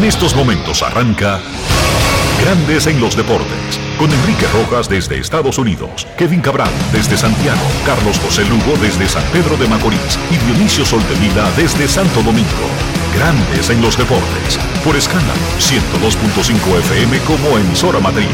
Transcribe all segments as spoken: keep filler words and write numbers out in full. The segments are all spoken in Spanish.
En estos momentos arranca Grandes en los Deportes, con Enrique Rojas desde Estados Unidos, Kevin Cabral desde Santiago, Carlos José Lugo desde San Pedro de Macorís y Dionisio Soltevila desde Santo Domingo. Grandes en los Deportes, por Escándalo ciento dos punto cinco F M como emisora matriz.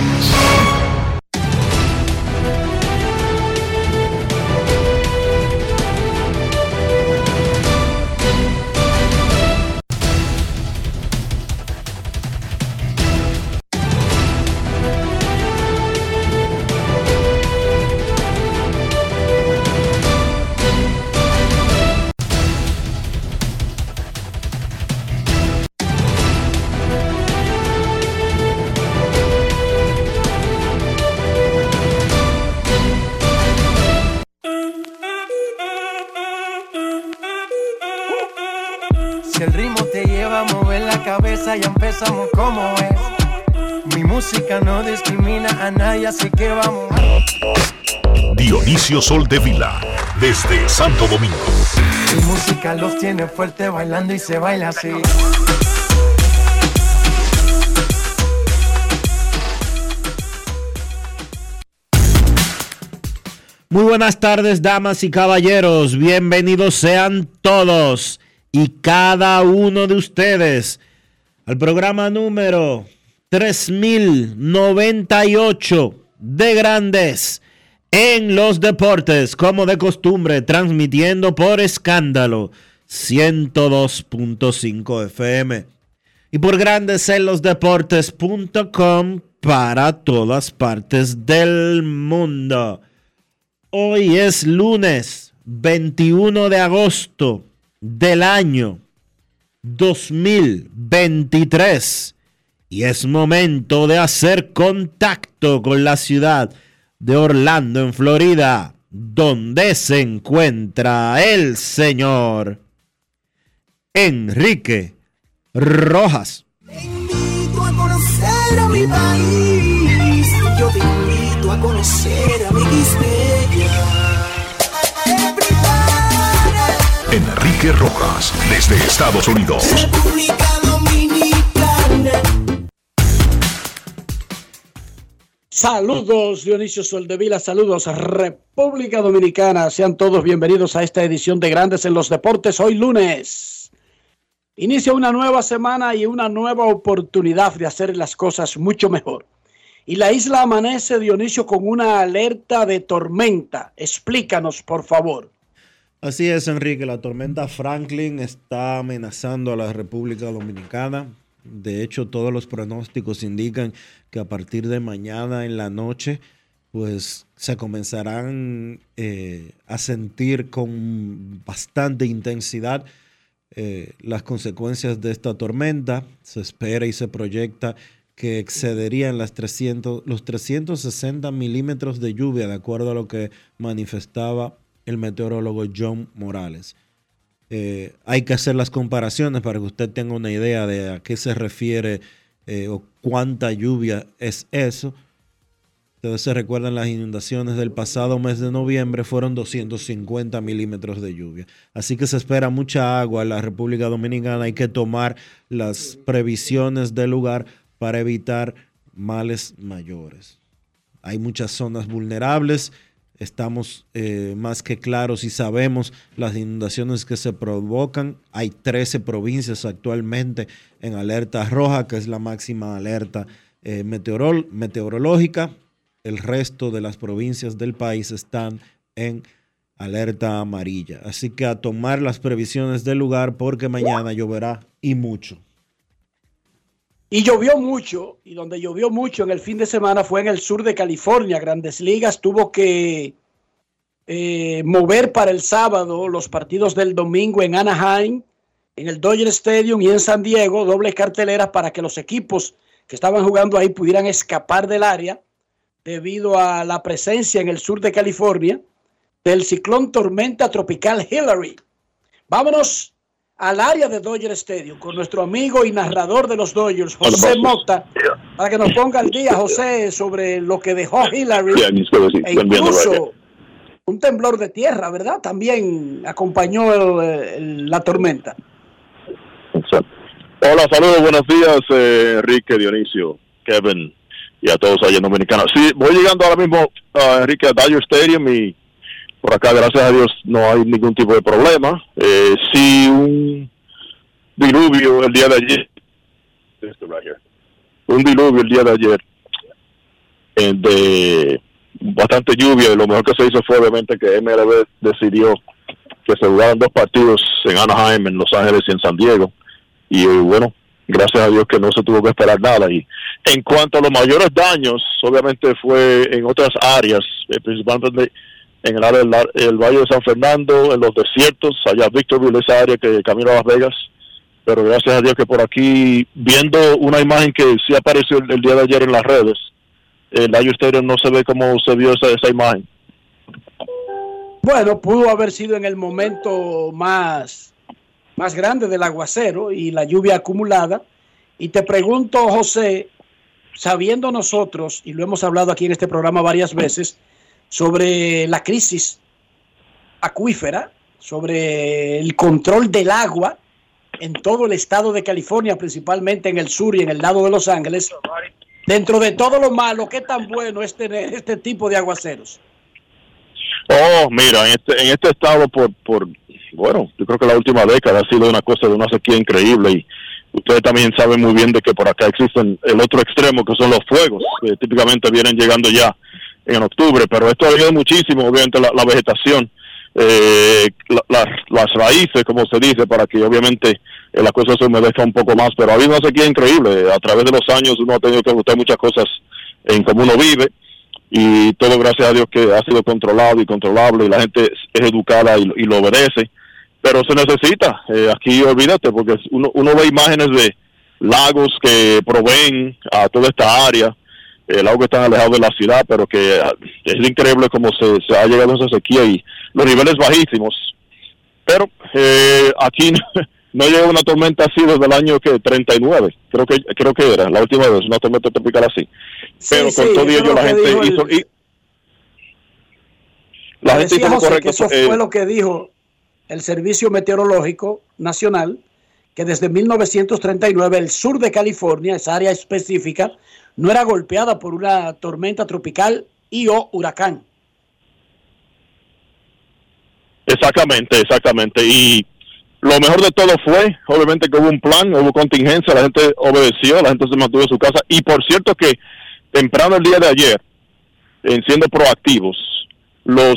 Si el ritmo te lleva a mover la cabeza, ya empezamos como es. Mi música no discrimina a nadie, así que vamos. Dionisio Soltevila, desde Santo Domingo. Mi música los tiene fuerte bailando y se baila así. Muy buenas tardes, damas y caballeros. Bienvenidos sean todos y cada uno de ustedes al programa número tres mil noventa y ocho de Grandes en los Deportes, como de costumbre, transmitiendo por Escándalo ciento dos punto cinco F M y por grandes en los deportes punto com para todas partes del mundo. Hoy es lunes veintiuno de agosto del año dos mil veintitrés y es momento de hacer contacto con la ciudad de Orlando, en Florida, donde se encuentra el señor Enrique Rojas. Te invito a conocer a mi país, yo te invito a conocer a mi Quispeya. Enrique Rojas, desde Estados Unidos. República Dominicana. Saludos, Dionisio Soldevila, saludos, República Dominicana. Sean todos bienvenidos a esta edición de Grandes en los Deportes. Hoy lunes inicia una nueva semana y una nueva oportunidad de hacer las cosas mucho mejor. Y la isla amanece, Dionisio, con una alerta de tormenta. Explícanos, por favor. Así es, Enrique, la tormenta Franklin está amenazando a la República Dominicana. De hecho, todos los pronósticos indican que a partir de mañana en la noche, pues se comenzarán eh, a sentir con bastante intensidad eh, las consecuencias de esta tormenta. Se espera y se proyecta que excederían las trescientos, los trescientos sesenta milímetros de lluvia, de acuerdo a lo que manifestaba el meteorólogo John Morales. Eh, hay que hacer las comparaciones para que usted tenga una idea de a qué se refiere eh, o cuánta lluvia es eso. Ustedes se recuerdan las inundaciones del pasado mes de noviembre, fueron doscientos cincuenta milímetros de lluvia. Así que se espera mucha agua en la República Dominicana. Hay que tomar las previsiones del lugar para evitar males mayores. Hay muchas zonas vulnerables. Estamos eh, más que claros y sabemos las inundaciones que se provocan. Hay trece provincias actualmente en alerta roja, que es la máxima alerta eh, meteorol- meteorológica. El resto de las provincias del país están en alerta amarilla. Así que a tomar las previsiones del lugar porque mañana lloverá y mucho. Y llovió mucho, y donde llovió mucho en el fin de semana fue en el sur de California. Grandes Ligas tuvo que eh, mover para el sábado los partidos del domingo en Anaheim, en el Dodger Stadium y en San Diego, dobles carteleras para que los equipos que estaban jugando ahí pudieran escapar del área debido a la presencia en el sur de California del ciclón tormenta tropical Hillary. Vámonos al área de Dodger Stadium con nuestro amigo y narrador de los Dodgers, José Mota, para que nos ponga al día, José, sobre lo que dejó Hillary e incluso un temblor de tierra, ¿verdad? También acompañó el, el, la tormenta. Hola, saludos, buenos días, eh, Enrique, Dionisio, Kevin y a todos allá en Dominicana. Sí, voy llegando ahora mismo, uh, Enrique, a Dodger Stadium y por acá, gracias a Dios, no hay ningún tipo de problema. Eh, sí, un diluvio el día de ayer, un diluvio el día de ayer, eh, de bastante lluvia, y lo mejor que se hizo fue obviamente que M L B decidió que se jugaran dos partidos en Anaheim, en Los Ángeles y en San Diego. Y bueno, gracias a Dios que no se tuvo que esperar nada. Y en cuanto a los mayores daños, obviamente fue en otras áreas, eh, principalmente en el área del el Valle de San Fernando, en los desiertos, allá Victorville, esa área que camino a Las Vegas. Pero gracias a Dios que por aquí, viendo una imagen que sí apareció el, el día de ayer en las redes, el Dodger Stadium no se ve como se vio esa, esa imagen. Bueno, pudo haber sido en el momento más... más grande del aguacero y la lluvia acumulada. Y te pregunto, José, sabiendo nosotros, y lo hemos hablado aquí en este programa varias veces, sobre la crisis acuífera, sobre el control del agua en todo el estado de California, principalmente en el sur y en el lado de Los Ángeles, dentro de todo lo malo, ¿qué tan bueno es tener este tipo de aguaceros? Oh, mira, en este, en este estado por... por bueno, yo creo que la última década ha sido una cosa de una sequía increíble y ustedes también saben muy bien de que por acá existen el otro extremo que son los fuegos, que típicamente vienen llegando ya en octubre, pero esto ha ayudado muchísimo, obviamente, la, la vegetación, eh, la, la, las raíces, como se dice, para que obviamente eh, la cosa se humedezca un poco más, pero ha habido una sequía increíble. A través de los años uno ha tenido que ajustar muchas cosas en cómo uno vive, y todo gracias a Dios que ha sido controlado y controlable y la gente es educada y, y lo obedece, pero se necesita, eh, aquí olvídate, porque uno, uno ve imágenes de lagos que proveen a toda esta área, eh, lagos que están alejados de la ciudad, pero que es increíble cómo se, se ha llegado a esa sequía y los niveles bajísimos, pero eh, aquí no, no llega una tormenta así desde el año que treinta y nueve, creo que creo que era la última vez, una tormenta tropical así. Pero sí, con sí, todo ello la gente hizo... El... Y la gente hizo lo correcto. Que eso eh... fue lo que dijo el Servicio Meteorológico Nacional, que desde mil novecientos treinta y nueve el sur de California, esa área específica, no era golpeada por una tormenta tropical y o huracán. Exactamente, exactamente. Y lo mejor de todo fue, obviamente, que hubo un plan, hubo contingencia, la gente obedeció, la gente se mantuvo en su casa. Y por cierto que temprano el día de ayer, en siendo proactivos, los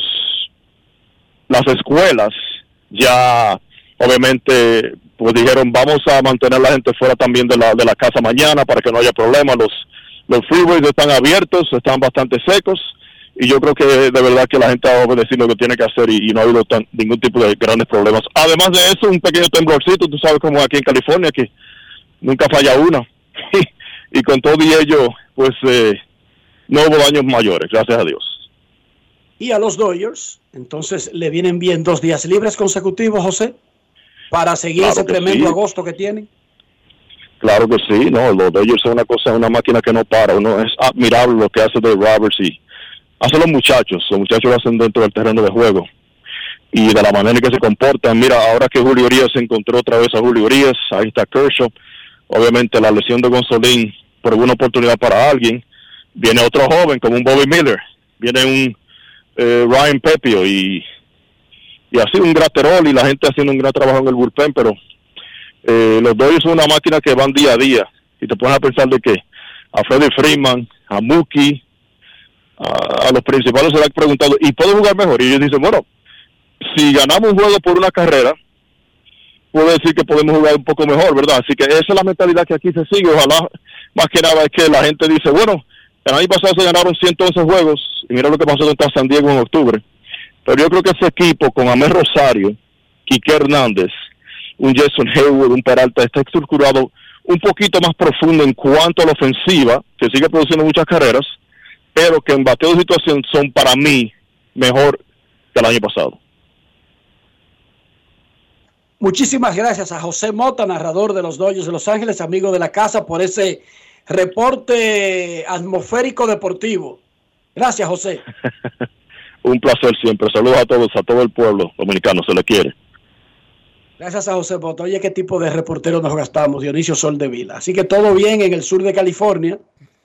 las escuelas ya obviamente pues dijeron vamos a mantener a la gente fuera también de la de la casa mañana para que no haya problemas. Los los freeways están abiertos, están bastante secos y yo creo que de verdad que la gente ha obedecido lo que tiene que hacer y, y no ha habido tan, ningún tipo de grandes problemas. Además de eso, un pequeño temblorcito, tú sabes como aquí en California que nunca falla una y con todo y ello pues eh, no hubo daños mayores, gracias a Dios. Y a los Dodgers, entonces, le vienen bien dos días libres consecutivos, José, para seguir claro ese tremendo sí. agosto que tienen. Claro que sí, no, los Dodgers son una cosa, una máquina que no para, uno es admirable lo que hace Dave Roberts y hace los muchachos, los muchachos lo hacen dentro del terreno de juego y de la manera en que se comportan. Mira, ahora que Julio Urias se encontró otra vez a Julio Urias, ahí está Kershaw, obviamente la lesión de Gonzolín por una oportunidad para alguien, viene otro joven como un Bobby Miller, viene un Eh, Ryan Pepio y y así un Graterol y la gente haciendo un gran trabajo en el bullpen, pero eh, los Dodgers son una máquina que van día a día y te pones a pensar de que a Freddie Freeman, a Mookie, a, a los principales se le han preguntado y pueden jugar mejor y ellos dicen bueno, si ganamos un juego por una carrera puede decir que podemos jugar un poco mejor, ¿verdad? Así que esa es la mentalidad que aquí se sigue. Ojalá más que nada es que la gente dice bueno, el año pasado se ganaron ciento once juegos, y mira lo que pasó contra San Diego en octubre. Pero yo creo que ese equipo, con Amel Rosario, Quique Hernández, un Jason Hayward, un Peralta, está estructurado un poquito más profundo en cuanto a la ofensiva, que sigue produciendo muchas carreras, pero que en bateo de situación son para mí mejor que el año pasado. Muchísimas gracias a José Mota, narrador de los Dodgers de Los Ángeles, amigo de la casa, por ese reporte atmosférico deportivo. Gracias, José. Un placer siempre. Saludos a todos, a todo el pueblo dominicano, se le quiere. Gracias a José Bota. Oye, qué tipo de reportero nos gastamos, Dionisio Soldevila. Así que todo bien en el sur de California.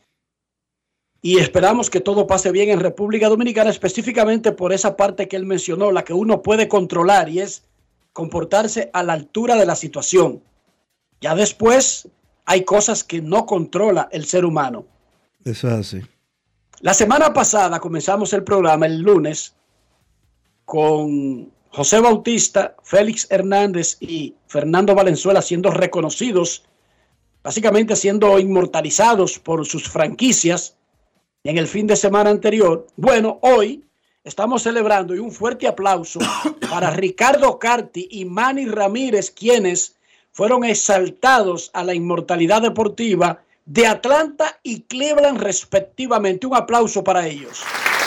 Y esperamos que todo pase bien en República Dominicana, específicamente por esa parte que él mencionó, la que uno puede controlar, y es comportarse a la altura de la situación. Ya después hay cosas que no controla el ser humano. Eso es así. La semana pasada comenzamos el programa el lunes con José Bautista, Félix Hernández y Fernando Valenzuela siendo reconocidos, básicamente siendo inmortalizados por sus franquicias en el fin de semana anterior. Bueno, hoy estamos celebrando, y un fuerte aplauso para Ricardo Carty y Manny Ramírez, quienes fueron exaltados a la inmortalidad deportiva de Atlanta y Cleveland respectivamente. Un aplauso para ellos.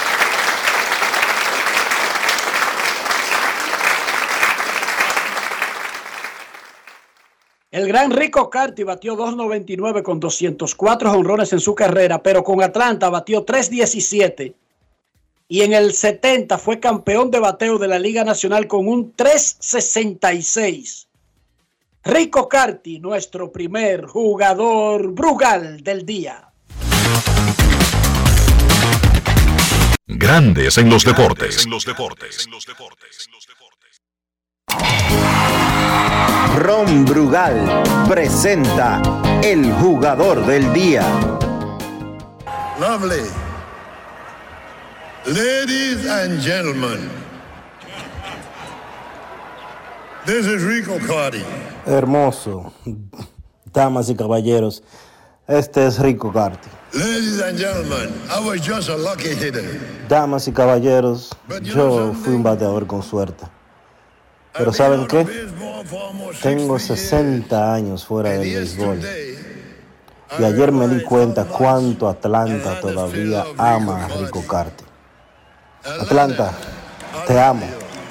El gran Rico Carty batió dos noventa y nueve con doscientos cuatro jonrones en su carrera, pero con Atlanta batió tres diecisiete y en el setenta fue campeón de bateo de la Liga Nacional con un tres sesenta y seis. Rico Carty, nuestro primer jugador Brugal del día. Grandes en los deportes. En los deportes. Ron Brugal presenta el jugador del día. Lovely. Ladies and gentlemen, this is Rico Carty. Hermoso. Damas y caballeros, este es Rico Carty. Ladies and gentlemen, I was just a lucky hitter. Damas y caballeros, yo fui un bateador con suerte. Pero ¿saben qué? Tengo sesenta años fuera del béisbol. Y ayer me di cuenta cuánto Atlanta todavía ama a Rico Carty. Atlanta, te amo.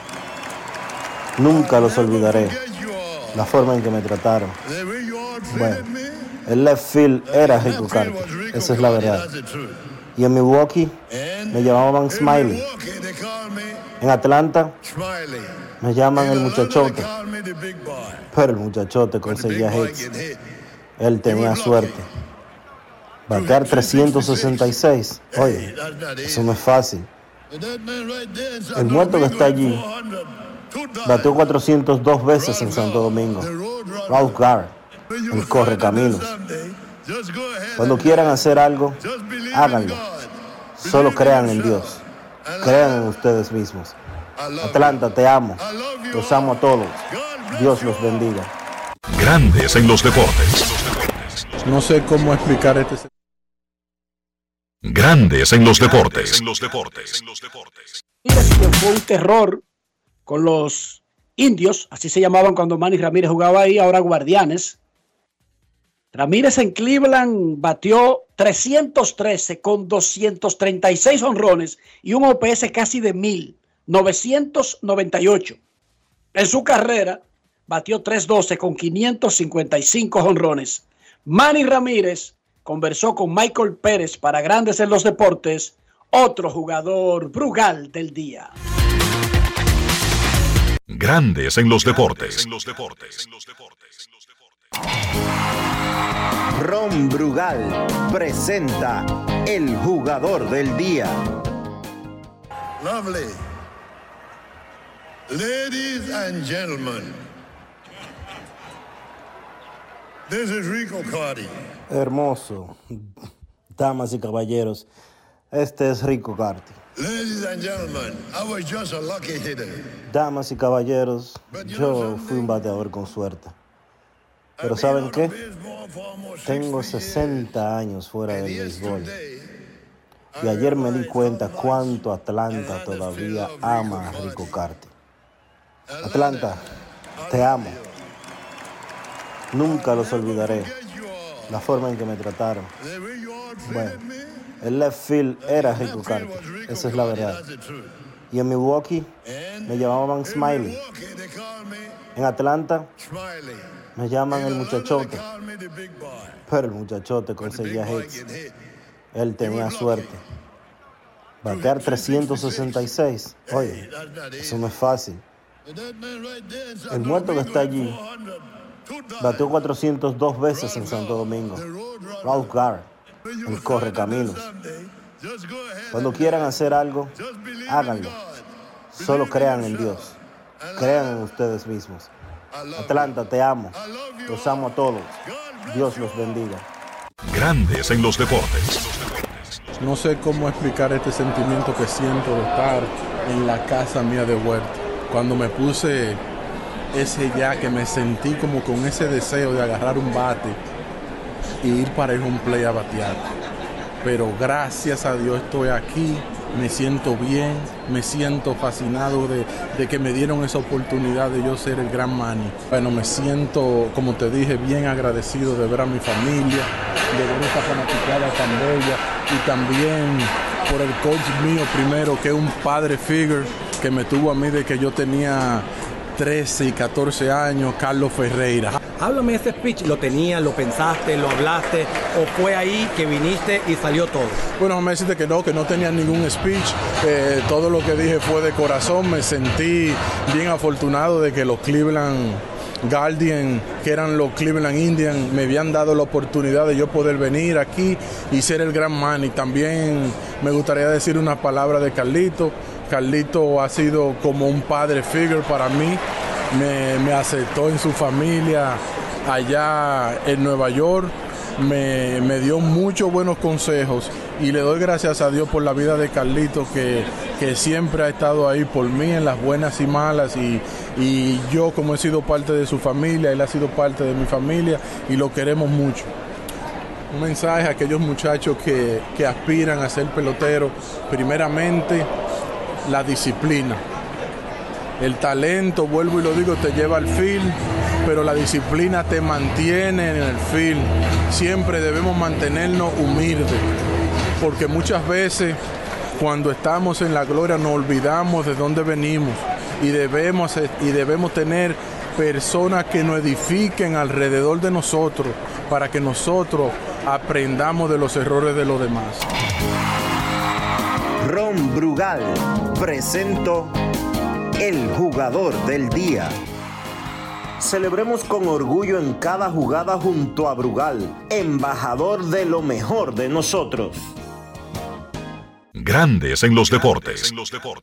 Nunca los olvidaré. La forma en que me trataron. Bueno, el left field era Rico Carty. Esa es la verdad. Y en Milwaukee me llamaban Smiley. En Atlanta me llaman el muchachote. Pero el muchachote conseguía hits. Él tenía suerte. Batear trescientos sesenta y seis. Oye, eso no es fácil. El muerto que está allí bateó cuatrocientas dos veces en Santo Domingo. Ralph Garrett, el correcaminos. Cuando quieran hacer algo, háganlo. Solo crean en Dios. Crean en ustedes mismos. Atlanta, te amo. Los amo a todos. Dios los bendiga. Grandes en los deportes. No sé cómo explicar este. Grandes en los deportes. Fue un terror con los indios, así se llamaban cuando Manny Ramírez jugaba ahí, ahora Guardianes. Ramírez en Cleveland batió trescientos trece con doscientos treinta y seis jonrones y un O P S casi de mil, novecientos noventa y ocho. En su carrera batió trescientos doce con quinientos cincuenta y cinco jonrones. Manny Ramírez conversó con Michael Pérez para Grandes en los Deportes, otro jugador Brugal del día. Grandes en los deportes. Ron Brugal presenta el jugador del día. Lovely. Ladies and gentlemen, this is Rico Carty. Hermoso. Damas y caballeros, este es Rico Carty. Ladies and gentlemen, I was just a lucky hitter. Damas y caballeros, yo fui un bateador con suerte. Pero ¿saben qué? Tengo sesenta años fuera del béisbol. Y ayer me di cuenta cuánto Atlanta todavía ama a Rico Carty. Atlanta, te amo. Nunca los olvidaré. La forma en que me trataron. Bueno, el left field era Rico Carty. Esa es la verdad. Y en Milwaukee me llamaban Smiley. En Atlanta me llaman el muchachote. Pero el muchachote conseguía hits. Él tenía suerte. Batear trescientos sesenta y seis. Oye, eso no es fácil. El muerto que está allí bateó cuatrocientas dos veces en Santo Domingo. Ralph Garr, el correcaminos. Cuando quieran hacer algo, háganlo. Solo crean en Dios. Crean en ustedes mismos. Atlanta, te amo. Los amo a todos. Dios los bendiga. Grandes en los deportes. No sé cómo explicar este sentimiento que siento de estar en la casa mía de Huerta. Cuando me puse ese ya que me sentí como con ese deseo de agarrar un bate y ir para el home play a batear. Pero gracias a Dios estoy aquí, me siento bien, me siento fascinado de, de que me dieron esa oportunidad de yo ser el gran Manny. Bueno, me siento, como te dije, bien agradecido de ver a mi familia, de ver esta fanaticada tan bella y también por el coach mío primero, que es un padre figure que me tuvo a mí de que yo tenía trece y catorce años, Carlos Ferreira. Háblame de ese speech, ¿lo tenías, lo pensaste, lo hablaste o fue ahí que viniste y salió todo? Bueno, me deciste que no, que no tenía ningún speech, eh, todo lo que dije fue de corazón, me sentí bien afortunado de que los Cleveland Guardians, que eran los Cleveland Indians, me habían dado la oportunidad de yo poder venir aquí y ser el gran Manny. También me gustaría decir unas palabras de Carlito. Carlito ha sido como un padre figure para mí, me, me aceptó en su familia allá en Nueva York, me, me dio muchos buenos consejos y le doy gracias a Dios por la vida de Carlito que, que siempre ha estado ahí por mí en las buenas y malas y, y yo como he sido parte de su familia, él ha sido parte de mi familia y lo queremos mucho. Un mensaje a aquellos muchachos que, que aspiran a ser peloteros, primeramente la disciplina. El talento, vuelvo y lo digo, te lleva al field, pero la disciplina te mantiene en el field. Siempre debemos mantenernos humildes, porque muchas veces cuando estamos en la gloria nos olvidamos de dónde venimos y debemos, y debemos tener personas que nos edifiquen alrededor de nosotros para que nosotros aprendamos de los errores de los demás. Ron Brugal presento el jugador del día. Celebremos con orgullo en cada jugada junto a Brugal, embajador de lo mejor de nosotros. Grandes en los deportes.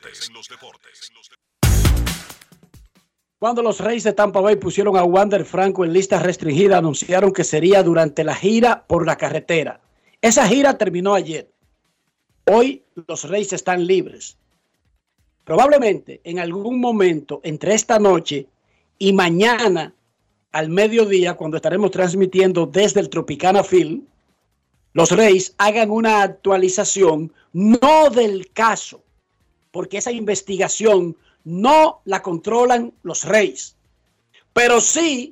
Cuando los Reyes de Tampa Bay pusieron a Wander Franco en lista restringida, anunciaron que sería durante la gira por la carretera. Esa gira terminó ayer. Hoy los Reyes están libres. Probablemente en algún momento entre esta noche y mañana al mediodía, cuando estaremos transmitiendo desde el Tropicana Field, los Reyes hagan una actualización, no del caso, porque esa investigación no la controlan los Reyes, pero sí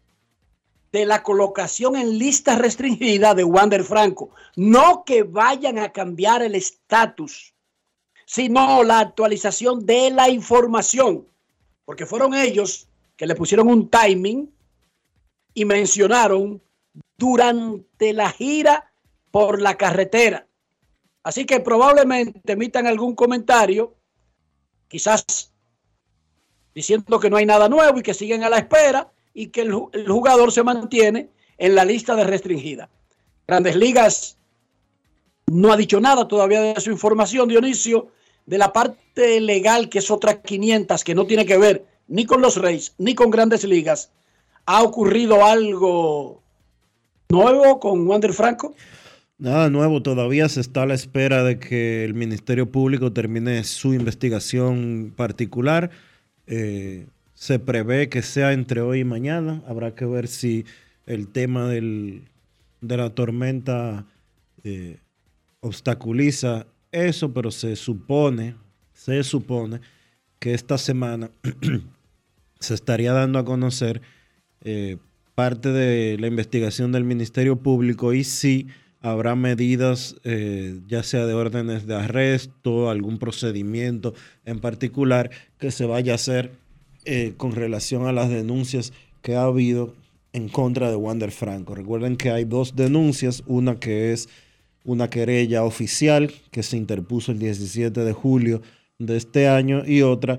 de la colocación en lista restringida de Wander Franco. No que vayan a cambiar el estatus, sino la actualización de la información, porque fueron ellos que le pusieron un timing y mencionaron durante la gira por la carretera. Así que probablemente emitan algún comentario, quizás diciendo que no hay nada nuevo y que siguen a la espera y que el, el jugador se mantiene en la lista de restringida. Grandes Ligas no ha dicho nada todavía de su información, Dionisio, de la parte legal, que es otra quinientas, que no tiene que ver ni con los Reyes ni con Grandes Ligas. ¿Ha ocurrido algo nuevo con Wander Franco? Nada nuevo, todavía se está a la espera de que el Ministerio Público termine su investigación particular. Eh, se prevé que sea entre hoy y mañana. Habrá que ver si el tema del, de la tormenta eh, obstaculiza eso, pero se supone, se supone que esta semana se estaría dando a conocer eh, parte de la investigación del Ministerio Público y si habrá medidas, eh, ya sea de órdenes de arresto, algún procedimiento en particular que se vaya a hacer eh, con relación a las denuncias que ha habido en contra de Wander Franco. Recuerden que hay dos denuncias, una que es una querella oficial que se interpuso el diecisiete de julio de este año y otra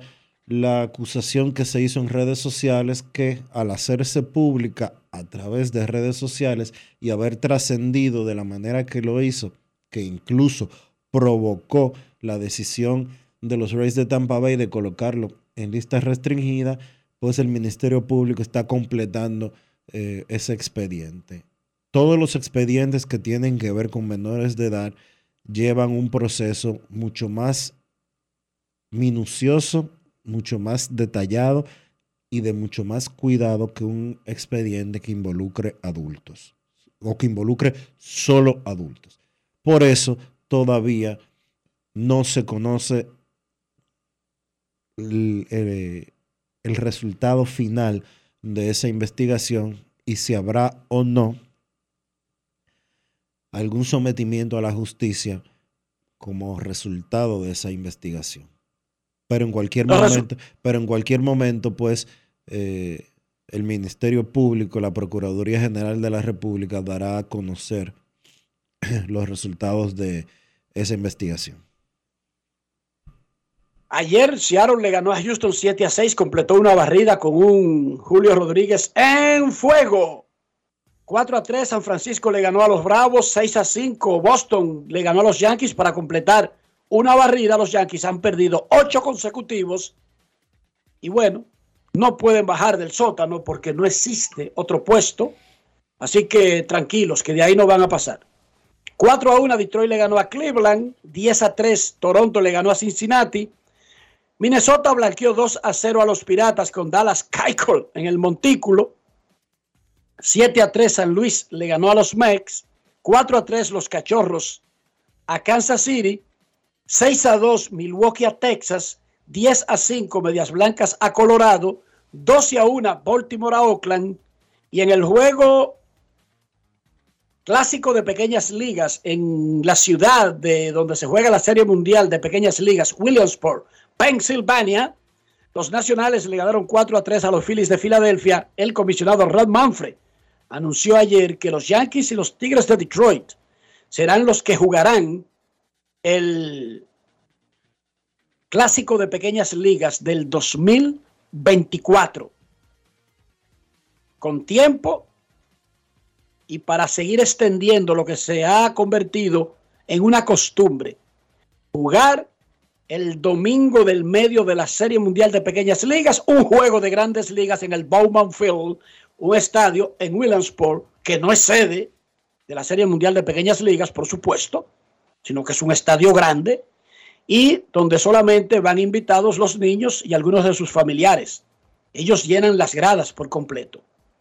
la acusación que se hizo en redes sociales, que al hacerse pública a través de redes sociales y haber trascendido de la manera que lo hizo, que incluso provocó la decisión de los Rays de Tampa Bay de colocarlo en lista restringida, pues el Ministerio Público está completando eh, ese expediente. Todos los expedientes que tienen que ver con menores de edad llevan un proceso mucho más minucioso, mucho más detallado y de mucho más cuidado que un expediente que involucre adultos o que involucre solo adultos. Por eso todavía no se conoce el, el, el resultado final de esa investigación y si habrá o no algún sometimiento a la justicia como resultado de esa investigación. Pero en cualquier no, momento, pero en cualquier momento, pues, eh, el Ministerio Público, la Procuraduría General de la República dará a conocer los resultados de esa investigación. Ayer Seattle le ganó a Houston siete a seis, completó una barrida con un Julio Rodríguez en fuego. cuatro a tres, San Francisco le ganó a los Bravos, seis a cinco, Boston le ganó a los Yankees para completar una barrida. Los Yankees han perdido ocho consecutivos y bueno, no pueden bajar del sótano porque no existe otro puesto, así que tranquilos que de ahí no van a pasar. cuatro a uno, Detroit le ganó a Cleveland, diez a tres, Toronto le ganó a Cincinnati, Minnesota blanqueó dos a cero a los Piratas con Dallas Keuchel en el montículo, siete a tres San Luis le ganó a los Mex, cuatro a tres los Cachorros a Kansas City, seis a dos Milwaukee a Texas, diez a cinco Medias Blancas a Colorado, doce a uno Baltimore a Oakland, y en el juego clásico de pequeñas ligas en la ciudad de donde se juega la Serie Mundial de Pequeñas Ligas, Williamsport, Pensilvania, los Nacionales le ganaron cuatro a tres a los Phillies de Filadelfia. El comisionado Rob Manfred anunció ayer que los Yankees y los Tigres de Detroit serán los que jugarán el clásico de pequeñas ligas del dos mil veinticuatro. Con tiempo y para seguir extendiendo lo que se ha convertido en una costumbre. Jugar el domingo del medio de la Serie Mundial de Pequeñas Ligas, un juego de Grandes Ligas en el Bowman Field, un estadio en Williamsport que no es sede de la Serie Mundial de Pequeñas Ligas, por supuesto, sino que es un estadio grande y donde solamente van invitados los niños y algunos de sus familiares. Ellos llenan las gradas por completo.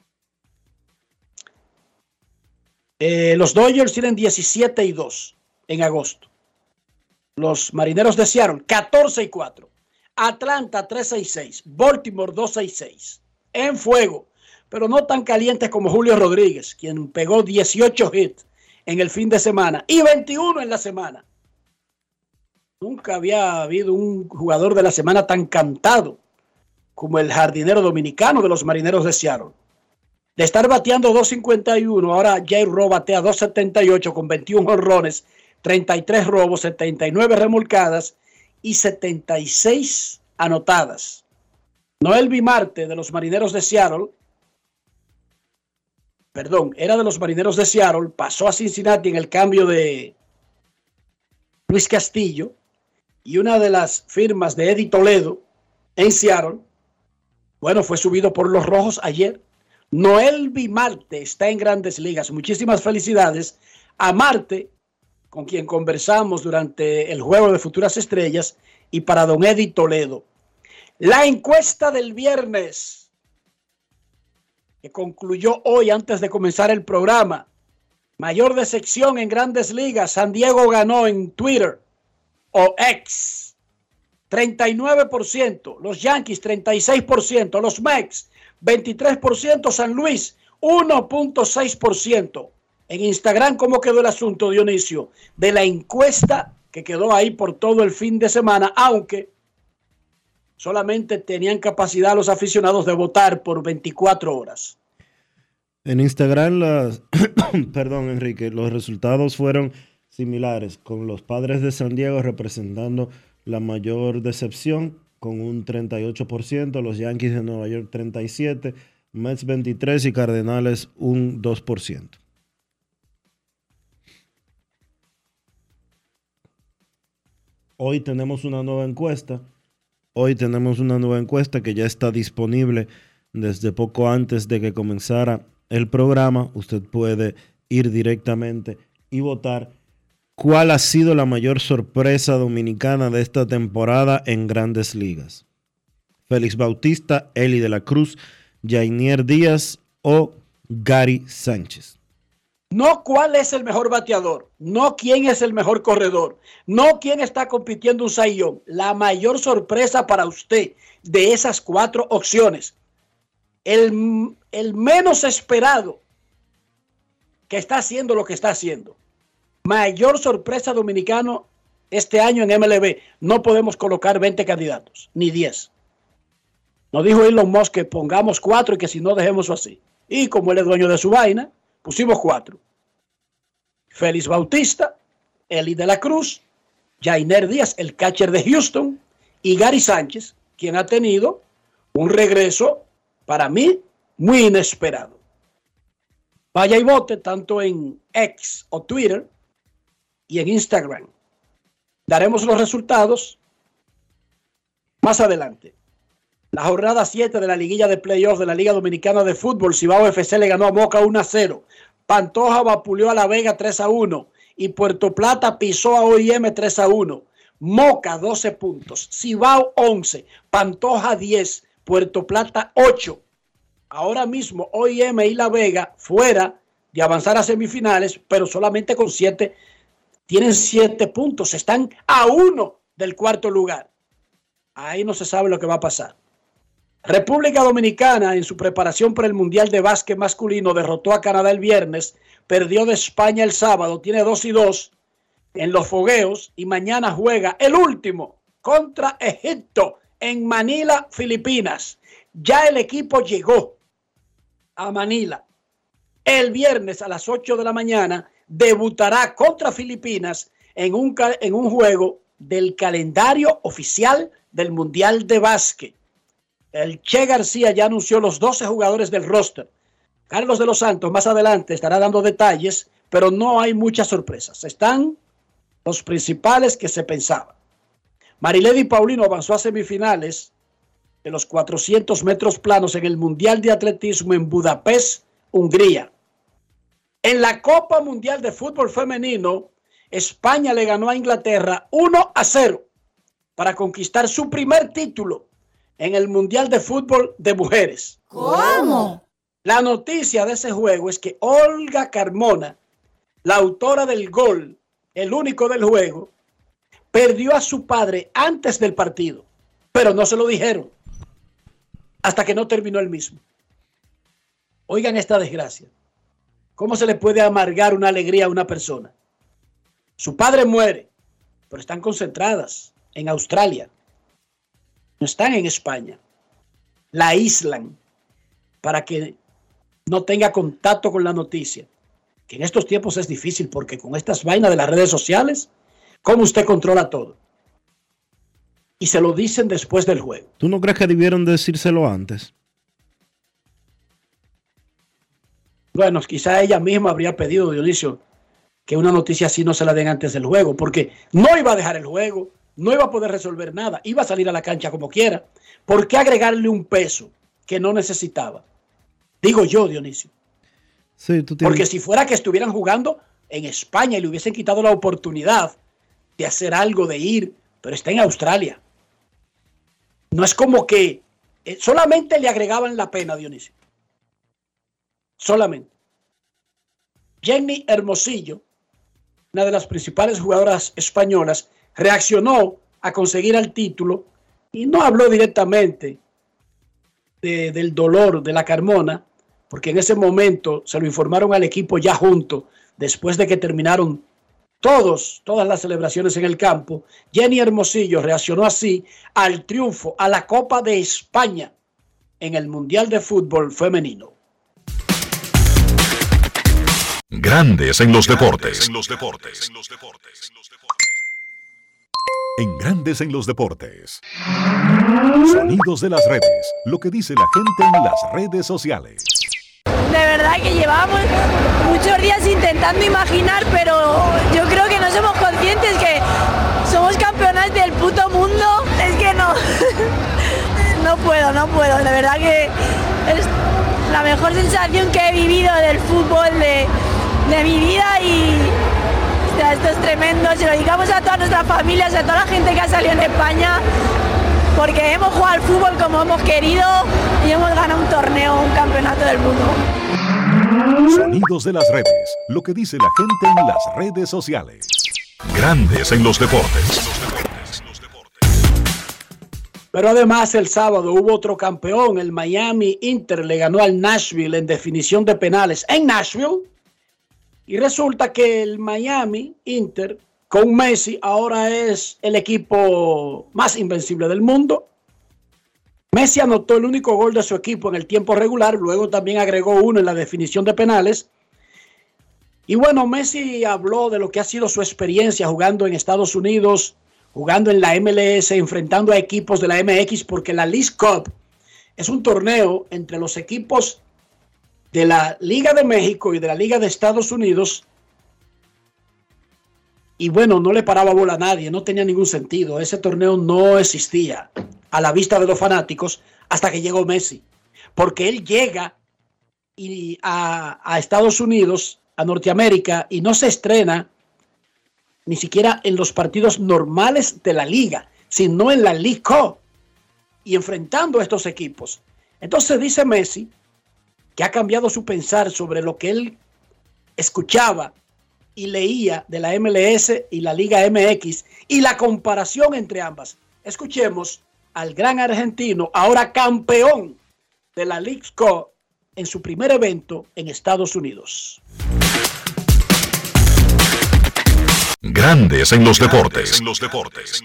Eh, los Dodgers tienen diecisiete y dos en agosto. Los Marineros de Seattle catorce y cuatro. Atlanta trece y seis. Baltimore doce y seis. En fuego, pero no tan calientes como Julio Rodríguez, quien pegó dieciocho hits en el fin de semana y veintiuno en la semana. Nunca había habido un jugador de la semana tan cantado como el jardinero dominicano de los Marineros de Seattle. De estar bateando dos cincuenta y uno, ahora J. Rowe batea dos setenta y ocho con veintiún jonrones, treinta y tres robos, setenta y nueve remolcadas y setenta y seis anotadas. Noel Bimarte de los Marineros de Seattle, perdón, era de los Marineros de Seattle, pasó a Cincinnati en el cambio de Luis Castillo y una de las firmas de Eddie Toledo en Seattle, bueno, fue subido por los Rojos ayer. Noel Bimarte está en Grandes Ligas. Muchísimas felicidades a Marte, con quien conversamos durante el Juego de Futuras Estrellas, y para don Eddie Toledo. La encuesta del viernes, que concluyó hoy antes de comenzar el programa. Mayor decepción en Grandes Ligas. San Diego ganó en Twitter o X. treinta y nueve por ciento. Los Yankees, treinta y seis por ciento. Los Mets, veintitrés por ciento. San Luis, uno punto seis por ciento. En Instagram, ¿cómo quedó el asunto, Dionisio? De la encuesta que quedó ahí por todo el fin de semana, aunque solamente tenían capacidad los aficionados de votar por veinticuatro horas. En Instagram, las, perdón, Enrique, los resultados fueron similares, con los Padres de San Diego representando la mayor decepción, con un treinta y ocho por ciento, los Yankees de Nueva York treinta y siete por ciento, Mets veintitrés por ciento y Cardenales un dos por ciento. Hoy tenemos una nueva encuesta. Hoy tenemos una nueva encuesta que ya está disponible desde poco antes de que comenzara el programa. Usted puede ir directamente y votar cuál ha sido la mayor sorpresa dominicana de esta temporada en Grandes Ligas. Félix Bautista, Eli de la Cruz, Yainier Díaz o Gary Sánchez. No cuál es el mejor bateador, no quién es el mejor corredor, no quién está compitiendo un Cy Young. La mayor sorpresa para usted de esas cuatro opciones, el, el menos esperado que está haciendo lo que está haciendo. Mayor sorpresa dominicano este año en M L B. No podemos colocar veinte candidatos, ni diez. Nos dijo Elon Musk que pongamos cuatro y que si no dejemos así. Y como él es dueño de su vaina, pusimos cuatro. Félix Bautista, Eli de la Cruz, Yainer Díaz, el catcher de Houston, y Gary Sánchez, quien ha tenido un regreso, para mí, muy inesperado. Vaya y vote tanto en X o Twitter y en Instagram. Daremos los resultados más adelante. La jornada siete de la liguilla de playoffs de la Liga Dominicana de Fútbol, Cibao F C le ganó a Moca uno a cero. Pantoja vapuleó a La Vega tres a uno. Y Puerto Plata pisó a O I M tres a uno. Moca doce puntos. Cibao once. Pantoja diez. Puerto Plata ocho. Ahora mismo O I M y La Vega fuera de avanzar a semifinales, pero solamente con siete. Tienen siete puntos. Están a uno del cuarto lugar. Ahí no se sabe lo que va a pasar. República Dominicana, en su preparación para el Mundial de Básquet masculino, derrotó a Canadá el viernes, perdió de España el sábado, tiene dos y dos en los fogueos y mañana juega el último contra Egipto en Manila, Filipinas. Ya el equipo llegó a Manila. El viernes a las ocho de la mañana debutará contra Filipinas en un, en un juego del calendario oficial del Mundial de Básquet. El Che García ya anunció los doce jugadores del roster. Carlos de los Santos más adelante estará dando detalles, pero no hay muchas sorpresas. Están los principales que se pensaba. Marilady Paulino avanzó a semifinales de los cuatrocientos metros planos en el Mundial de Atletismo en Budapest, Hungría. En la Copa Mundial de Fútbol Femenino, España le ganó a Inglaterra uno a cero para conquistar su primer título en el Mundial de Fútbol de Mujeres. ¿Cómo? La noticia de ese juego es que Olga Carmona, la autora del gol, el único del juego, perdió a su padre antes del partido, pero no se lo dijeron hasta que no terminó el mismo. Oigan esta desgracia. ¿Cómo se le puede amargar una alegría a una persona? Su padre muere, pero están concentradas en Australia. No están en España. La aíslan para que no tenga contacto con la noticia. Que en estos tiempos es difícil porque con estas vainas de las redes sociales, ¿cómo usted controla todo? Y se lo dicen después del juego. ¿Tú no crees que debieron decírselo antes? Bueno, quizá ella misma habría pedido, Dionisio, que una noticia así no se la den antes del juego, porque no iba a dejar el juego. No iba a poder resolver nada. Iba a salir a la cancha como quiera. ¿Por qué agregarle un peso que no necesitaba? Digo yo, Dionisio. Sí, tú tienes... Porque si fuera que estuvieran jugando en España y le hubiesen quitado la oportunidad de hacer algo, de ir, pero está en Australia. No es como que eh, solamente le agregaban la pena, Dionisio. Solamente. Jenny Hermosillo, una de las principales jugadoras españolas, reaccionó a conseguir el título y no habló directamente de, del dolor de la Carmona, porque en ese momento se lo informaron al equipo ya junto, después de que terminaron todos, todas las celebraciones en el campo. Jenny Hermosillo reaccionó así al triunfo, a la Copa de España en el Mundial de Fútbol Femenino. Grandes en los deportes. En los deportes. En Grandes en los Deportes. Sonidos de las redes. Lo que dice la gente en las redes sociales. De verdad que llevamos muchos días intentando imaginar, pero yo creo que no somos conscientes que somos campeonas del puto mundo. Es que no, no puedo, no puedo. De verdad que es la mejor sensación que he vivido del fútbol de, de mi vida y o sea, esto es tremendo. Se lo dedicamos a todas nuestras familias, a toda la gente que ha salido en España, porque hemos jugado al fútbol como hemos querido y hemos ganado un torneo, un campeonato del mundo. Sonidos de las redes. Lo que dice la gente en las redes sociales. Grandes en los deportes. Pero además el sábado hubo otro campeón. El Miami Inter le ganó al Nashville en definición de penales en Nashville. Y resulta que el Miami Inter con Messi ahora es el equipo más invencible del mundo. Messi anotó el único gol de su equipo en el tiempo regular, luego también agregó uno en la definición de penales. Y bueno, Messi habló de lo que ha sido su experiencia jugando en Estados Unidos, jugando en la M L S, enfrentando a equipos de la M X, porque la Leagues Cup es un torneo entre los equipos de la Liga de México y de la Liga de Estados Unidos. Y bueno, no le paraba bola a nadie, no tenía ningún sentido. Ese torneo no existía a la vista de los fanáticos hasta que llegó Messi. Porque él llega y a, a Estados Unidos, a Norteamérica, y no se estrena ni siquiera en los partidos normales de la liga, sino en la League Cup y enfrentando a estos equipos. Entonces dice Messi que ha cambiado su pensar sobre lo que él escuchaba y leía de la M L S y la Liga M X y la comparación entre ambas. Escuchemos al gran argentino, ahora campeón de la Leagues Cup en su primer evento en Estados Unidos. Grandes en los deportes. En los deportes.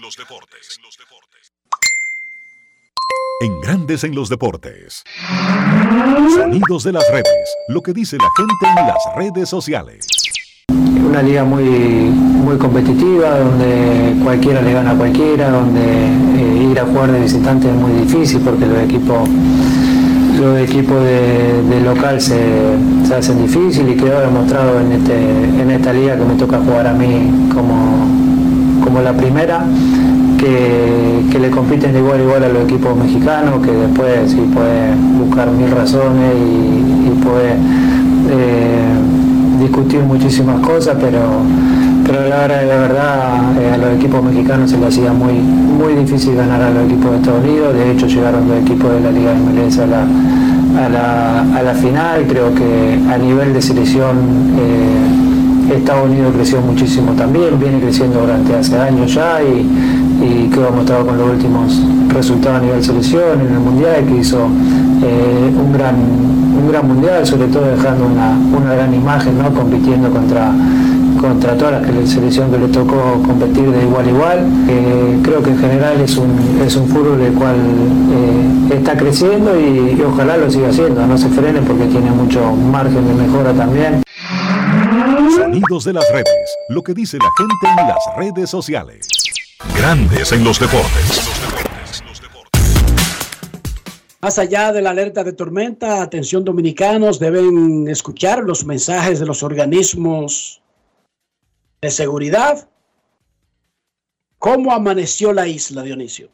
En Grandes en los deportes. Sonidos de las redes. Lo que dice la gente en las redes sociales. Una liga muy, muy competitiva, donde cualquiera le gana a cualquiera, donde eh, ir a jugar de visitante es muy difícil porque los equipos, los equipos de, de local se, se hacen difícil, y quedó demostrado en, este, en esta liga que me toca jugar a mí como, como la primera, que, que le compiten de igual a igual a los equipos mexicanos, que después sí puede buscar mil razones y, y puede eh, discutir muchísimas cosas, pero, pero la verdad, la verdad eh, a los equipos mexicanos se les hacía muy, muy difícil ganar a los equipos de Estados Unidos. De hecho llegaron los equipos de la Liga M L S a la, a la, a la final. Creo que a nivel de selección eh, Estados Unidos creció muchísimo también, viene creciendo durante hace años ya, y, y quedó mostrado con los últimos resultados a nivel selección en el Mundial, que hizo eh, un gran un gran mundial, sobre todo dejando una, una gran imagen, ¿no? Compitiendo contra, contra toda la selección que le tocó competir de igual a igual. Eh, creo que en general es un, es un fútbol el cual eh, está creciendo y, y ojalá lo siga haciendo, no se frene porque tiene mucho margen de mejora también. Sonidos de las redes. Lo que dice la gente en las redes sociales. Grandes en los deportes. Más allá de la alerta de tormenta, atención dominicanos, deben escuchar los mensajes de los organismos de seguridad. ¿Cómo amaneció la isla, Dionisio?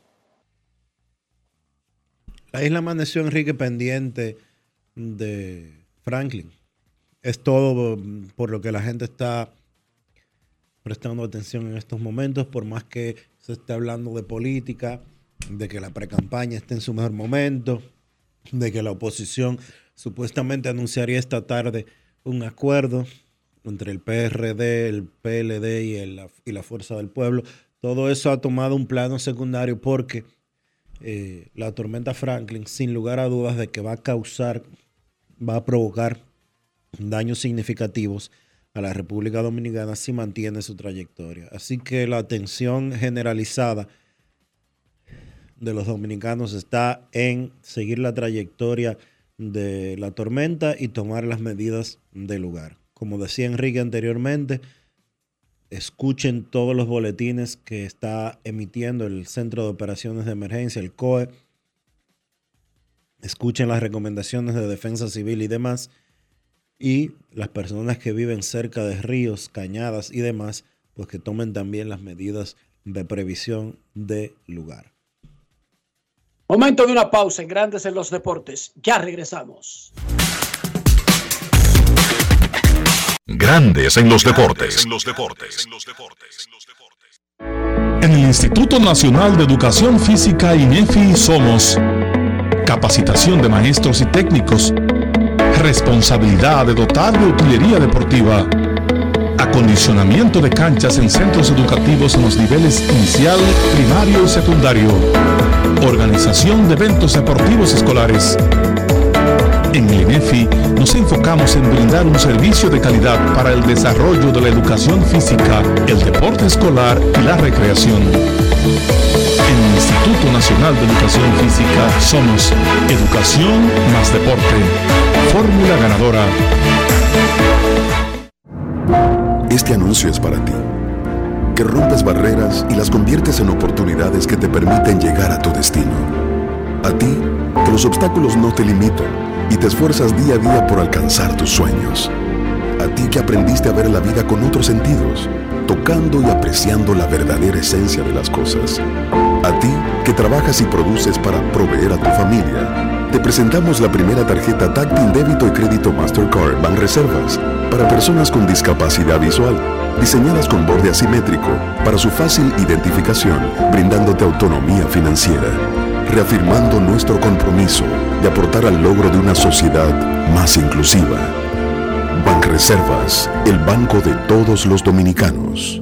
La isla amaneció, Enrique, pendiente de Franklin. Es todo por lo que la gente está prestando atención en estos momentos, por más que se esté hablando de política, de que la precampaña esté en su mejor momento, de que la oposición supuestamente anunciaría esta tarde un acuerdo entre el P R D, el P L D y, el, y la Fuerza del Pueblo. Todo eso ha tomado un plano secundario porque eh, la tormenta Franklin, sin lugar a dudas de que va a causar, va a provocar daños significativos a la República Dominicana si mantiene su trayectoria. Así que la atención generalizada de los dominicanos está en seguir la trayectoria de la tormenta y tomar las medidas del lugar. Como decía Enrique anteriormente, escuchen todos los boletines que está emitiendo el Centro de Operaciones de Emergencia, el C O E. Escuchen las recomendaciones de defensa civil y demás. Y las personas que viven cerca de ríos, cañadas y demás, pues que tomen también las medidas de previsión de lugar. Momento de una pausa en Grandes en los Deportes. Ya regresamos. Grandes en los deportes. En el Instituto Nacional de Educación Física INEFI somos capacitación de maestros y técnicos, responsabilidad de dotar de utilería deportiva, acondicionamiento de canchas en centros educativos en los niveles inicial, primario y secundario, organización de eventos deportivos escolares. En el INEFI nos enfocamos en brindar un servicio de calidad para el desarrollo de la educación física, el deporte escolar y la recreación. En el Instituto Nacional de Educación Física somos Educación más Deporte. Fórmula ganadora. Este anuncio es para ti, que rompes barreras y las conviertes en oportunidades que te permiten llegar a tu destino. A ti, que los obstáculos no te limitan y te esfuerzas día a día por alcanzar tus sueños. A ti que aprendiste a ver la vida con otros sentidos, tocando y apreciando la verdadera esencia de las cosas. A ti que trabajas y produces para proveer a tu familia, te presentamos la primera tarjeta táctil débito y crédito Mastercard Banreservas para personas con discapacidad visual, diseñadas con borde asimétrico para su fácil identificación, brindándote autonomía financiera, reafirmando nuestro compromiso de aportar al logro de una sociedad más inclusiva. Banreservas, el banco de todos los dominicanos.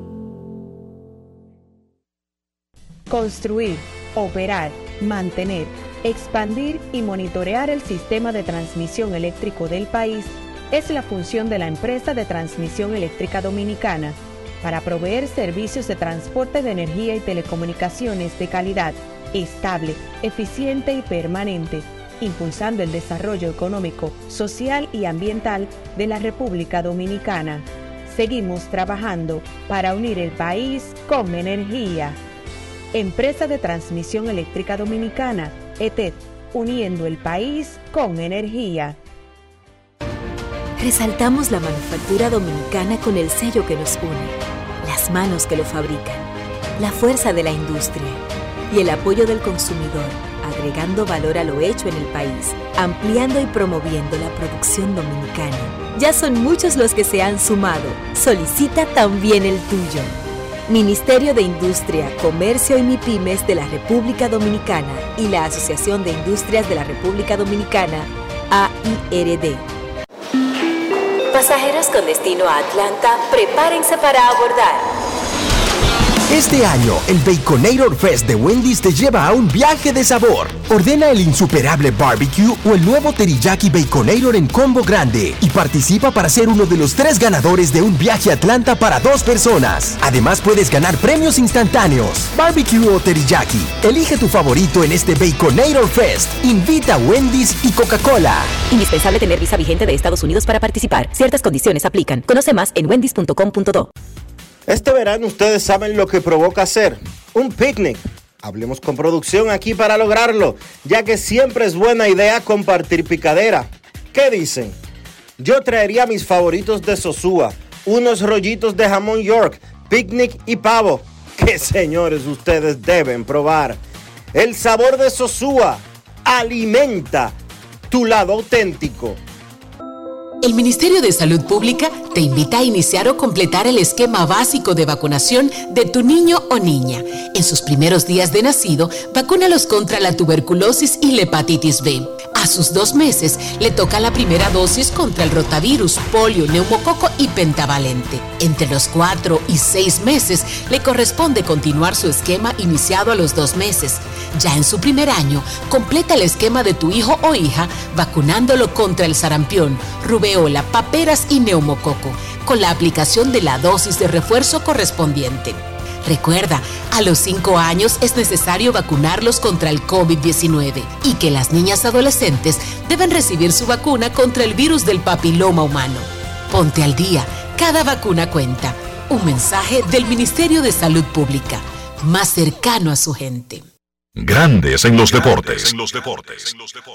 Construir, operar, mantener, expandir y monitorear el sistema de transmisión eléctrico del país es la función de la empresa de transmisión eléctrica dominicana para proveer servicios de transporte de energía y telecomunicaciones de calidad, estable, eficiente y permanente, impulsando el desarrollo económico, social y ambiental de la República Dominicana. Seguimos trabajando para unir el país con energía. Empresa de Transmisión Eléctrica Dominicana, E T E D, uniendo el país con energía. Resaltamos la manufactura dominicana con el sello que nos une, las manos que lo fabrican, la fuerza de la industria y el apoyo del consumidor, agregando valor a lo hecho en el país, ampliando y promoviendo la producción dominicana. Ya son muchos los que se han sumado. Solicita también el tuyo. Ministerio de Industria, Comercio y MIPYMES de la República Dominicana y la Asociación de Industrias de la República Dominicana, A I R D. Pasajeros con destino a Atlanta, prepárense para abordar. Este año, el Baconator Fest de Wendy's te lleva a un viaje de sabor. Ordena el insuperable barbecue o el nuevo teriyaki Baconator en combo grande y participa para ser uno de los tres ganadores de un viaje a Atlanta para dos personas. Además, puedes ganar premios instantáneos. Barbecue o teriyaki. Elige tu favorito en este Baconator Fest. Invita a Wendy's y Coca-Cola. Indispensable tener visa vigente de Estados Unidos para participar. Ciertas condiciones aplican. Conoce más en wendys punto com punto do. Este verano ustedes saben lo que provoca hacer un picnic. Hablemos con producción aquí para lograrlo, ya que siempre es buena idea compartir picadera. ¿Qué dicen? Yo traería mis favoritos de Sosúa, unos rollitos de jamón York, picnic y pavo, que señores ustedes deben probar. El sabor de Sosúa alimenta tu lado auténtico. El Ministerio de Salud Pública te invita a iniciar o completar el esquema básico de vacunación de tu niño o niña. En sus primeros días de nacido, vacúnalos contra la tuberculosis y la hepatitis B. A sus dos meses, le toca la primera dosis contra el rotavirus, polio, neumococo y pentavalente. Entre los cuatro y seis meses, le corresponde continuar su esquema iniciado a los dos meses. Ya en su primer año, completa el esquema de tu hijo o hija vacunándolo contra el sarampión, rubeola, paperas y neumococo, con la aplicación de la dosis de refuerzo correspondiente. Recuerda, a los cinco años es necesario vacunarlos contra el covid diecinueve y que las niñas adolescentes deben recibir su vacuna contra el virus del papiloma humano. Ponte al día, cada vacuna cuenta. Un mensaje del Ministerio de Salud Pública, más cercano a su gente. Grandes en los deportes. En los deportes.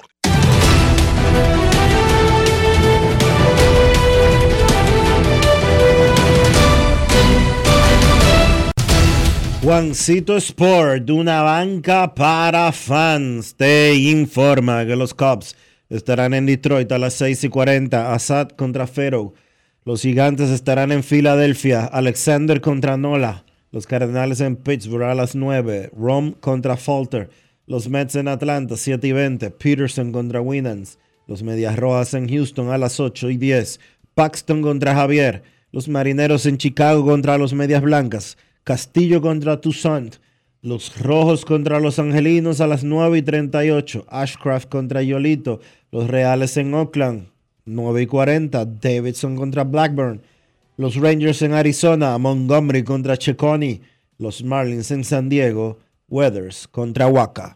Juancito Sport, una banca para fans, te informa que los Cubs estarán en Detroit a las seis y cuarenta, Assad contra Fero. Los Gigantes estarán en Filadelfia, Alexander contra Nola. Los Cardenales en Pittsburgh a las nueve, Rom contra Falter. Los Mets en Atlanta, siete y veinte, Peterson contra Winans. Los Medias Rojas en Houston a las ocho y diez, Paxton contra Javier. Los Marineros en Chicago contra los Medias Blancas. Castillo contra Toussaint. Los Rojos contra los Angelinos a las nueve y treinta y ocho. Ashcraft contra Yolito. Los Reales en Oakland, nueve y cuarenta. Davidson contra Blackburn. Los Rangers en Arizona, Montgomery contra Cecconi. Los Marlins en San Diego, Weathers contra Waka.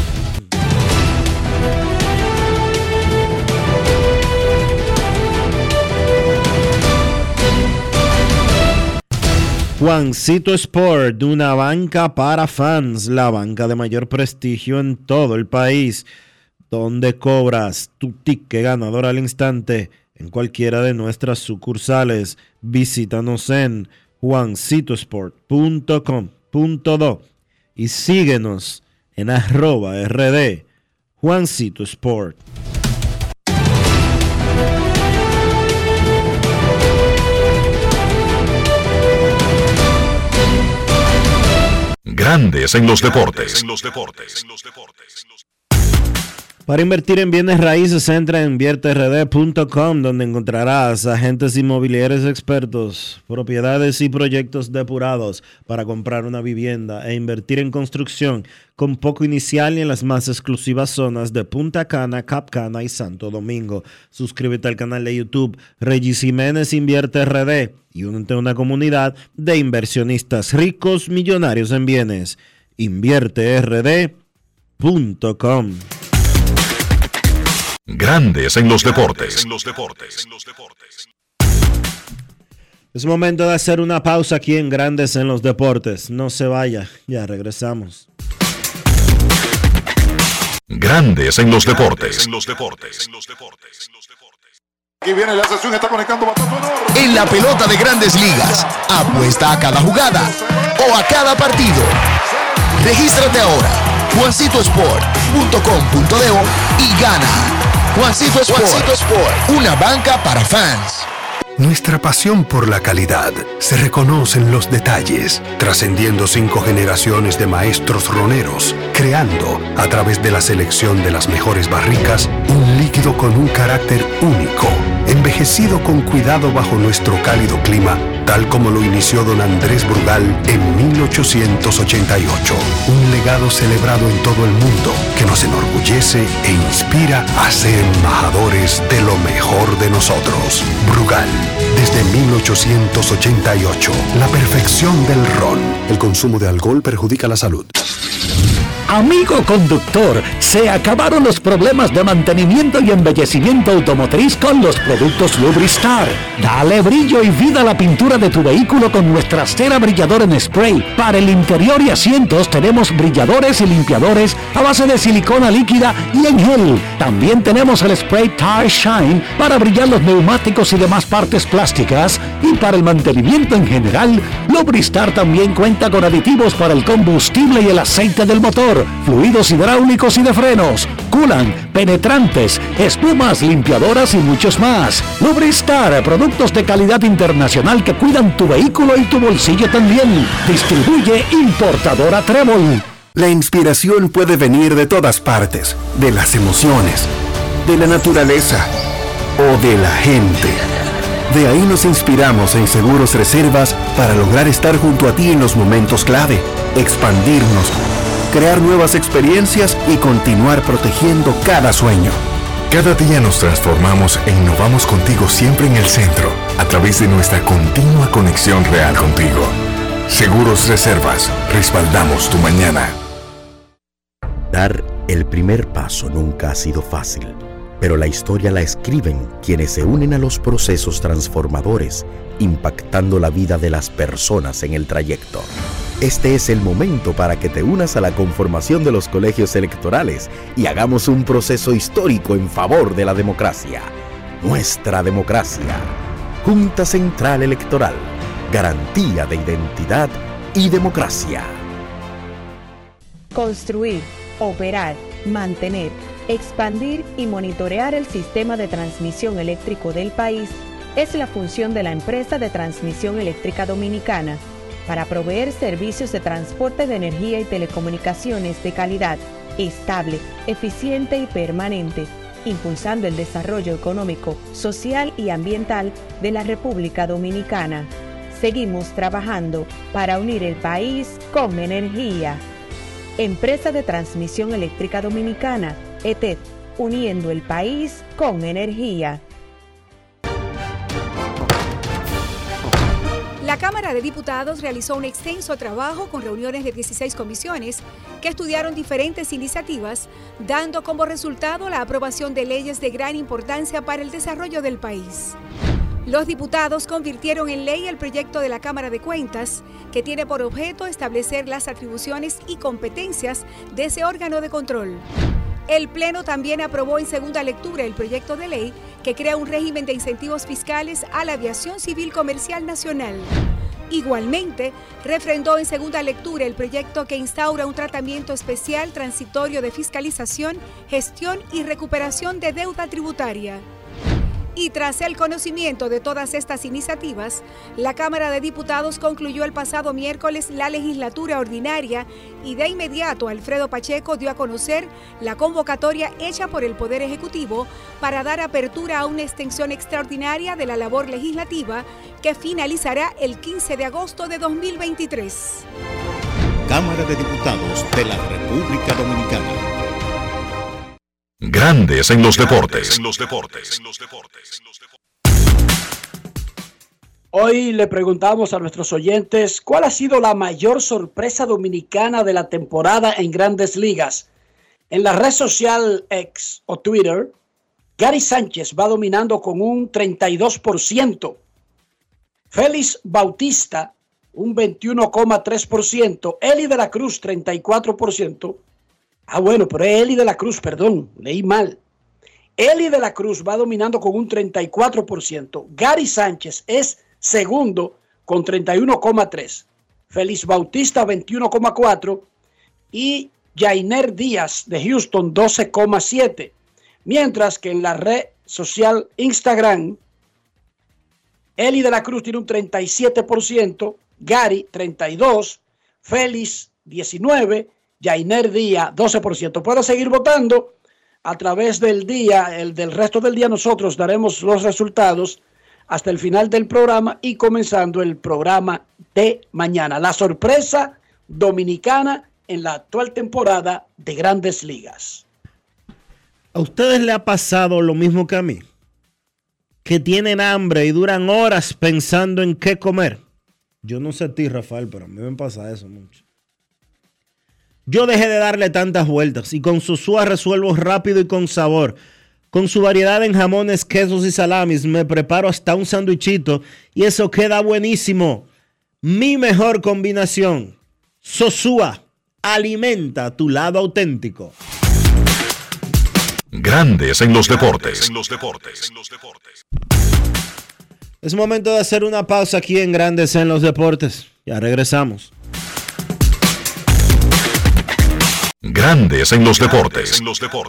Juancito Sport, una banca para fans, la banca de mayor prestigio en todo el país, donde cobras tu ticket ganador al instante en cualquiera de nuestras sucursales. Visítanos en juancito sport punto com punto do y síguenos en arroba rd Juancito Sport. Grandes en los deportes. Para invertir en bienes raíces, entra en invierte r d punto com, donde encontrarás agentes inmobiliarios expertos, propiedades y proyectos depurados para comprar una vivienda e invertir en construcción con poco inicial y en las más exclusivas zonas de Punta Cana, Cap Cana y Santo Domingo. Suscríbete al canal de YouTube Regis Jiménez Invierte R D y únete a una comunidad de inversionistas ricos millonarios en bienes. invierte r d punto com. Grandes en los deportes. Es momento de hacer una pausa aquí en Grandes en los Deportes. No se vaya, ya regresamos. Grandes en los deportes. Aquí viene la sesión, está conectando bastante honor. En la pelota de Grandes Ligas, apuesta a cada jugada o a cada partido. Regístrate ahora, juancito sport punto com punto do y gana. Juancito Sport, Juancito Sport, una banca para fans. Nuestra pasión por la calidad se reconoce en los detalles, trascendiendo cinco generaciones de maestros roneros, creando, a través de la selección de las mejores barricas, un líquido con un carácter único, envejecido con cuidado bajo nuestro cálido clima, tal como lo inició don Andrés Brugal en mil ochocientos ochenta y ocho. Un legado celebrado en todo el mundo que nos enorgullece e inspira a ser embajadores de lo mejor de nosotros. Brugal, desde mil ochocientos ochenta y ocho, la perfección del ron. El consumo de alcohol perjudica la salud. Amigo conductor, se acabaron los problemas de mantenimiento y embellecimiento automotriz con los productos Lubristar. Dale brillo y vida a la pintura de tu vehículo con nuestra cera brilladora en spray. Para el interior y asientos tenemos brilladores y limpiadores a base de silicona líquida y en gel. También tenemos el spray Tire Shine para brillar los neumáticos y demás partes plásticas. Y para el mantenimiento en general, Lubristar también cuenta con aditivos para el combustible y el aceite del motor, fluidos hidráulicos y de frenos, culan, penetrantes, espumas, limpiadoras y muchos más. Lubristar, productos de calidad internacional que cuidan tu vehículo y tu bolsillo también. Distribuye importadora Trébol. La inspiración puede venir de todas partes, de las emociones, de la naturaleza o de la gente. De ahí nos inspiramos en Seguros Reservas para lograr estar junto a ti en los momentos clave, expandirnos, crear nuevas experiencias y continuar protegiendo cada sueño. Cada día nos transformamos e innovamos contigo siempre en el centro, a través de nuestra continua conexión real contigo. Seguros Reservas, respaldamos tu mañana. Dar el primer paso nunca ha sido fácil, pero la historia la escriben quienes se unen a los procesos transformadores, impactando la vida de las personas en el trayecto. Este es el momento para que te unas a la conformación de los colegios electorales y hagamos un proceso histórico en favor de la democracia. Nuestra democracia. Junta Central Electoral. Garantía de identidad y democracia. Construir, operar, mantener, expandir y monitorear el sistema de transmisión eléctrico del país es la función de la empresa de transmisión eléctrica dominicana para proveer servicios de transporte de energía y telecomunicaciones de calidad, estable, eficiente y permanente, impulsando el desarrollo económico, social y ambiental de la República Dominicana. Seguimos trabajando para unir el país con energía. Empresa de Transmisión Eléctrica Dominicana, E T E D, uniendo el país con energía. La Cámara de Diputados realizó un extenso trabajo con reuniones de dieciséis comisiones que estudiaron diferentes iniciativas, dando como resultado la aprobación de leyes de gran importancia para el desarrollo del país. Los diputados convirtieron en ley el proyecto de la Cámara de Cuentas, que tiene por objeto establecer las atribuciones y competencias de ese órgano de control. El Pleno también aprobó en segunda lectura el proyecto de ley que crea un régimen de incentivos fiscales a la aviación civil comercial nacional. Igualmente, refrendó en segunda lectura el proyecto que instaura un tratamiento especial transitorio de fiscalización, gestión y recuperación de deuda tributaria. Y tras el conocimiento de todas estas iniciativas, la Cámara de Diputados concluyó el pasado miércoles la legislatura ordinaria y de inmediato Alfredo Pacheco dio a conocer la convocatoria hecha por el Poder Ejecutivo para dar apertura a una extensión extraordinaria de la labor legislativa que finalizará el quince de agosto de dos mil veintitrés. Cámara de Diputados de la República Dominicana. Grandes en los deportes. En los deportes. Hoy le preguntamos a nuestros oyentes cuál ha sido la mayor sorpresa dominicana de la temporada en Grandes Ligas. En la red social X o Twitter, Gary Sánchez va dominando con un treinta y dos por ciento. Félix Bautista, un veintiuno coma tres por ciento. Eli de la Cruz, treinta y cuatro por ciento. Ah, bueno, pero es Eli de la Cruz, perdón, leí mal. Eli de la Cruz va dominando con un treinta y cuatro por ciento. Gary Sánchez es segundo con treinta y uno coma tres por ciento. Félix Bautista, veintiuno coma cuatro por ciento. Y Yainer Díaz de Houston, doce coma siete por ciento. Mientras que en la red social Instagram, Eli de la Cruz tiene un treinta y siete por ciento. Gary, treinta y dos por ciento. Félix, diecinueve por ciento. Yainer Díaz, doce por ciento. Puede seguir votando a través del día, el del resto del día nosotros daremos los resultados hasta el final del programa y comenzando el programa de mañana. La sorpresa dominicana en la actual temporada de Grandes Ligas. ¿A ustedes le ha pasado lo mismo que a mí? Que tienen hambre y duran horas pensando en qué comer. Yo no sé a ti, Rafael, pero a mí me pasa eso mucho. Yo dejé de darle tantas vueltas y con Sosúa resuelvo rápido y con sabor. Con su variedad en jamones, quesos y salamis me preparo hasta un sándwichito y eso queda buenísimo. Mi mejor combinación. Sosúa, alimenta tu lado auténtico. Grandes en los deportes. En los deportes. Es momento de hacer una pausa aquí en Grandes en los Deportes. Ya regresamos. Grandes en los deportes.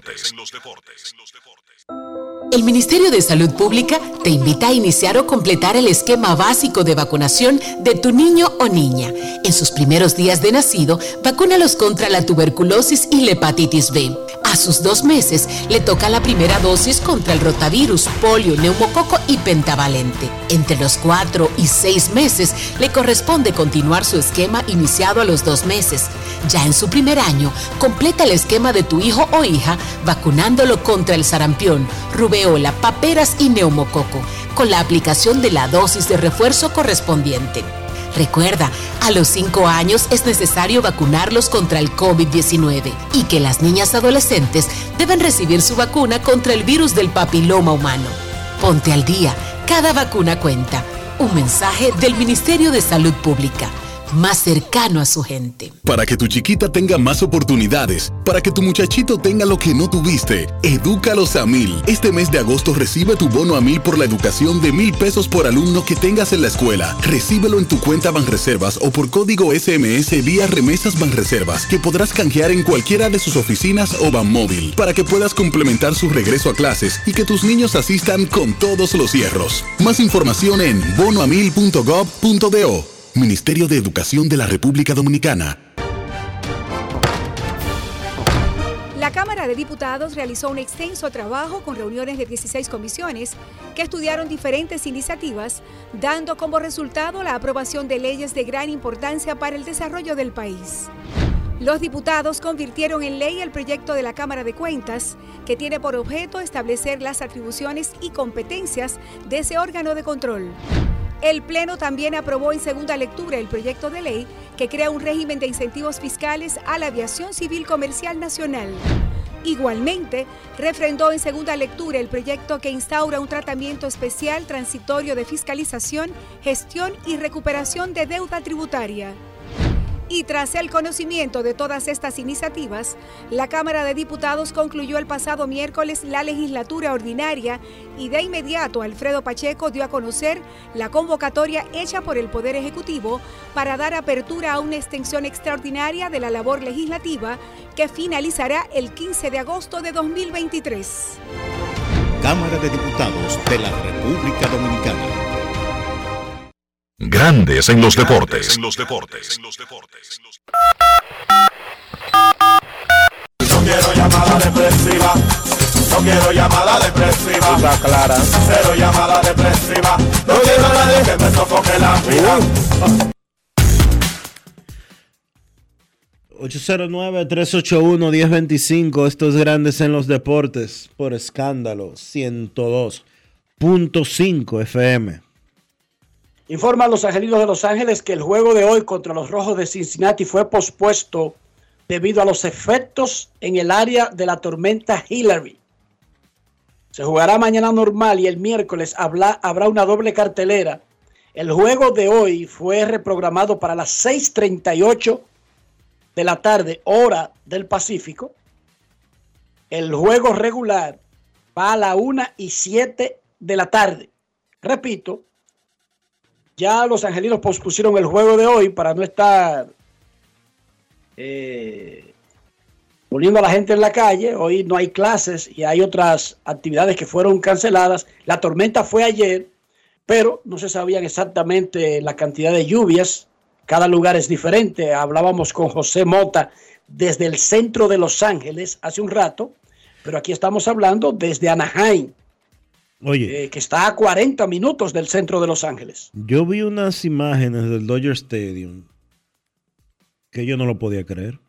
El Ministerio de Salud Pública te invita a iniciar o completar el esquema básico de vacunación de tu niño o niña. En sus primeros días de nacido, vacúnalos contra la tuberculosis y la hepatitis B. A sus dos meses, le toca la primera dosis contra el rotavirus, polio, neumococo y pentavalente. Entre los cuatro y seis meses, le corresponde continuar su esquema iniciado a los dos meses. Ya en su primer año, completa el esquema de tu hijo o hija vacunándolo contra el sarampión, rubeola, paperas y neumococo, con la aplicación de la dosis de refuerzo correspondiente. Recuerda, a los cinco años es necesario vacunarlos contra el COVID diecinueve y que las niñas adolescentes deben recibir su vacuna contra el virus del papiloma humano. Ponte al día, cada vacuna cuenta. Un mensaje del Ministerio de Salud Pública, más cercano a su gente. Para que tu chiquita tenga más oportunidades, para que tu muchachito tenga lo que no tuviste, edúcalos a mil. Este mes de agosto recibe tu bono a mil por la educación de mil pesos por alumno que tengas en la escuela. Recíbelo en tu cuenta Banreservas o por código S M S vía Remesas Banreservas, que podrás canjear en cualquiera de sus oficinas o Banmóvil, para que puedas complementar su regreso a clases y que tus niños asistan con todos los hierros. Más información en bono a mil punto gov punto do. Ministerio de Educación de la República Dominicana. La Cámara de Diputados realizó un extenso trabajo con reuniones de dieciséis comisiones que estudiaron diferentes iniciativas, dando como resultado la aprobación de leyes de gran importancia para el desarrollo del país. Los diputados convirtieron en ley el proyecto de la Cámara de Cuentas, que tiene por objeto establecer las atribuciones y competencias de ese órgano de control. El Pleno también aprobó en segunda lectura el proyecto de ley que crea un régimen de incentivos fiscales a la aviación civil comercial nacional. Igualmente, refrendó en segunda lectura el proyecto que instaura un tratamiento especial transitorio de fiscalización, gestión y recuperación de deuda tributaria. Y tras el conocimiento de todas estas iniciativas, la Cámara de Diputados concluyó el pasado miércoles la legislatura ordinaria y de inmediato Alfredo Pacheco dio a conocer la convocatoria hecha por el Poder Ejecutivo para dar apertura a una extensión extraordinaria de la labor legislativa que finalizará el quince de agosto de dos mil veintitrés. Cámara de Diputados de la República Dominicana. Grandes en los deportes. En los deportes. No quiero llamada depresiva. No quiero llamada depresiva. Está clara. Cero llamada depresiva. No quiero a nadie que me sofoque la vida. ocho cero nueve, tres ocho uno, uno cero dos cinco. Estos Grandes en los Deportes por Escándalo ciento dos punto cinco F M. Informa a los Angelinos de Los Ángeles que el juego de hoy contra los Rojos de Cincinnati fue pospuesto debido a los efectos en el área de la tormenta Hillary. Se jugará mañana normal y el miércoles habrá, habrá una doble cartelera. El juego de hoy fue reprogramado para las seis treinta y ocho de la tarde, hora del Pacífico. El juego regular va a la una y siete de la tarde. Repito, ya los angelinos pospusieron el juego de hoy para no estar eh, poniendo a la gente en la calle. Hoy no hay clases y hay otras actividades que fueron canceladas. La tormenta fue ayer, pero no se sabían exactamente la cantidad de lluvias. Cada lugar es diferente. Hablábamos con José Mota desde el centro de Los Ángeles hace un rato, pero aquí estamos hablando desde Anaheim. Oye, eh, que está a cuarenta minutos del centro de Los Ángeles. Yo vi unas imágenes del Dodger Stadium que yo no lo podía creer.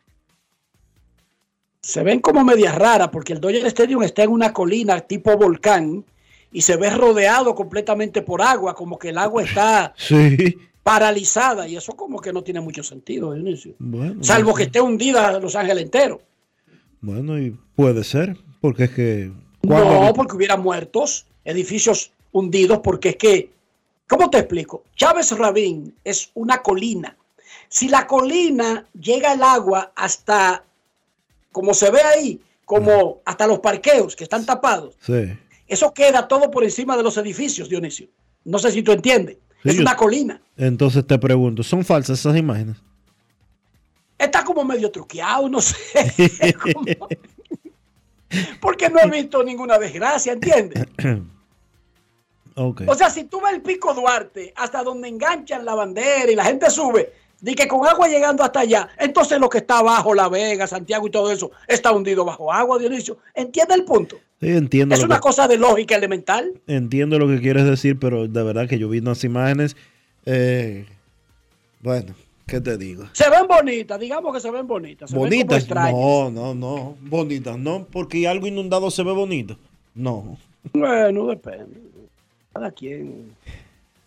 Se ven como medias raras porque el Dodger Stadium está en una colina tipo volcán y se ve rodeado completamente por agua, como que el agua está sí. paralizada, y eso como que no tiene mucho sentido, Dionisio. Bueno, salvo no que sé. esté hundida Los Ángeles entero. Bueno, y puede ser, porque es que... No, porque hubiera muertos, edificios hundidos, porque es que, ¿cómo te explico? Chávez Rabín es una colina. Si la colina llega el agua hasta, como se ve ahí, como hasta los parqueos que están tapados, sí. Eso queda todo por encima de los edificios, Dionisio. No sé si tú entiendes. Sí, es yo, una colina. Entonces te pregunto, ¿son falsas esas imágenes? Está como medio truqueado, no sé. como... Porque no he visto ninguna desgracia, ¿entiendes? Okay. O sea, si tú ves el Pico Duarte, hasta donde enganchan la bandera y la gente sube, de que con agua llegando hasta allá, entonces lo que está abajo, La Vega, Santiago y todo eso, está hundido bajo agua, Dionisio. ¿Entiende el punto? Sí, entiendo. Es una que, cosa de lógica elemental. Entiendo lo que quieres decir, pero de verdad que yo vi unas imágenes. Eh, bueno, ¿qué te digo? Se ven bonitas, digamos que se ven bonitas. Se ¿Bonitas? Ven como no, no, no. Bonitas, no, porque algo inundado se ve bonito. No. Bueno, depende. Cada quien.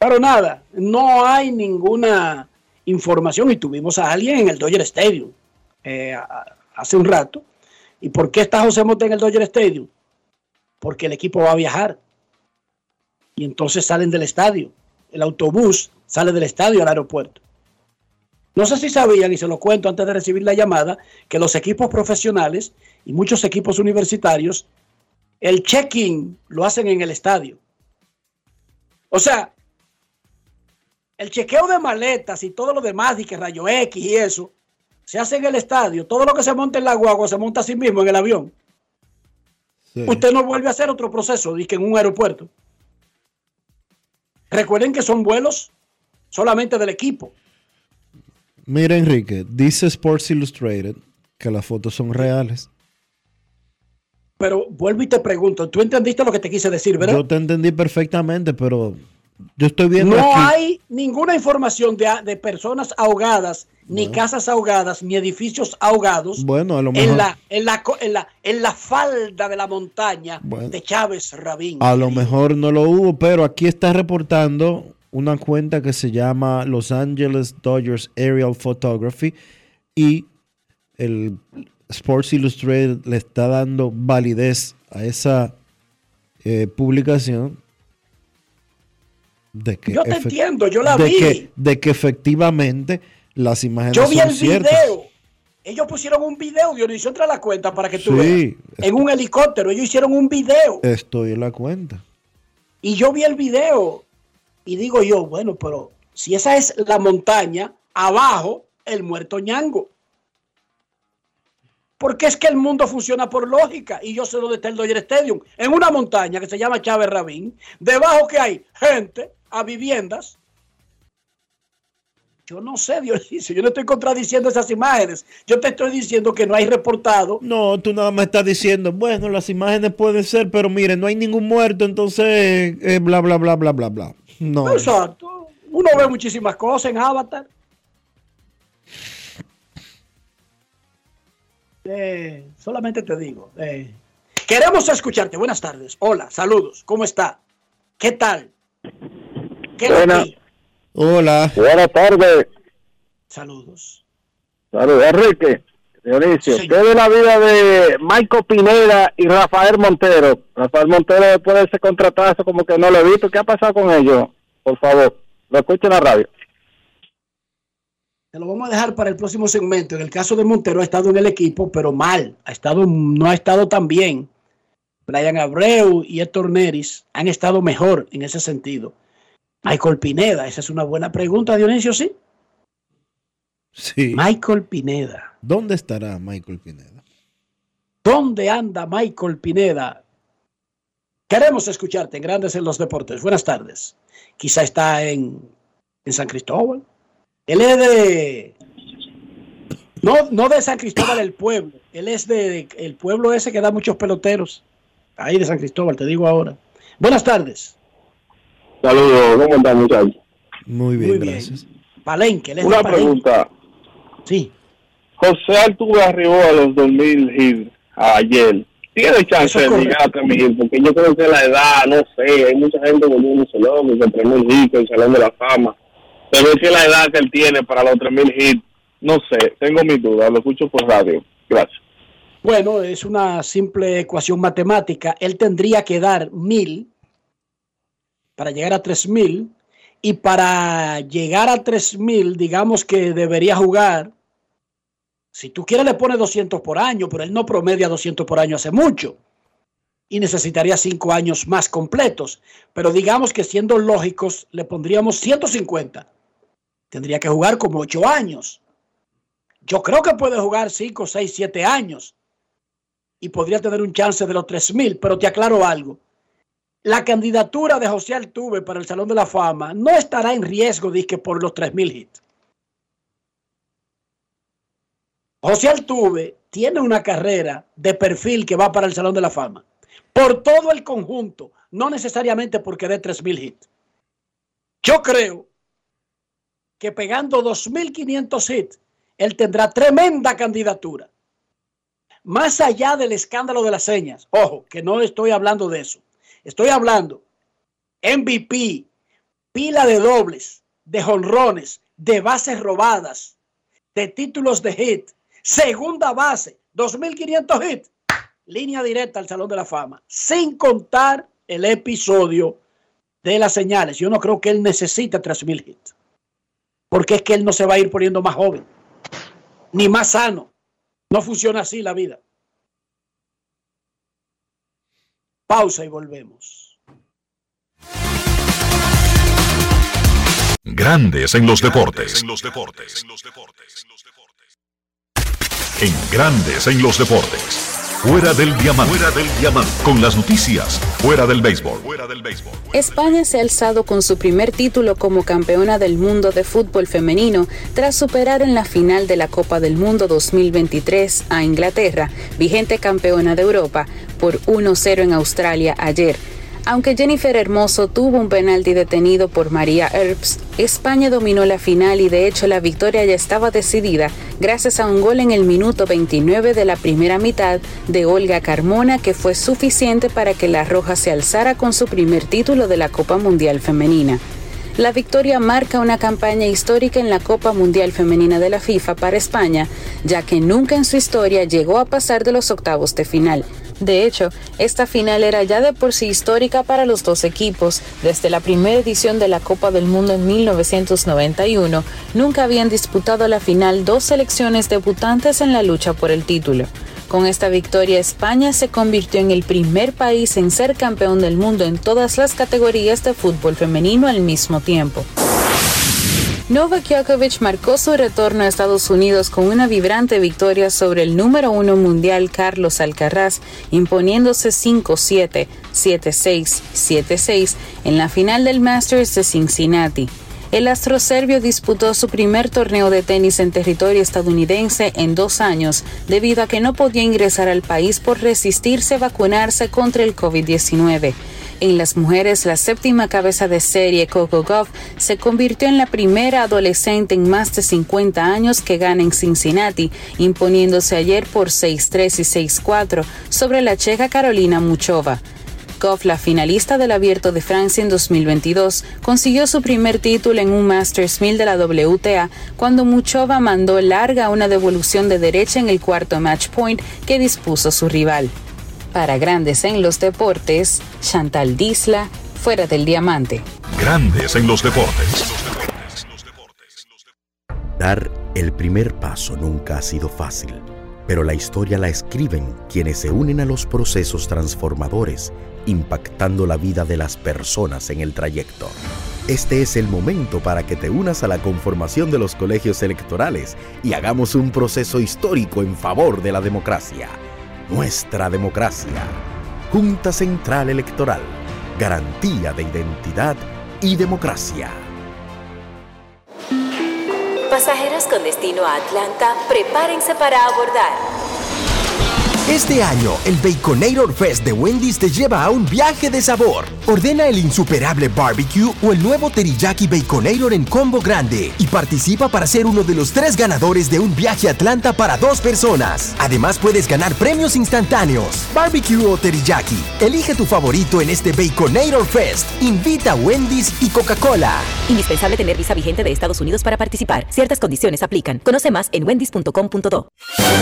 Pero nada, no hay ninguna información y tuvimos a alguien en el Dodger Stadium eh, hace un rato. ¿Y por qué está José Mota en el Dodger Stadium? Porque el equipo va a viajar y entonces salen del estadio. El autobús sale del estadio al aeropuerto. No sé si sabían, y se lo cuento antes de recibir la llamada, que los equipos profesionales y muchos equipos universitarios, el check-in lo hacen en el estadio. O sea, el chequeo de maletas y todo lo demás, y que rayo X y eso, se hace en el estadio. Todo lo que se monta en la guagua se monta a sí mismo en el avión. Sí. Usted no vuelve a hacer otro proceso, dice que en un aeropuerto. Recuerden que son vuelos solamente del equipo. Mira, Enrique, dice Sports Illustrated que las fotos son reales. Pero vuelvo y te pregunto, ¿tú entendiste lo que te quise decir, verdad? Yo te entendí perfectamente, pero yo estoy viendo No aquí. hay ninguna información de, de personas ahogadas, ni bueno. casas ahogadas, ni edificios ahogados. Bueno, a lo mejor. En la, en la, en la, en la falda de la montaña bueno, de Chávez Rabín. A lo mejor no lo hubo, pero aquí está reportando una cuenta que se llama Los Angeles Dodgers Aerial Photography y el Sports Illustrated le está dando validez a esa eh, publicación. De que yo te efe- entiendo, yo la de vi. Que, de que efectivamente las imágenes yo vi son el ciertas. video. Ellos pusieron un video, Dionisio, entra a la cuenta para que tú Sí, veas. En un helicóptero, ellos hicieron un video. Estoy en la cuenta. Y yo vi el video y digo yo, bueno, pero si esa es la montaña, abajo el muerto Ñango. Porque es que el mundo funciona por lógica. Y yo sé dónde está el Dodger Stadium. En una montaña que se llama Chávez Rabín. Debajo que hay gente a viviendas. Yo no sé, Dionisio. Yo no estoy contradiciendo esas imágenes. Yo te estoy diciendo que no hay reportado. No, tú nada más estás diciendo, bueno, las imágenes pueden ser, pero mire, no hay ningún muerto, entonces eh, bla, bla, bla, bla, bla, bla. No. Exacto. Uno ve muchísimas cosas en Avatar. Eh, solamente te digo, eh, queremos escucharte. Buenas tardes. Hola, saludos. ¿Cómo está? ¿Qué tal? ¿Qué Buena. Hola. Buenas tardes. Saludos. Saludos, Enrique. Dionisio, Sí. ¿qué de la vida de Michael Pineda y Rafael Montero? Rafael Montero, después de ese contratazo, como que no lo he visto. ¿Qué ha pasado con ellos? Por favor, lo escucho en la radio. Te lo vamos a dejar para el próximo segmento. En el caso de Montero ha estado en el equipo, pero mal. Ha estado, no ha estado tan bien. Brian Abreu y Héctor Neris han estado mejor en ese sentido. Michael Pineda, esa es una buena pregunta, Dionisio, ¿sí? Sí. Michael Pineda. ¿Dónde estará Michael Pineda? ¿Dónde anda Michael Pineda? Queremos escucharte en Grandes en los Deportes. Buenas tardes. Quizá está en, en San Cristóbal. Él es de... No, no de San Cristóbal el pueblo. Él es de, de el pueblo ese que da muchos peloteros. Ahí de San Cristóbal, te digo ahora. Buenas tardes. Saludos, ¿cómo están, muchachos? Muy bien, Muy bien. gracias. Palenque. Él es Una de Palenque. pregunta. Sí. José Altuve arribó a los dos mil hits ayer. ¿Tiene chance de llegar a tres mil hits? Porque yo creo que la edad, no sé, hay mucha gente volviéndose loco, que tres mil hits, el Salón de la Fama. Pero es que la edad que él tiene para los tres mil hits, no sé, tengo mis dudas, lo escucho por radio. Gracias. Bueno, es una simple ecuación matemática. Él tendría que dar mil para llegar a tres mil. Y para llegar a tres mil, digamos que debería jugar. Si tú quieres, le pones doscientos por año, pero él no promedia doscientos por año hace mucho. Y necesitaría cinco años más completos. Pero digamos que siendo lógicos, le pondríamos ciento cincuenta. Tendría que jugar como ocho años. Yo creo que puede jugar cinco, seis, siete años. Y podría tener un chance de los tres mil. Pero te aclaro algo. La candidatura de José Altuve para el Salón de la Fama no estará en riesgo, dizque, por los tres mil hits. José Altuve tiene una carrera de perfil que va para el Salón de la Fama. Por todo el conjunto, no necesariamente porque dé tres mil hits. Yo creo que pegando dos mil quinientos hits, él tendrá tremenda candidatura. Más allá del escándalo de las señas. Ojo, que no estoy hablando de eso. Estoy hablando M V P, pila de dobles, de jonrones, de bases robadas, de títulos de hit, segunda base, dos mil quinientos hits, línea directa al Salón de la Fama, sin contar el episodio de las señales. Yo no creo que él necesite tres mil hits, porque es que él no se va a ir poniendo más joven, ni más sano. No funciona así la vida. Pausa y volvemos. Grandes en los deportes. En los deportes. En Grandes en los deportes. Fuera del diamante. Fuera del diamante. Con las noticias. Fuera del béisbol. Fuera del béisbol. España se ha alzado con su primer título como campeona del mundo de fútbol femenino tras superar en la final de la Copa del Mundo dos mil veintitrés a Inglaterra, vigente campeona de Europa, por uno cero en Australia ayer. Aunque Jennifer Hermoso tuvo un penalti detenido por María Earps, España dominó la final y de hecho la victoria ya estaba decidida gracias a un gol en el minuto veintinueve de la primera mitad de Olga Carmona, que fue suficiente para que la Roja se alzara con su primer título de la Copa Mundial Femenina. La victoria marca una campaña histórica en la Copa Mundial Femenina de la FIFA para España, ya que nunca en su historia llegó a pasar de los octavos de final. De hecho, esta final era ya de por sí histórica para los dos equipos. Desde la primera edición de la Copa del Mundo en mil novecientos noventa y uno, nunca habían disputado la final dos selecciones debutantes en la lucha por el título. Con esta victoria, España se convirtió en el primer país en ser campeón del mundo en todas las categorías de fútbol femenino al mismo tiempo. Novak Djokovic marcó su retorno a Estados Unidos con una vibrante victoria sobre el número uno mundial Carlos Alcaraz, imponiéndose cinco siete, siete seis, siete seis en la final del Masters de Cincinnati. El astro serbio disputó su primer torneo de tenis en territorio estadounidense en dos años, debido a que no podía ingresar al país por resistirse a vacunarse contra el COVID diecinueve. En las mujeres, la séptima cabeza de serie, Coco Gauff, se convirtió en la primera adolescente en más de cincuenta años que gana en Cincinnati, imponiéndose ayer por seis tres y seis cuatro sobre la checa Carolina Muchova. Gauff, la finalista del Abierto de Francia en dos mil veintidós, consiguió su primer título en un Masters mil de la W T A cuando Muchova mandó larga una devolución de derecha en el cuarto match point que dispuso su rival. Para Grandes en los deportes, Chantal Disla, Fuera del Diamante. Grandes en los deportes. Dar el primer paso nunca ha sido fácil, pero la historia la escriben quienes se unen a los procesos transformadores, impactando la vida de las personas en el trayecto. Este es el momento para que te unas a la conformación de los colegios electorales y hagamos un proceso histórico en favor de la democracia. Nuestra democracia. Junta Central Electoral. Garantía de identidad y democracia. Pasajeros con destino a Atlanta, prepárense para abordar. Este año, el Baconator Fest de Wendy's te lleva a un viaje de sabor. Ordena el insuperable barbecue o el nuevo teriyaki Baconator en combo grande y participa para ser uno de los tres ganadores de un viaje a Atlanta para dos personas. Además, puedes ganar premios instantáneos. Barbecue o teriyaki, elige tu favorito en este Baconator Fest. Invita a Wendy's y Coca-Cola. Indispensable tener visa vigente de Estados Unidos para participar. Ciertas condiciones aplican. Conoce más en wendys punto com punto do.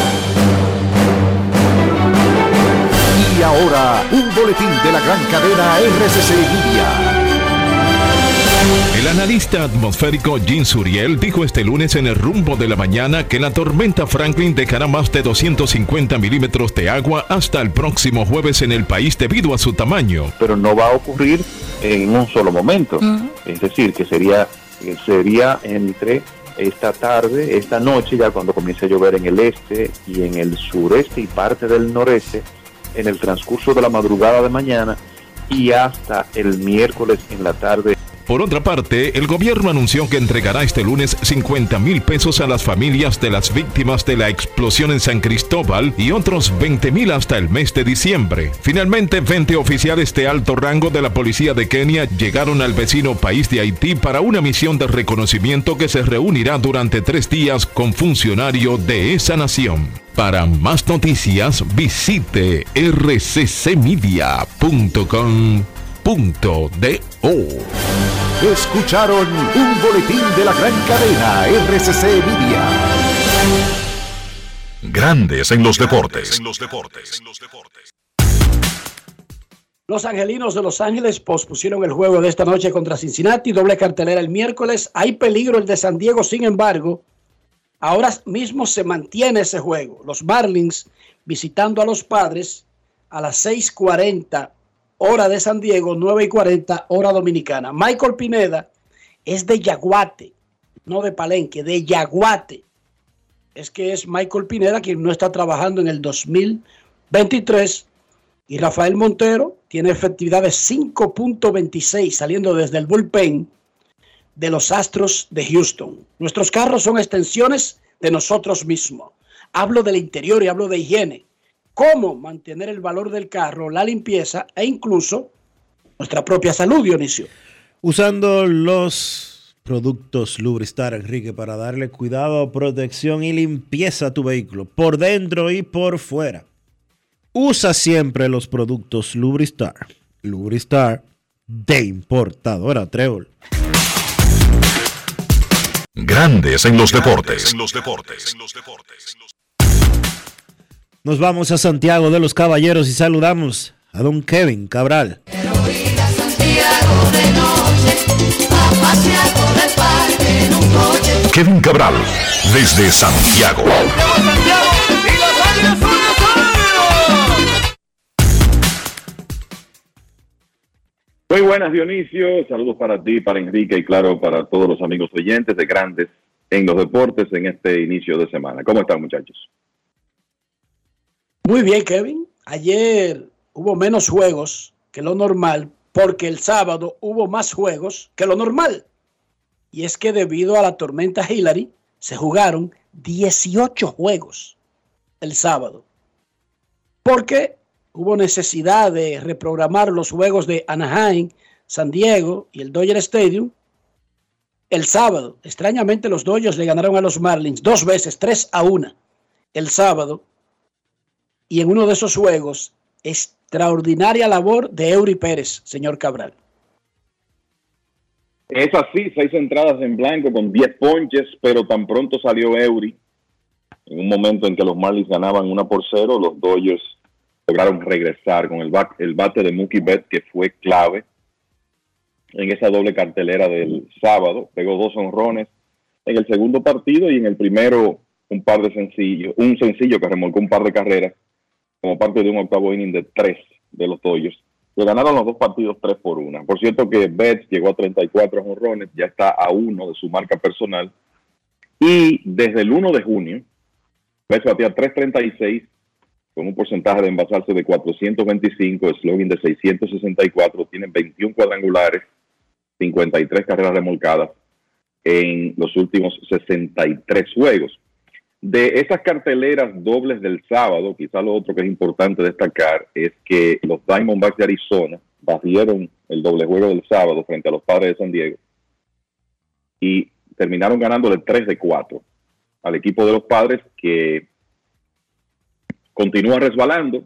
Y ahora, un boletín de la gran cadena R C C Media. El analista atmosférico Jean Suriel dijo este lunes en el rumbo de la mañana que la tormenta Franklin dejará más de doscientos cincuenta milímetros de agua hasta el próximo jueves en el país debido a su tamaño. Pero no va a ocurrir en un solo momento. Uh-huh. Es decir, que sería, sería entre esta tarde, esta noche, ya cuando comience a llover en el este y en el sureste y parte del noreste, en el transcurso de la madrugada de mañana y hasta el miércoles en la tarde. Por otra parte, el gobierno anunció que entregará este lunes cincuenta mil pesos a las familias de las víctimas de la explosión en San Cristóbal y otros veinte mil hasta el mes de diciembre. Finalmente, veinte oficiales de alto rango de la policía de Kenia llegaron al vecino país de Haití para una misión de reconocimiento que se reunirá durante tres días con funcionarios de esa nación. Para más noticias, visite r c c media punto com punto do. Escucharon un boletín de la gran cadena R C C Media. Grandes en los deportes. Los angelinos de Los Ángeles pospusieron el juego de esta noche contra Cincinnati, doble cartelera el miércoles. Hay peligro el de San Diego, sin embargo, ahora mismo se mantiene ese juego. Los Marlins visitando a los Padres a las seis cuarenta hora de San Diego, nueve y cuarenta hora dominicana. Michael Pineda es de Yaguate, no de Palenque, de Yaguate. Es que es Michael Pineda quien no está trabajando en el dos mil veintitrés. Y Rafael Montero tiene efectividad de cinco punto veintiséis saliendo desde el bullpen de los Astros de Houston. Nuestros carros son extensiones de nosotros mismos. Hablo del interior y hablo de higiene. Cómo mantener el valor del carro, la limpieza e incluso nuestra propia salud, Dionisio. Usando los productos Lubristar, Enrique, para darle cuidado, protección y limpieza a tu vehículo, por dentro y por fuera. Usa siempre los productos Lubristar. Lubristar de importadora Trébol. Grandes en los deportes. Nos vamos a Santiago de los Caballeros y saludamos a don Kevin Cabral. Quiero ir a Santiago de noche, a pasear por el parque en un coche. Kevin Cabral, desde Santiago. Muy buenas, Dionisio. Saludos para ti, para Enrique y claro, para todos los amigos oyentes de Grandes en los Deportes en este inicio de semana. ¿Cómo están, muchachos? Muy bien, Kevin. Ayer hubo menos juegos que lo normal porque el sábado hubo más juegos que lo normal. Y es que debido a la tormenta Hillary se jugaron dieciocho juegos el sábado. Porque hubo necesidad de reprogramar los juegos de Anaheim, San Diego y el Dodger Stadium. El sábado, extrañamente, los Dodgers le ganaron a los Marlins dos veces, tres a una el sábado. Y en uno de esos juegos, extraordinaria labor de Eury Pérez, señor Cabral. Es así, seis entradas en blanco con diez ponches, pero tan pronto salió Eury, en un momento en que los Marlins ganaban una por cero, los Dodgers lograron regresar con el, bat, el bate de Mookie Betts, que fue clave en esa doble cartelera del sábado. Pegó dos honrones en el segundo partido y en el primero un par de sencillos, un sencillo que remolcó un par de carreras como parte de un octavo inning de tres de los Dodgers. Le ganaron los dos partidos tres por una. Por cierto que Betts llegó a treinta y cuatro honrones, ya está a uno de su marca personal. Y desde el uno de junio, Betts batía tres treinta y seis con un porcentaje de envasarse de cuatrocientos veinticinco, slugging de seiscientos sesenta y cuatro, tienen veintiún cuadrangulares, cincuenta y tres carreras remolcadas en los últimos sesenta y tres juegos. De esas carteleras dobles del sábado, quizá lo otro que es importante destacar es que los Diamondbacks de Arizona batieron el doble juego del sábado frente a los Padres de San Diego y terminaron ganándole tres de cuatro al equipo de los Padres, que continúa resbalando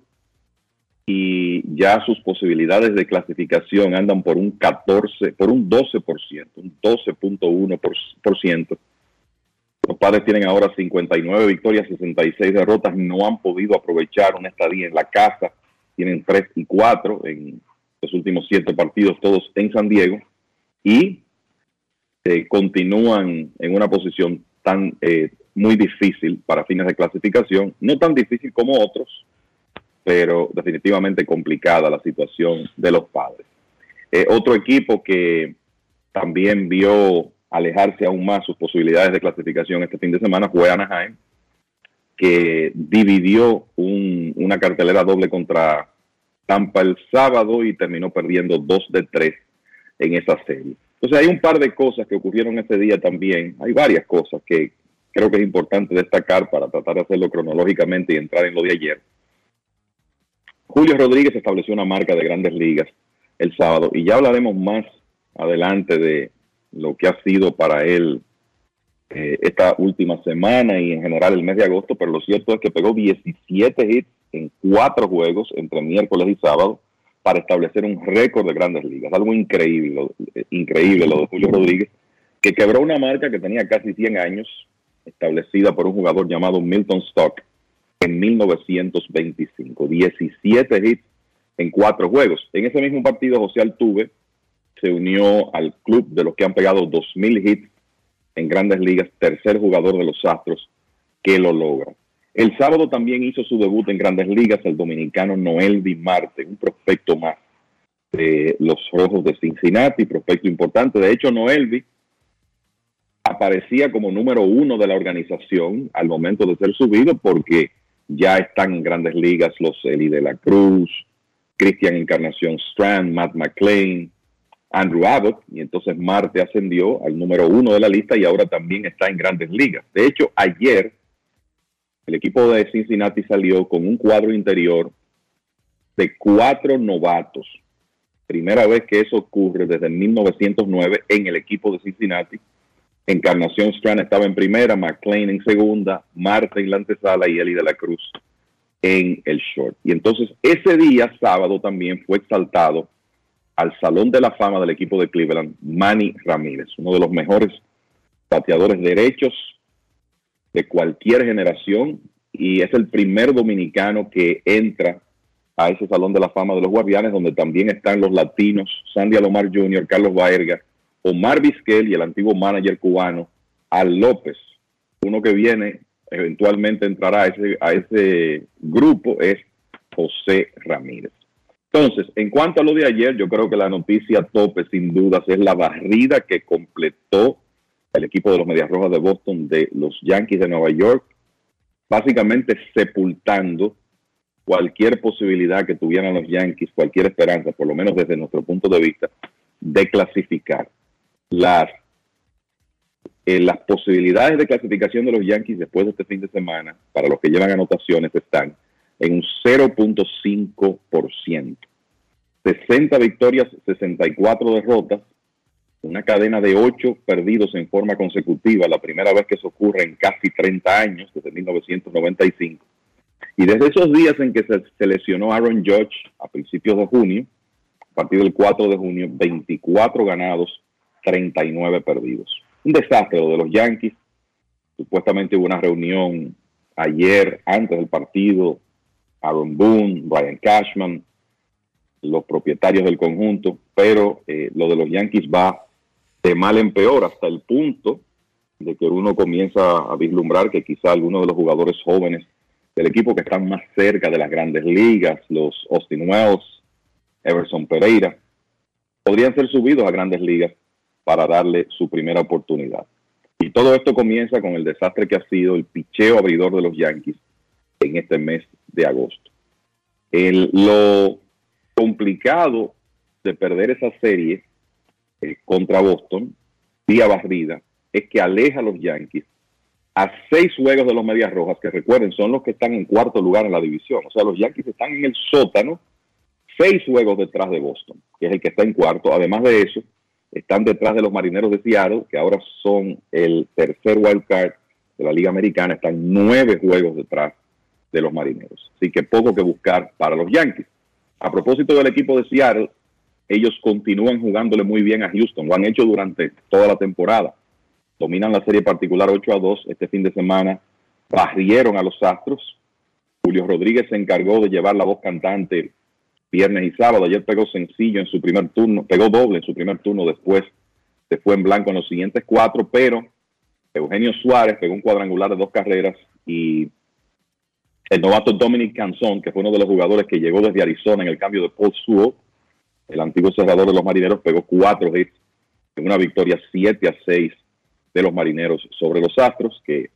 y ya sus posibilidades de clasificación andan por un catorce, por un doce por ciento, un doce punto uno por ciento. Los Padres tienen ahora cincuenta y nueve victorias, sesenta y seis derrotas, no han podido aprovechar una estadía en la casa, tienen tres y cuatro en los últimos siete partidos, todos en San Diego, y eh, continúan en una posición tan eh, muy difícil para fines de clasificación, no tan difícil como otros, pero definitivamente complicada la situación de los Padres. Eh, otro equipo que también vio alejarse aún más sus posibilidades de clasificación este fin de semana fue Anaheim, que dividió un, una cartelera doble contra Tampa el sábado y terminó perdiendo dos de tres en esa serie. Entonces hay un par de cosas que ocurrieron ese día también, hay varias cosas que creo que es importante destacar para tratar de hacerlo cronológicamente y entrar en lo de ayer. Julio Rodríguez estableció una marca de Grandes Ligas el sábado y ya hablaremos más adelante de lo que ha sido para él eh, esta última semana y en general el mes de agosto, pero lo cierto es que pegó diecisiete hits en cuatro juegos entre miércoles y sábado, para establecer un récord de Grandes Ligas. Algo increíble, lo, eh, increíble lo de Julio Rodríguez, que quebró una marca que tenía casi cien años, establecida por un jugador llamado Milton Stock en mil novecientos veinticinco. diecisiete hits en cuatro juegos. En ese mismo partido, José Altuve se unió al club de los que han pegado dos mil hits en Grandes Ligas, tercer jugador de los Astros que lo logra. El sábado también hizo su debut en Grandes Ligas el dominicano Noelvi Marte, un prospecto más de los Rojos de Cincinnati, prospecto importante. De hecho, Noelvi aparecía como número uno de la organización al momento de ser subido, porque ya están en Grandes Ligas los Eli de la Cruz, Cristian Encarnación Strand, Matt McClain, Andrew Abbott, y entonces Marte ascendió al número uno de la lista y ahora también está en Grandes Ligas. De hecho, ayer el equipo de Cincinnati salió con un cuadro interior de cuatro novatos. Primera vez que eso ocurre desde mil novecientos nueve en el equipo de Cincinnati. Encarnación Strand estaba en primera, McClain en segunda, Marte en la antesala y Eli de la Cruz en el short. Y entonces ese día, sábado, también fue exaltado al Salón de la Fama del equipo de Cleveland Manny Ramírez, uno de los mejores bateadores derechos de cualquier generación, y es el primer dominicano que entra a ese Salón de la Fama de los Guardianes, donde también están los latinos Sandy Alomar junior, Carlos Baerga, Omar Vizquel y el antiguo manager cubano Al López. Uno que viene, eventualmente entrará a ese, a ese grupo, es José Ramírez. Entonces, en cuanto a lo de ayer, yo creo que la noticia tope, sin dudas, es la barrida que completó el equipo de los Medias Rojas de Boston de los Yankees de Nueva York, básicamente sepultando cualquier posibilidad que tuvieran los Yankees, cualquier esperanza, por lo menos desde nuestro punto de vista, de clasificar. Las, eh, las posibilidades de clasificación de los Yankees después de este fin de semana, para los que llevan anotaciones, están en un cero punto cinco por ciento. sesenta victorias, sesenta y cuatro derrotas, una cadena de ocho perdidos en forma consecutiva, la primera vez que eso ocurre en casi treinta años, desde mil novecientos noventa y cinco. Y desde esos días en que se, se lesionó Aaron Judge a principios de junio, a partir del cuatro de junio, veinticuatro ganados, treinta y nueve perdidos. Un desastre lo de los Yankees. Supuestamente hubo una reunión ayer, antes del partido, Aaron Boone, Brian Cashman, los propietarios del conjunto, pero eh, lo de los Yankees va de mal en peor, hasta el punto de que uno comienza a vislumbrar que quizá algunos de los jugadores jóvenes del equipo que están más cerca de las Grandes Ligas, los Austin Wells, Everson Pereira, podrían ser subidos a Grandes Ligas para darle su primera oportunidad. Y todo esto comienza con el desastre que ha sido el picheo abridor de los Yankees en este mes de agosto. El, lo complicado de perder esa serie eh, contra Boston, vía barrida, es que aleja a los Yankees a seis juegos de los Medias Rojas, que recuerden, son los que están en cuarto lugar en la división. O sea, los Yankees están en el sótano, seis juegos detrás de Boston, que es el que está en cuarto. Además de eso, están detrás de los Marineros de Seattle, que ahora son el tercer wild card de la Liga Americana. Están nueve juegos detrás de los Marineros. Así que poco que buscar para los Yankees. A propósito del equipo de Seattle, ellos continúan jugándole muy bien a Houston. Lo han hecho durante toda la temporada. Dominan la serie particular ocho a dos. Este fin de semana barrieron a los Astros. Julio Rodríguez se encargó de llevar la voz cantante viernes y sábado. Ayer pegó sencillo en su primer turno, pegó doble en su primer turno, después se fue en blanco en los siguientes cuatro, pero Eugenio Suárez pegó un cuadrangular de dos carreras y el novato Dominic Canzón, que fue uno de los jugadores que llegó desde Arizona en el cambio de Paul Sewell, el antiguo cerrador de los Marineros, pegó cuatro hits en una victoria siete a seis de los Marineros sobre los Astros, que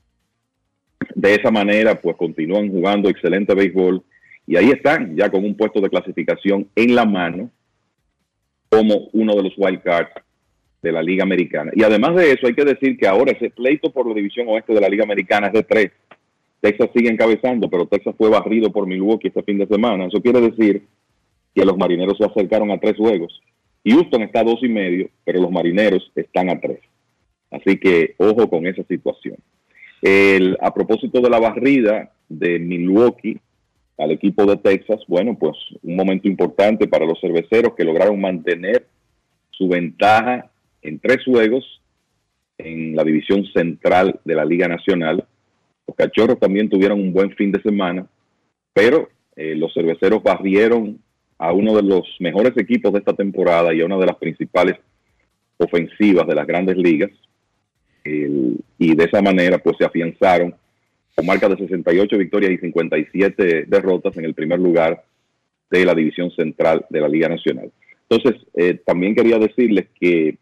de esa manera pues continúan jugando excelente béisbol y ahí están ya con un puesto de clasificación en la mano como uno de los wild cards de la Liga Americana. Y además de eso hay que decir que ahora ese pleito por la división oeste de la Liga Americana es de tres. Texas sigue encabezando, pero Texas fue barrido por Milwaukee este fin de semana. Eso quiere decir que los Marineros se acercaron a tres juegos. Houston está a dos y medio, pero los Marineros están a tres. Así que ojo con esa situación. El, a propósito de la barrida de Milwaukee al equipo de Texas, bueno, pues un momento importante para los cerveceros que lograron mantener su ventaja en tres juegos en la división central de la Liga Nacional. Los Cachorros también tuvieron un buen fin de semana, pero eh, los cerveceros barrieron a uno de los mejores equipos de esta temporada y a una de las principales ofensivas de las grandes ligas, el, y de esa manera pues se afianzaron con marca de sesenta y ocho victorias y cincuenta y siete derrotas en el primer lugar de la división central de la Liga Nacional. Entonces, eh, también quería decirles que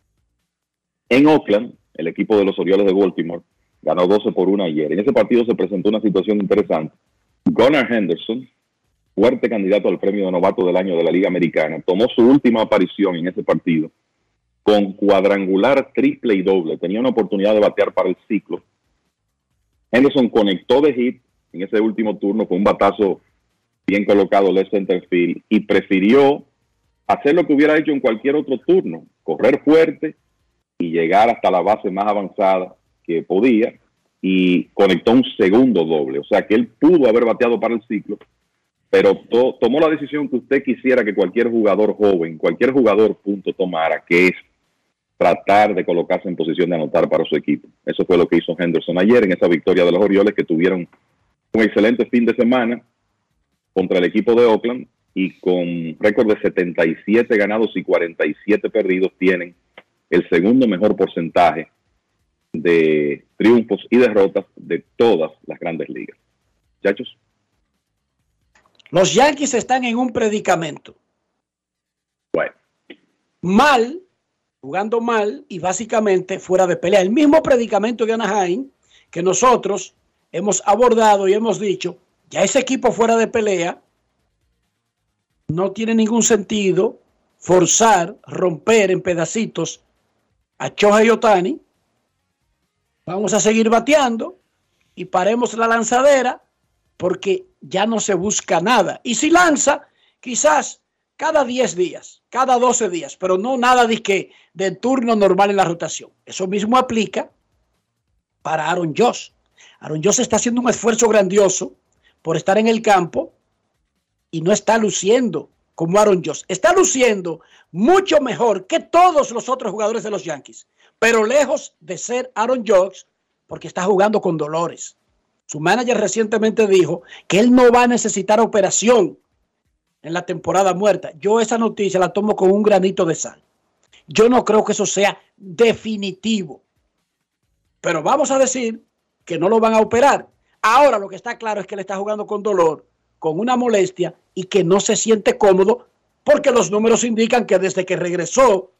en Oakland, el equipo de los Orioles de Baltimore ganó doce por uno ayer. En ese partido se presentó una situación interesante. Gunnar Henderson, fuerte candidato al premio de novato del año de la Liga Americana, tomó su última aparición en ese partido con cuadrangular, triple y doble. Tenía una oportunidad de batear para el ciclo. Henderson conectó de hit en ese último turno con un batazo bien colocado left center field y prefirió hacer lo que hubiera hecho en cualquier otro turno, correr fuerte y llegar hasta la base más avanzada que podía, y conectó un segundo doble. O sea que él pudo haber bateado para el ciclo, pero to- tomó la decisión que usted quisiera que cualquier jugador joven, cualquier jugador punto tomara, que es tratar de colocarse en posición de anotar para su equipo. Eso fue lo que hizo Henderson ayer en esa victoria de los Orioles, que tuvieron un excelente fin de semana contra el equipo de Oakland, y con récord de setenta y siete ganados y cuarenta y siete perdidos tienen el segundo mejor porcentaje de triunfos y derrotas de todas las grandes ligas. Muchachos. Los Yankees están en un predicamento. Bueno. Mal, jugando mal y básicamente fuera de pelea. El mismo predicamento de Anaheim que nosotros hemos abordado y hemos dicho, ya ese equipo fuera de pelea, no tiene ningún sentido forzar, romper en pedacitos a Shohei Ohtani. Vamos a seguir bateando y paremos la lanzadera porque ya no se busca nada. Y si lanza, quizás cada diez días, cada doce días, pero no nada de, que, de turno normal en la rotación. Eso mismo aplica para Aaron Judge. Aaron Judge está haciendo un esfuerzo grandioso por estar en el campo y no está luciendo como Aaron Judge. Está luciendo mucho mejor que todos los otros jugadores de los Yankees, pero lejos de ser Aaron Judge porque está jugando con dolores. Su manager recientemente dijo que él no va a necesitar operación en la temporada muerta. Yo esa noticia la tomo con un granito de sal. Yo no creo que eso sea definitivo, pero vamos a decir que no lo van a operar. Ahora lo que está claro es que él está jugando con dolor, con una molestia y que no se siente cómodo porque los números indican que desde que regresó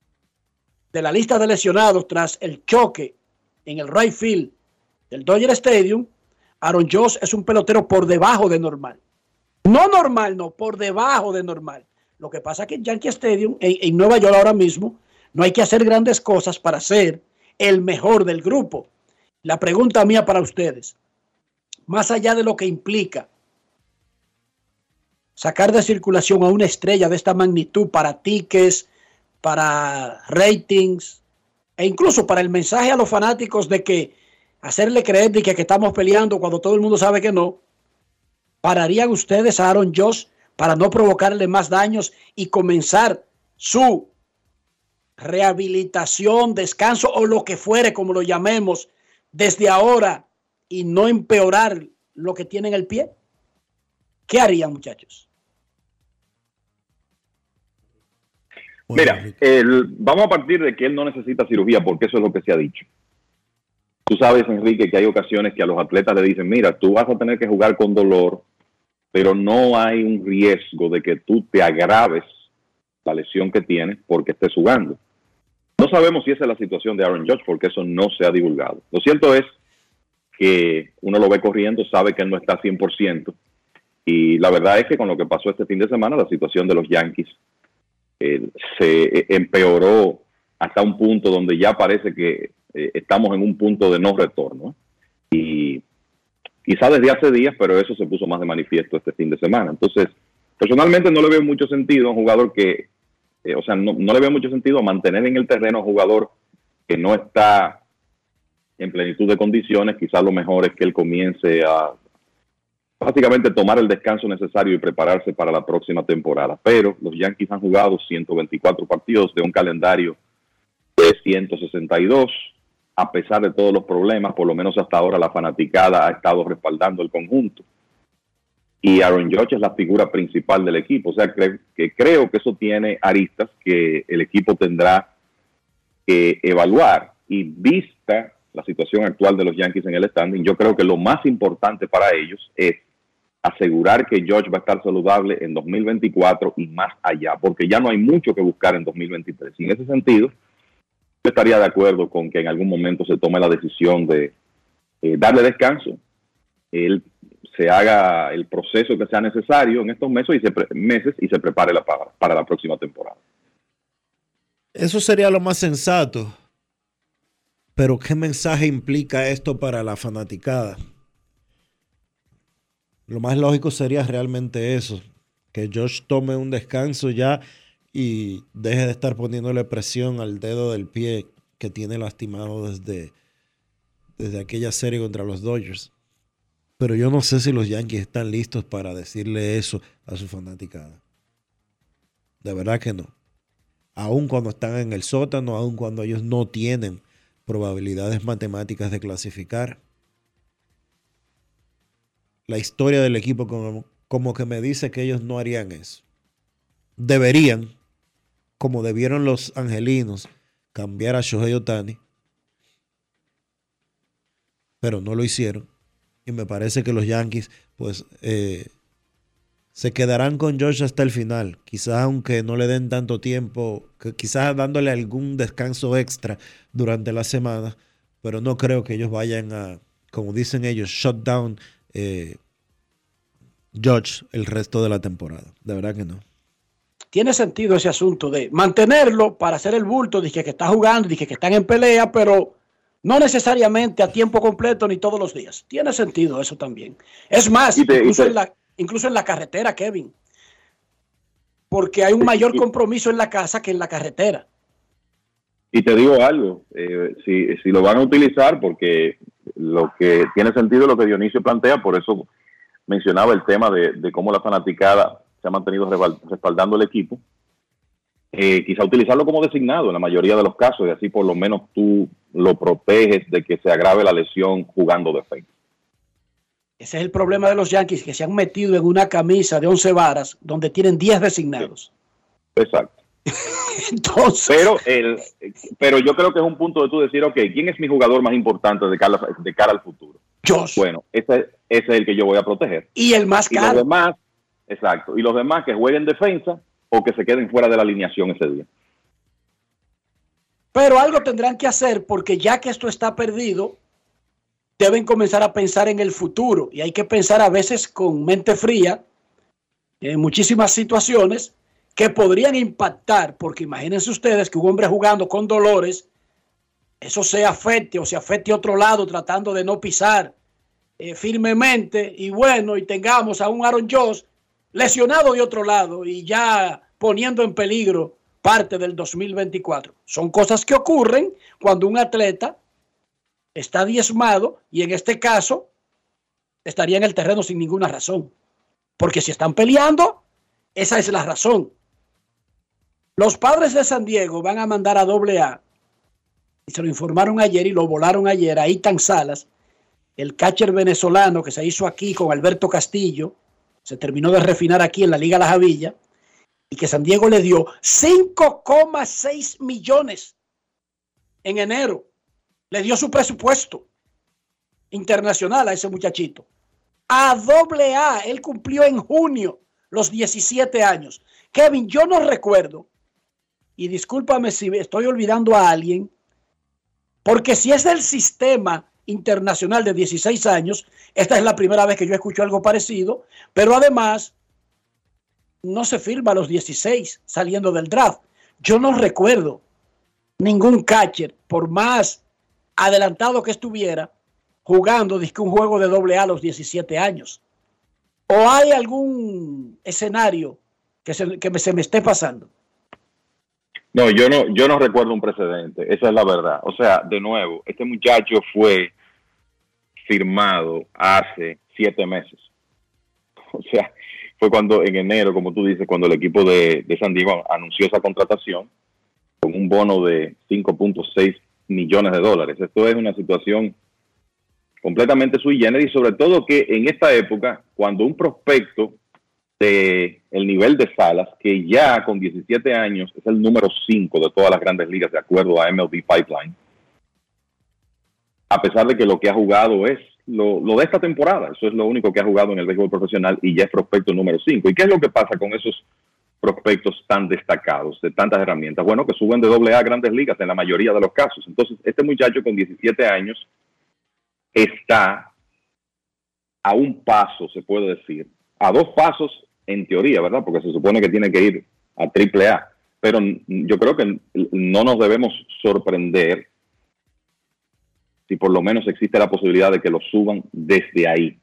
de la lista de lesionados tras el choque en el right field del Dodger Stadium, Aaron Judge es un pelotero por debajo de normal. No normal, no, por debajo de normal. Lo que pasa es que en Yankee Stadium, en, en Nueva York ahora mismo, no hay que hacer grandes cosas para ser el mejor del grupo. La pregunta mía para ustedes, más allá de lo que implica sacar de circulación a una estrella de esta magnitud para tickets, para ratings, e incluso para el mensaje a los fanáticos de que hacerle creer de que, que estamos peleando cuando todo el mundo sabe que no, ¿pararían ustedes a Aaron Judge para no provocarle más daños y comenzar su rehabilitación, descanso o lo que fuere, como lo llamemos, desde ahora y no empeorar lo que tiene en el pie? ¿Qué harían, muchachos? Mira, el, vamos a partir de que él no necesita cirugía, porque eso es lo que se ha dicho. Tú sabes, Enrique, que hay ocasiones que a los atletas le dicen, mira, tú vas a tener que jugar con dolor, pero no hay un riesgo de que tú te agraves la lesión que tienes porque estés jugando. No sabemos si esa es la situación de Aaron Judge, porque eso no se ha divulgado. Lo cierto es que uno lo ve corriendo, sabe que él no está cien por ciento, y la verdad es que con lo que pasó este fin de semana, la situación de los Yankees eh, se empeoró hasta un punto donde ya parece que eh, estamos en un punto de no retorno. Y quizá desde hace días, pero eso se puso más de manifiesto este fin de semana. Entonces, personalmente no le veo mucho sentido a un jugador que, eh, o sea, no, no le veo mucho sentido a mantener en el terreno a un jugador que no está en plenitud de condiciones. Quizás lo mejor es que él comience a, básicamente tomar el descanso necesario y prepararse para la próxima temporada. Pero los Yankees han jugado ciento veinticuatro partidos de un calendario de ciento sesenta y dos. A pesar de todos los problemas, por lo menos hasta ahora la fanaticada ha estado respaldando el conjunto. Y Aaron Judge es la figura principal del equipo. O sea, que, que creo que eso tiene aristas que el equipo tendrá que evaluar. Y vista la situación actual de los Yankees en el standing, yo creo que lo más importante para ellos es asegurar que Judge va a estar saludable en dos mil veinticuatro y más allá, porque ya no hay mucho que buscar en dos mil veintitrés. Y en ese sentido, yo estaría de acuerdo con que en algún momento se tome la decisión de eh, darle descanso, él se haga el proceso que sea necesario en estos meses y se, pre- meses y se prepare la, para, para la próxima temporada. Eso sería lo más sensato. Pero ¿qué mensaje implica esto para la fanaticada? Lo más lógico sería realmente eso, que Josh tome un descanso ya y deje de estar poniéndole presión al dedo del pie que tiene lastimado desde, desde aquella serie contra los Dodgers. Pero yo no sé si los Yankees están listos para decirle eso a su fanaticada. De verdad que no. Aun cuando están en el sótano, aun cuando ellos no tienen probabilidades matemáticas de clasificar. La historia del equipo como, como que me dice que ellos no harían eso. Deberían, como debieron los angelinos, cambiar a Shohei Ohtani, pero no lo hicieron. Y me parece que los Yankees pues eh, se quedarán con Josh hasta el final. Quizás aunque no le den tanto tiempo, que quizás dándole algún descanso extra durante la semana, pero no creo que ellos vayan a, como dicen ellos, shut down eh, Josh el resto de la temporada. De verdad que no. Tiene sentido ese asunto de mantenerlo para hacer el bulto, dije que está jugando, dije que están en pelea, pero no necesariamente a tiempo completo ni todos los días. Tiene sentido eso también. Es más, te, incluso, te... en la, incluso en la carretera, Kevin, porque hay un mayor compromiso en la casa que en la carretera. Y te digo algo, eh, si, si lo van a utilizar, porque lo que tiene sentido es lo que Dionisio plantea, por eso mencionaba el tema de, de cómo la fanaticada se ha mantenido respaldando el equipo. Eh, quizá utilizarlo como designado en la mayoría de los casos, y así por lo menos tú lo proteges de que se agrave la lesión jugando defensa. Ese es el problema de los Yankees, que se han metido en una camisa de once varas donde tienen diez designados. Sí. Exacto. Entonces, pero, el, pero yo creo que es un punto de tú decir, ok, ¿quién es mi jugador más importante de cara, de cara al futuro? Josh. Bueno, ese, ese es el que yo voy a proteger. Y el más caro. Y los demás, exacto, y los demás que jueguen defensa o que se queden fuera de la alineación ese día. Pero algo tendrán que hacer, porque ya que esto está perdido, deben comenzar a pensar en el futuro. Y hay que pensar a veces con mente fría en muchísimas situaciones que podrían impactar, porque imagínense ustedes que un hombre jugando con dolores, eso se afecte o se afecte a otro lado tratando de no pisar eh, firmemente, y bueno, y tengamos a un Aaron Judge lesionado de otro lado y ya poniendo en peligro parte del dos mil veinticuatro. Son cosas que ocurren cuando un atleta está diezmado, y en este caso estaría en el terreno sin ninguna razón, porque si están peleando, esa es la razón. Los Padres de San Diego van a mandar a doble A, y se lo informaron ayer y lo volaron ayer, a Ethan Salas, el catcher venezolano que se hizo aquí con Alberto Castillo, se terminó de refinar aquí en la Liga La Javilla, y que San Diego le dio cinco coma seis millones en enero. Le dio su presupuesto internacional a ese muchachito. A doble A, él cumplió en junio los diecisiete años. Kevin, yo no recuerdo, y discúlpame si estoy olvidando a alguien, porque si es del sistema internacional de dieciséis años, esta es la primera vez que yo escucho algo parecido, pero además no se firma a los dieciséis saliendo del draft. Yo no recuerdo ningún catcher, por más adelantado que estuviera, jugando disque un juego de doble A a los diecisiete años. ¿O hay algún escenario que se, que me, se me esté pasando? No, yo no, yo no recuerdo un precedente, esa es la verdad. O sea, de nuevo, este muchacho fue firmado hace siete meses. O sea, fue cuando en enero, como tú dices, cuando el equipo de, de San Diego anunció esa contratación con un bono de cinco punto seis millones de dólares. Esto es una situación completamente sui generis, y sobre todo que en esta época, cuando un prospecto de el nivel de Salas, que ya con diecisiete años es el número cinco de todas las grandes ligas de acuerdo a M L B Pipeline, a pesar de que lo que ha jugado es lo, lo de esta temporada, eso es lo único que ha jugado en el béisbol profesional y ya es prospecto número cinco. ¿Y qué es lo que pasa con esos prospectos tan destacados, de tantas herramientas? Bueno, que suben de doble A a grandes ligas en la mayoría de los casos. Entonces, este muchacho con diecisiete años está a un paso, se puede decir, a dos pasos en teoría, ¿verdad? Porque se supone que tiene que ir a triple A. Pero yo creo que no nos debemos sorprender si por lo menos existe la posibilidad de que lo suban desde ahí.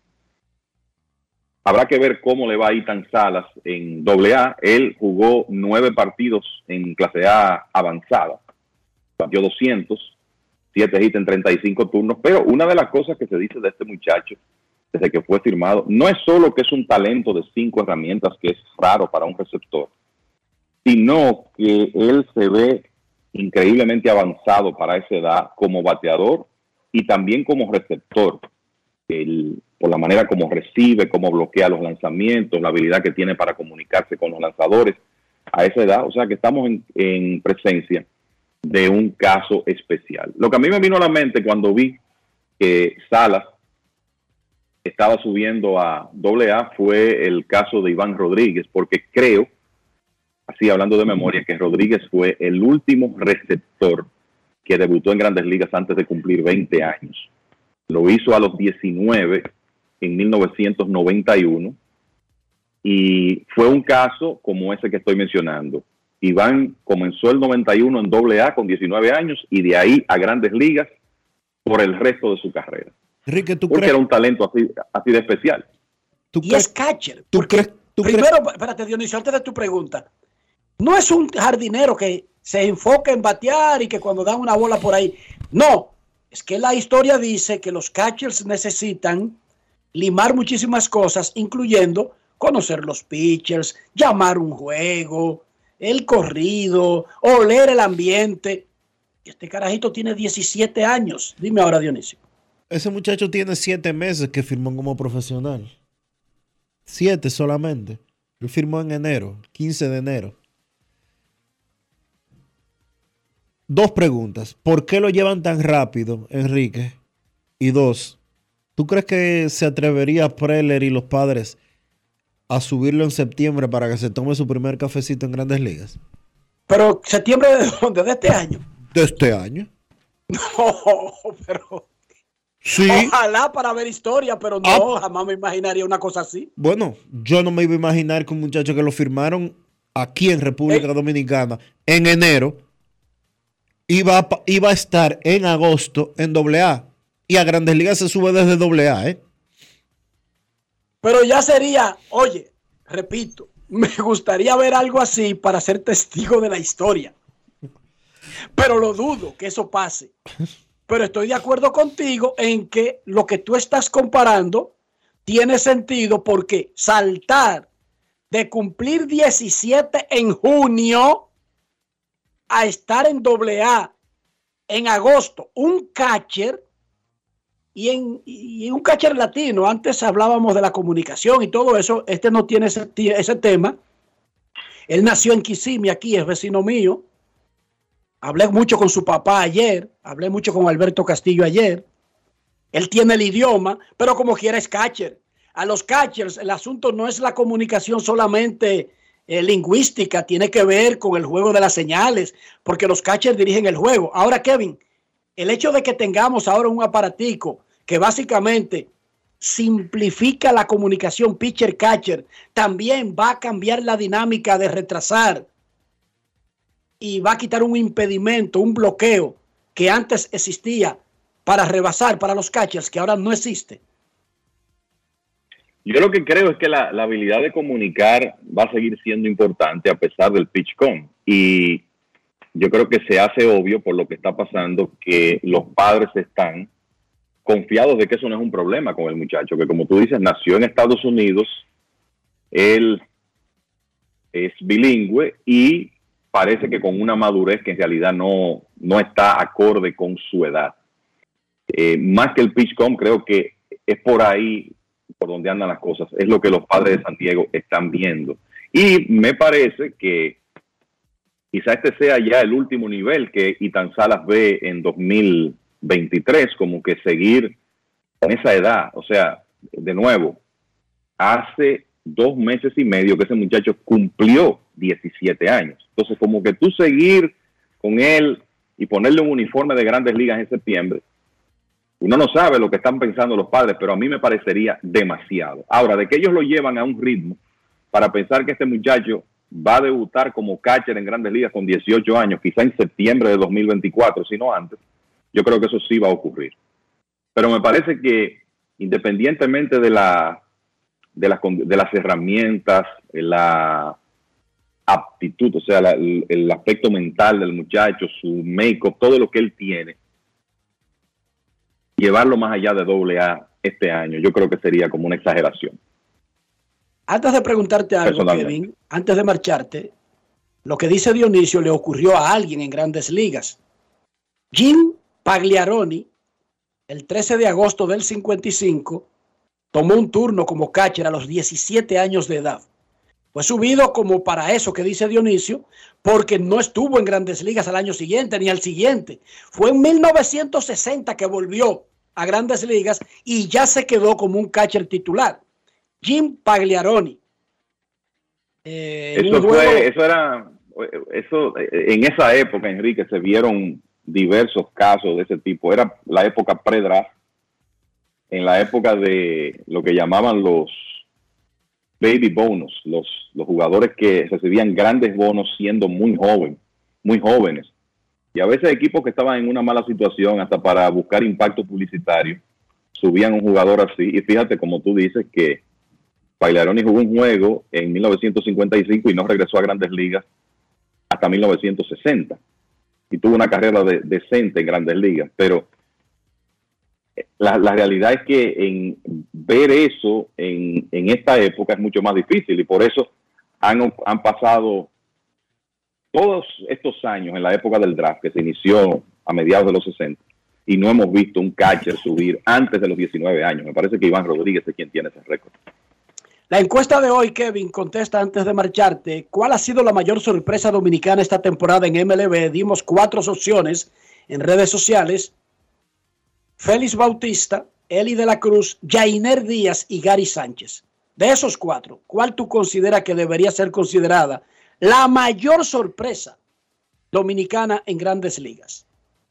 Habrá que ver cómo le va a Ethan Salas en doble A. Él jugó nueve partidos en clase A avanzada. Batió doscientos, siete hits en treinta y cinco turnos. Pero una de las cosas que se dice de este muchacho desde que fue firmado, no es solo que es un talento de cinco herramientas, que es raro para un receptor, sino que él se ve increíblemente avanzado para esa edad como bateador y también como receptor. El, por la manera como recibe, cómo bloquea los lanzamientos, la habilidad que tiene para comunicarse con los lanzadores a esa edad. O sea que estamos en, en presencia de un caso especial. Lo que a mí me vino a la mente cuando vi que Salas estaba subiendo a doble A fue el caso de Iván Rodríguez, porque creo, así hablando de memoria, que Rodríguez fue el último receptor que debutó en Grandes Ligas antes de cumplir veinte años. Lo hizo a los diecinueve en mil novecientos noventa y uno y fue un caso como ese que estoy mencionando. Iván comenzó el noventa y uno en doble A con diecinueve años y de ahí a Grandes Ligas por el resto de su carrera. Enrique, ¿tú porque crees? era un talento así, así de especial. Y crees? Es catcher. ¿Tú crees? ¿Tú primero, crees? Espérate, Dionisio, antes de tu pregunta. No es un jardinero que se enfoca en batear y que cuando dan una bola por ahí. No, es que la historia dice que los catchers necesitan limar muchísimas cosas, incluyendo conocer los pitchers, llamar un juego, el corrido, oler el ambiente. Este carajito tiene diecisiete años. Dime ahora, Dionisio. Ese muchacho tiene siete meses que firmó como profesional. Siete solamente. Él firmó en enero, quince de enero. Dos preguntas. ¿Por qué lo llevan tan rápido, Enrique? Y dos, ¿tú crees que se atrevería Preller y los Padres a subirlo en septiembre para que se tome su primer cafecito en Grandes Ligas? ¿Pero septiembre de dónde? ¿De este año? De este año. No, pero... Sí. Ojalá para ver historia, pero no, ah, jamás me imaginaría una cosa así. Bueno, yo no me iba a imaginar que un muchacho que lo firmaron aquí en República ¿Eh? Dominicana en enero iba a, iba a estar en agosto en doble A. Y a Grandes Ligas se sube desde doble A, ¿eh? Pero ya sería, oye, repito, me gustaría ver algo así para ser testigo de la historia. Pero lo dudo que eso pase. Pero estoy de acuerdo contigo en que lo que tú estás comparando tiene sentido porque saltar de cumplir diecisiete en junio a estar en doble A en agosto, un catcher y, en, y un catcher latino, antes hablábamos de la comunicación y todo eso, este no tiene ese, ese tema. Él nació en Kissimmee, aquí es vecino mío. Hablé mucho con su papá ayer, hablé mucho con Alberto Castillo ayer. Él tiene el idioma, pero como quiera es catcher. A los catchers el asunto no es la comunicación solamente eh, lingüística, tiene que ver con el juego de las señales, porque los catchers dirigen el juego. Ahora, Kevin, el hecho de que tengamos ahora un aparatico que básicamente simplifica la comunicación pitcher-catcher, también va a cambiar la dinámica de retrasar y va a quitar un impedimento, un bloqueo que antes existía para rebasar para los catchers, que ahora no existe. Yo lo que creo es que la, la habilidad de comunicar va a seguir siendo importante a pesar del pitch count. Y yo creo que se hace obvio por lo que está pasando que los Padres están confiados de que eso no es un problema con el muchacho, que como tú dices, nació en Estados Unidos, Él es bilingüe y parece que con una madurez que en realidad no, no está acorde con su edad. Eh, más que el pitch-com, creo que es por ahí por donde andan las cosas. Es lo que los Padres de San Diego están viendo. Y me parece que quizá este sea ya el último nivel que Ethan Salas ve en dos mil veintitrés, como que seguir con esa edad. O sea, de nuevo, hace dos meses y medio que ese muchacho cumplió diecisiete años. Entonces, como que tú seguir con él y ponerle un uniforme de Grandes Ligas en septiembre, uno no sabe lo que están pensando los Padres, pero a mí me parecería demasiado. Ahora, de que ellos lo llevan a un ritmo para pensar que este muchacho va a debutar como catcher en Grandes Ligas con dieciocho años, quizá en septiembre de dos mil veinticuatro, si no antes, yo creo que eso sí va a ocurrir. Pero me parece que independientemente de la de las, de las herramientas, la aptitud, o sea, la, el, el aspecto mental del muchacho, su make-up, todo lo que él tiene, llevarlo más allá de doble A este año, yo creo que sería como una exageración. Antes de preguntarte algo, Kevin, antes de marcharte, lo que dice Dionisio le ocurrió a alguien en Grandes Ligas. Jim Pagliaroni, el trece de agosto del cincuenta y cinco, tomó un turno como catcher a los diecisiete años de edad. Fue subido como para eso que dice Dionisio, porque no estuvo en Grandes Ligas al año siguiente ni al siguiente. Fue en mil novecientos sesenta que volvió a Grandes Ligas y ya se quedó como un catcher titular. Jim Pagliaroni. Eh, eso fue, juego... eso era, eso en esa época, Enrique, se vieron diversos casos de ese tipo. Era la época pre-draft, en la época de lo que llamaban los baby bonus, los, los jugadores que recibían grandes bonos siendo muy joven, muy jóvenes. Y a veces equipos que estaban en una mala situación, hasta para buscar impacto publicitario, subían un jugador así. Y fíjate, como tú dices, que Pagliaroni jugó un juego en mil novecientos cincuenta y cinco y no regresó a Grandes Ligas hasta mil novecientos sesenta. Y tuvo una carrera de, decente en Grandes Ligas. Pero la, la realidad es que en ver eso en, en esta época es mucho más difícil. Y por eso han, han pasado todos estos años en la época del draft, que se inició a mediados de los sesenta, y no hemos visto un catcher subir antes de los diecinueve años. Me parece que Iván Rodríguez es quien tiene ese récord. La encuesta de hoy, Kevin, contesta antes de marcharte. ¿Cuál ha sido la mayor sorpresa dominicana esta temporada en M L B? Dimos cuatro opciones en redes sociales. Félix Bautista, Eli de la Cruz, Yainer Díaz y Gary Sánchez. De esos cuatro, ¿cuál tú consideras que debería ser considerada la mayor sorpresa dominicana en Grandes Ligas?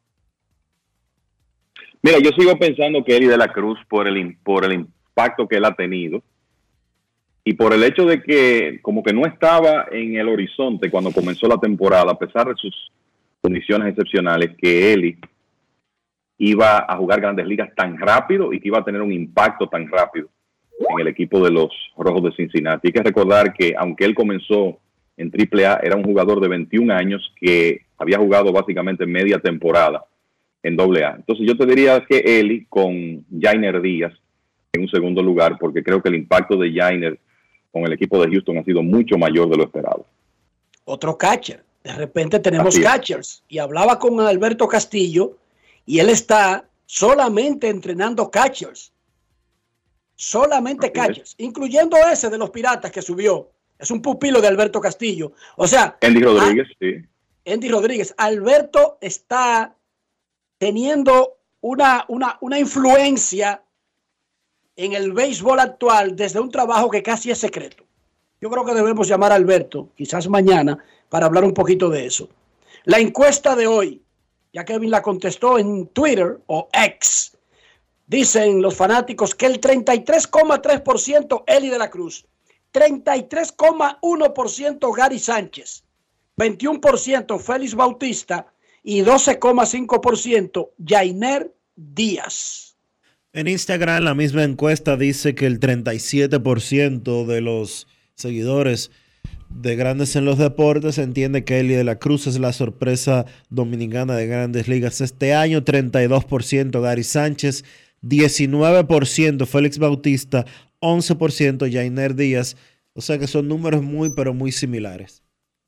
Mira, yo sigo pensando que Eli de la Cruz, por el, por el impacto que él ha tenido, y por el hecho de que como que no estaba en el horizonte cuando comenzó la temporada, a pesar de sus condiciones excepcionales, que Eli iba a jugar Grandes Ligas tan rápido y que iba a tener un impacto tan rápido en el equipo de los Rojos de Cincinnati. Hay que recordar que aunque él comenzó en triple A, era un jugador de veintiún años que había jugado básicamente media temporada en doble A. Entonces yo te diría que Eli con Yainer Díaz en un segundo lugar, porque creo que el impacto de Yainer con el equipo de Houston ha sido mucho mayor de lo esperado. Otro catcher. De repente tenemos catchers. Y hablaba con Alberto Castillo y él está solamente entrenando catchers. Solamente Así catchers. Es. Incluyendo ese de los Piratas que subió. Es un pupilo de Alberto Castillo. O sea... Andy Rodríguez, a, sí. Andy Rodríguez. Alberto está teniendo una, una, una influencia en el béisbol actual desde un trabajo que casi es secreto. Yo creo que debemos llamar a Alberto, quizás mañana, para hablar un poquito de eso. La encuesta de hoy, ya Kevin la contestó en Twitter o X, dicen los fanáticos que el treinta y tres coma tres por ciento Eli de la Cruz, treinta y tres coma uno por ciento Gary Sánchez, veintiuno por ciento Félix Bautista y doce coma cinco por ciento Yainer Díaz. En Instagram la misma encuesta dice que el treinta y siete por ciento de los seguidores de Grandes en los Deportes entiende que Eli de la Cruz es la sorpresa dominicana de Grandes Ligas este año, treinta y dos por ciento Gary Sánchez, diecinueve por ciento Félix Bautista, once por ciento Yainer Díaz, O sea que son números muy, pero muy similares.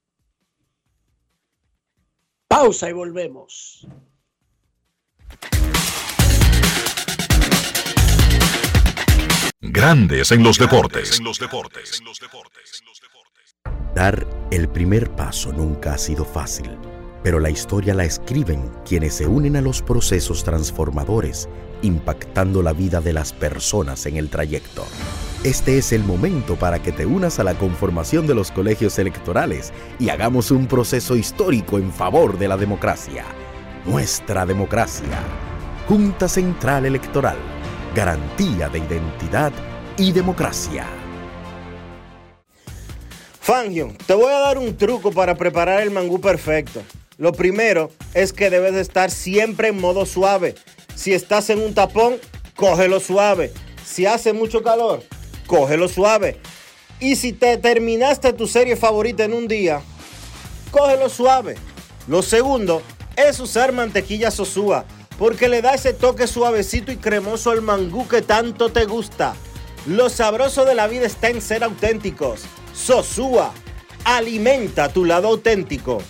Pausa y volvemos. Grandes en los deportes. Dar el primer paso nunca ha sido fácil, pero la historia la escriben quienes se unen a los procesos transformadores, impactando la vida de las personas en el trayecto. Este es el momento para que te unas a la conformación de los colegios electorales y hagamos un proceso histórico en favor de la democracia. Nuestra democracia. Junta Central Electoral. Garantía de identidad y democracia. Fangio, te voy a dar un truco para preparar el mangú perfecto. Lo primero es que debes de estar siempre en modo suave. Si estás en un tapón, cógelo suave. Si hace mucho calor, cógelo suave. Y si te terminaste tu serie favorita en un día, cógelo suave. Lo segundo es usar mantequilla Sosúa, porque le da ese toque suavecito y cremoso al mangú que tanto te gusta. Lo sabroso de la vida está en ser auténticos. Sosúa, alimenta tu lado auténtico.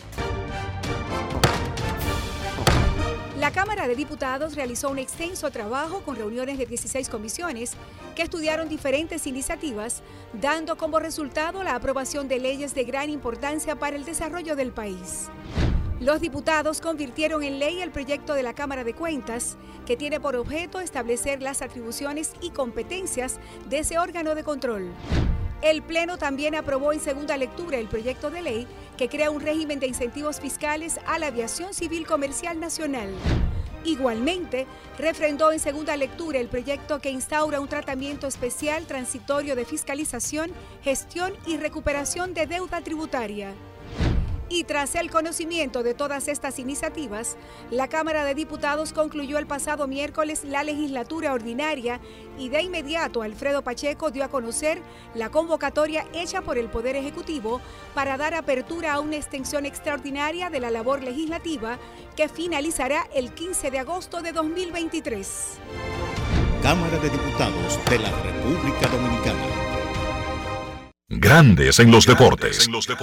La Cámara de Diputados realizó un extenso trabajo con reuniones de dieciséis comisiones que estudiaron diferentes iniciativas, dando como resultado la aprobación de leyes de gran importancia para el desarrollo del país. Los diputados convirtieron en ley el proyecto de la Cámara de Cuentas, que tiene por objeto establecer las atribuciones y competencias de ese órgano de control. El Pleno también aprobó en segunda lectura el proyecto de ley que crea un régimen de incentivos fiscales a la aviación civil comercial nacional. Igualmente, refrendó en segunda lectura el proyecto que instaura un tratamiento especial transitorio de fiscalización, gestión y recuperación de deuda tributaria. Y tras el conocimiento de todas estas iniciativas, la Cámara de Diputados concluyó el pasado miércoles la legislatura ordinaria y de inmediato Alfredo Pacheco dio a conocer la convocatoria hecha por el Poder Ejecutivo para dar apertura a una extensión extraordinaria de la labor legislativa que finalizará el quince de agosto de dos mil veintitrés. Cámara de Diputados de la República Dominicana. Grandes en los deportes.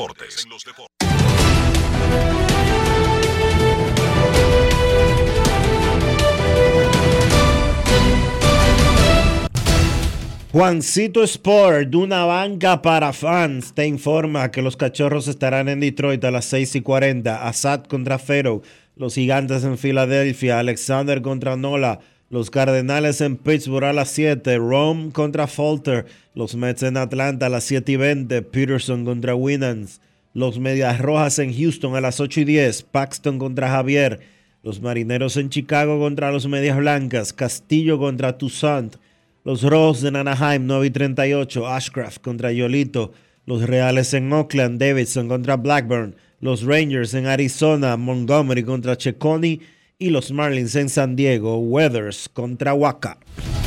Juancito Sport, de una banca para fans, te informa que los Cachorros estarán en Detroit a las seis y cuarenta, Assad contra Fero, los Gigantes en Filadelfia, Alexander contra Nola, los Cardenales en Pittsburgh a las siete, Rome contra Falter, los Mets en Atlanta a las siete y veinte, Peterson contra Winans, los Medias Rojas en Houston a las ocho y diez, Paxton contra Javier, los Marineros en Chicago contra los Medias Blancas, Castillo contra Toussaint, los Rojos en Anaheim nueve y treinta y ocho, Ashcraft contra Yolito, los Reales en Oakland, Davidson contra Blackburn, los Rangers en Arizona, Montgomery contra Cecconi y los Marlins en San Diego, Weathers contra Waka.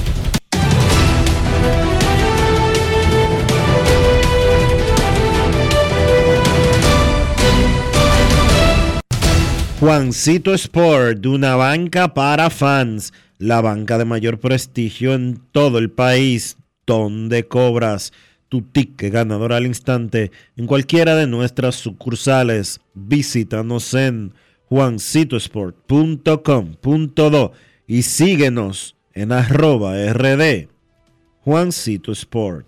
Juancito Sport, de una banca para fans, la banca de mayor prestigio en todo el país, donde cobras tu ticket ganador al instante en cualquiera de nuestras sucursales. Visítanos en juancito sport punto com punto do y síguenos en arroba rd Juancito Sport.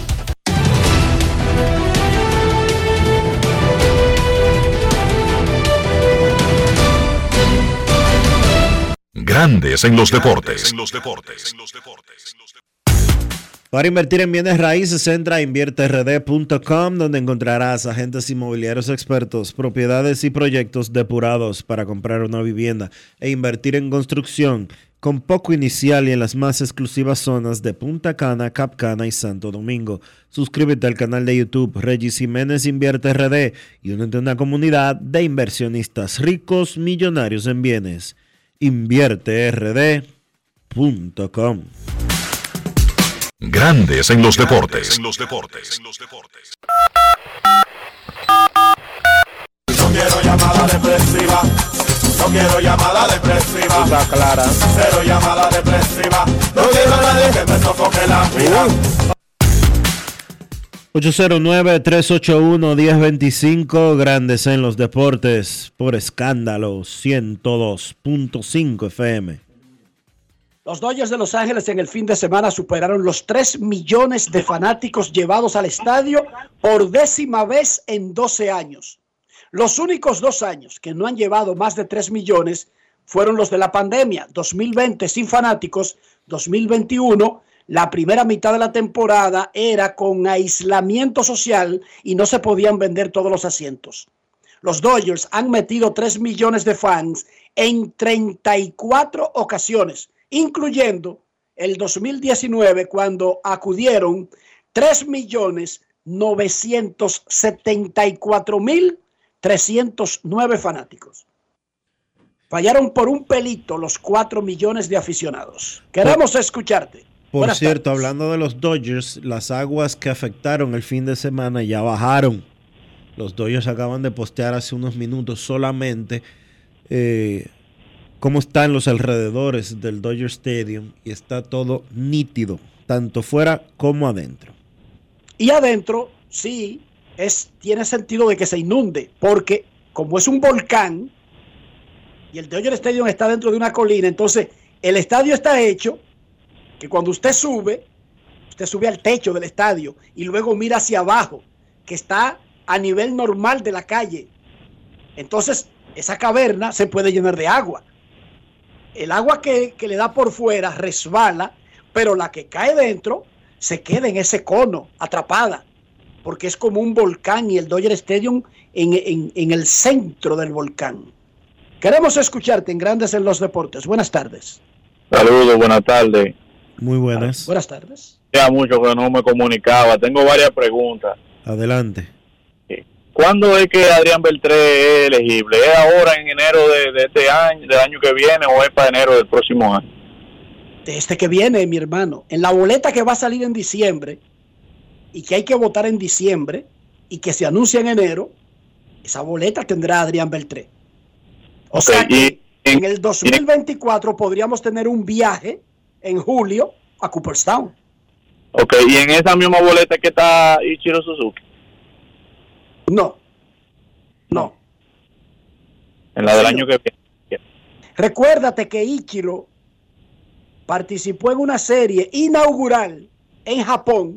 Grandes en los deportes. Para invertir en bienes raíces, entra a invierte r d punto com, donde encontrarás agentes inmobiliarios expertos, propiedades y proyectos depurados para comprar una vivienda e invertir en construcción con poco inicial y en las más exclusivas zonas de Punta Cana, Cap Cana y Santo Domingo. Suscríbete al canal de YouTube Regis Jiménez Invierte R D y únete a una comunidad de inversionistas ricos millonarios en bienes. invierte r d punto com. Grandes en los deportes. No quiero llamada depresiva. No quiero llamada depresiva. Está clara. Cero llamada depresiva. No quiero a nadie que me sofoque la vida. ocho cero nueve, tres ocho uno, uno cero dos cinco, Grandes en los Deportes, por Escándalo ciento dos punto cinco F M. Los Dodgers de Los Ángeles en el fin de semana superaron los tres millones de fanáticos llevados al estadio por décima vez en doce años. Los únicos dos años que no han llevado más de tres millones fueron los de la pandemia, dos mil veinte sin fanáticos, dos mil veintiuno, la primera mitad de la temporada era con aislamiento social y no se podían vender todos los asientos. Los Dodgers han metido tres millones de fans en treinta y cuatro ocasiones, incluyendo el dos mil diecinueve, cuando acudieron tres millones novecientos setenta y cuatro mil trescientos nueve fanáticos. Fallaron por un pelito los cuatro millones de aficionados. Queremos escucharte. Por Buenas cierto, tardes. hablando de los Dodgers, las aguas que afectaron el fin de semana ya bajaron. Los Dodgers acaban de postear hace unos minutos solamente eh, cómo están los alrededores del Dodger Stadium y está todo nítido, tanto fuera como adentro. Y adentro, sí, es, tiene sentido de que se inunde, porque como es un volcán y el Dodger Stadium está dentro de una colina, entonces el estadio está hecho que cuando usted sube, usted sube al techo del estadio y luego mira hacia abajo, que está a nivel normal de la calle. Entonces, esa caverna se puede llenar de agua. El agua que, que le da por fuera resbala, pero la que cae dentro se queda en ese cono, atrapada, porque es como un volcán y el Dodger Stadium en, en, en el centro del volcán. Queremos escucharte en Grandes en los Deportes. Buenas tardes. Saludos, buenas tardes. Muy buenas. Buenas tardes. Ya mucho que no me comunicaba. Tengo varias preguntas. Adelante. ¿Cuándo es que Adrián Beltré es elegible? ¿Es ahora en enero de, de este año, del año que viene, o es para enero del próximo año? De este que viene, mi hermano. En la boleta que va a salir en diciembre y que hay que votar en diciembre y que se anuncia en enero, esa boleta tendrá Adrián Beltré. O Okay, sea que y, en el dos mil veinticuatro podríamos tener un viaje en julio a Cooperstown. Ok, y en esa misma boleta que está Ichiro Suzuki. No, no. En la del Sí, año no. que viene. Recuérdate que Ichiro participó en una serie inaugural en Japón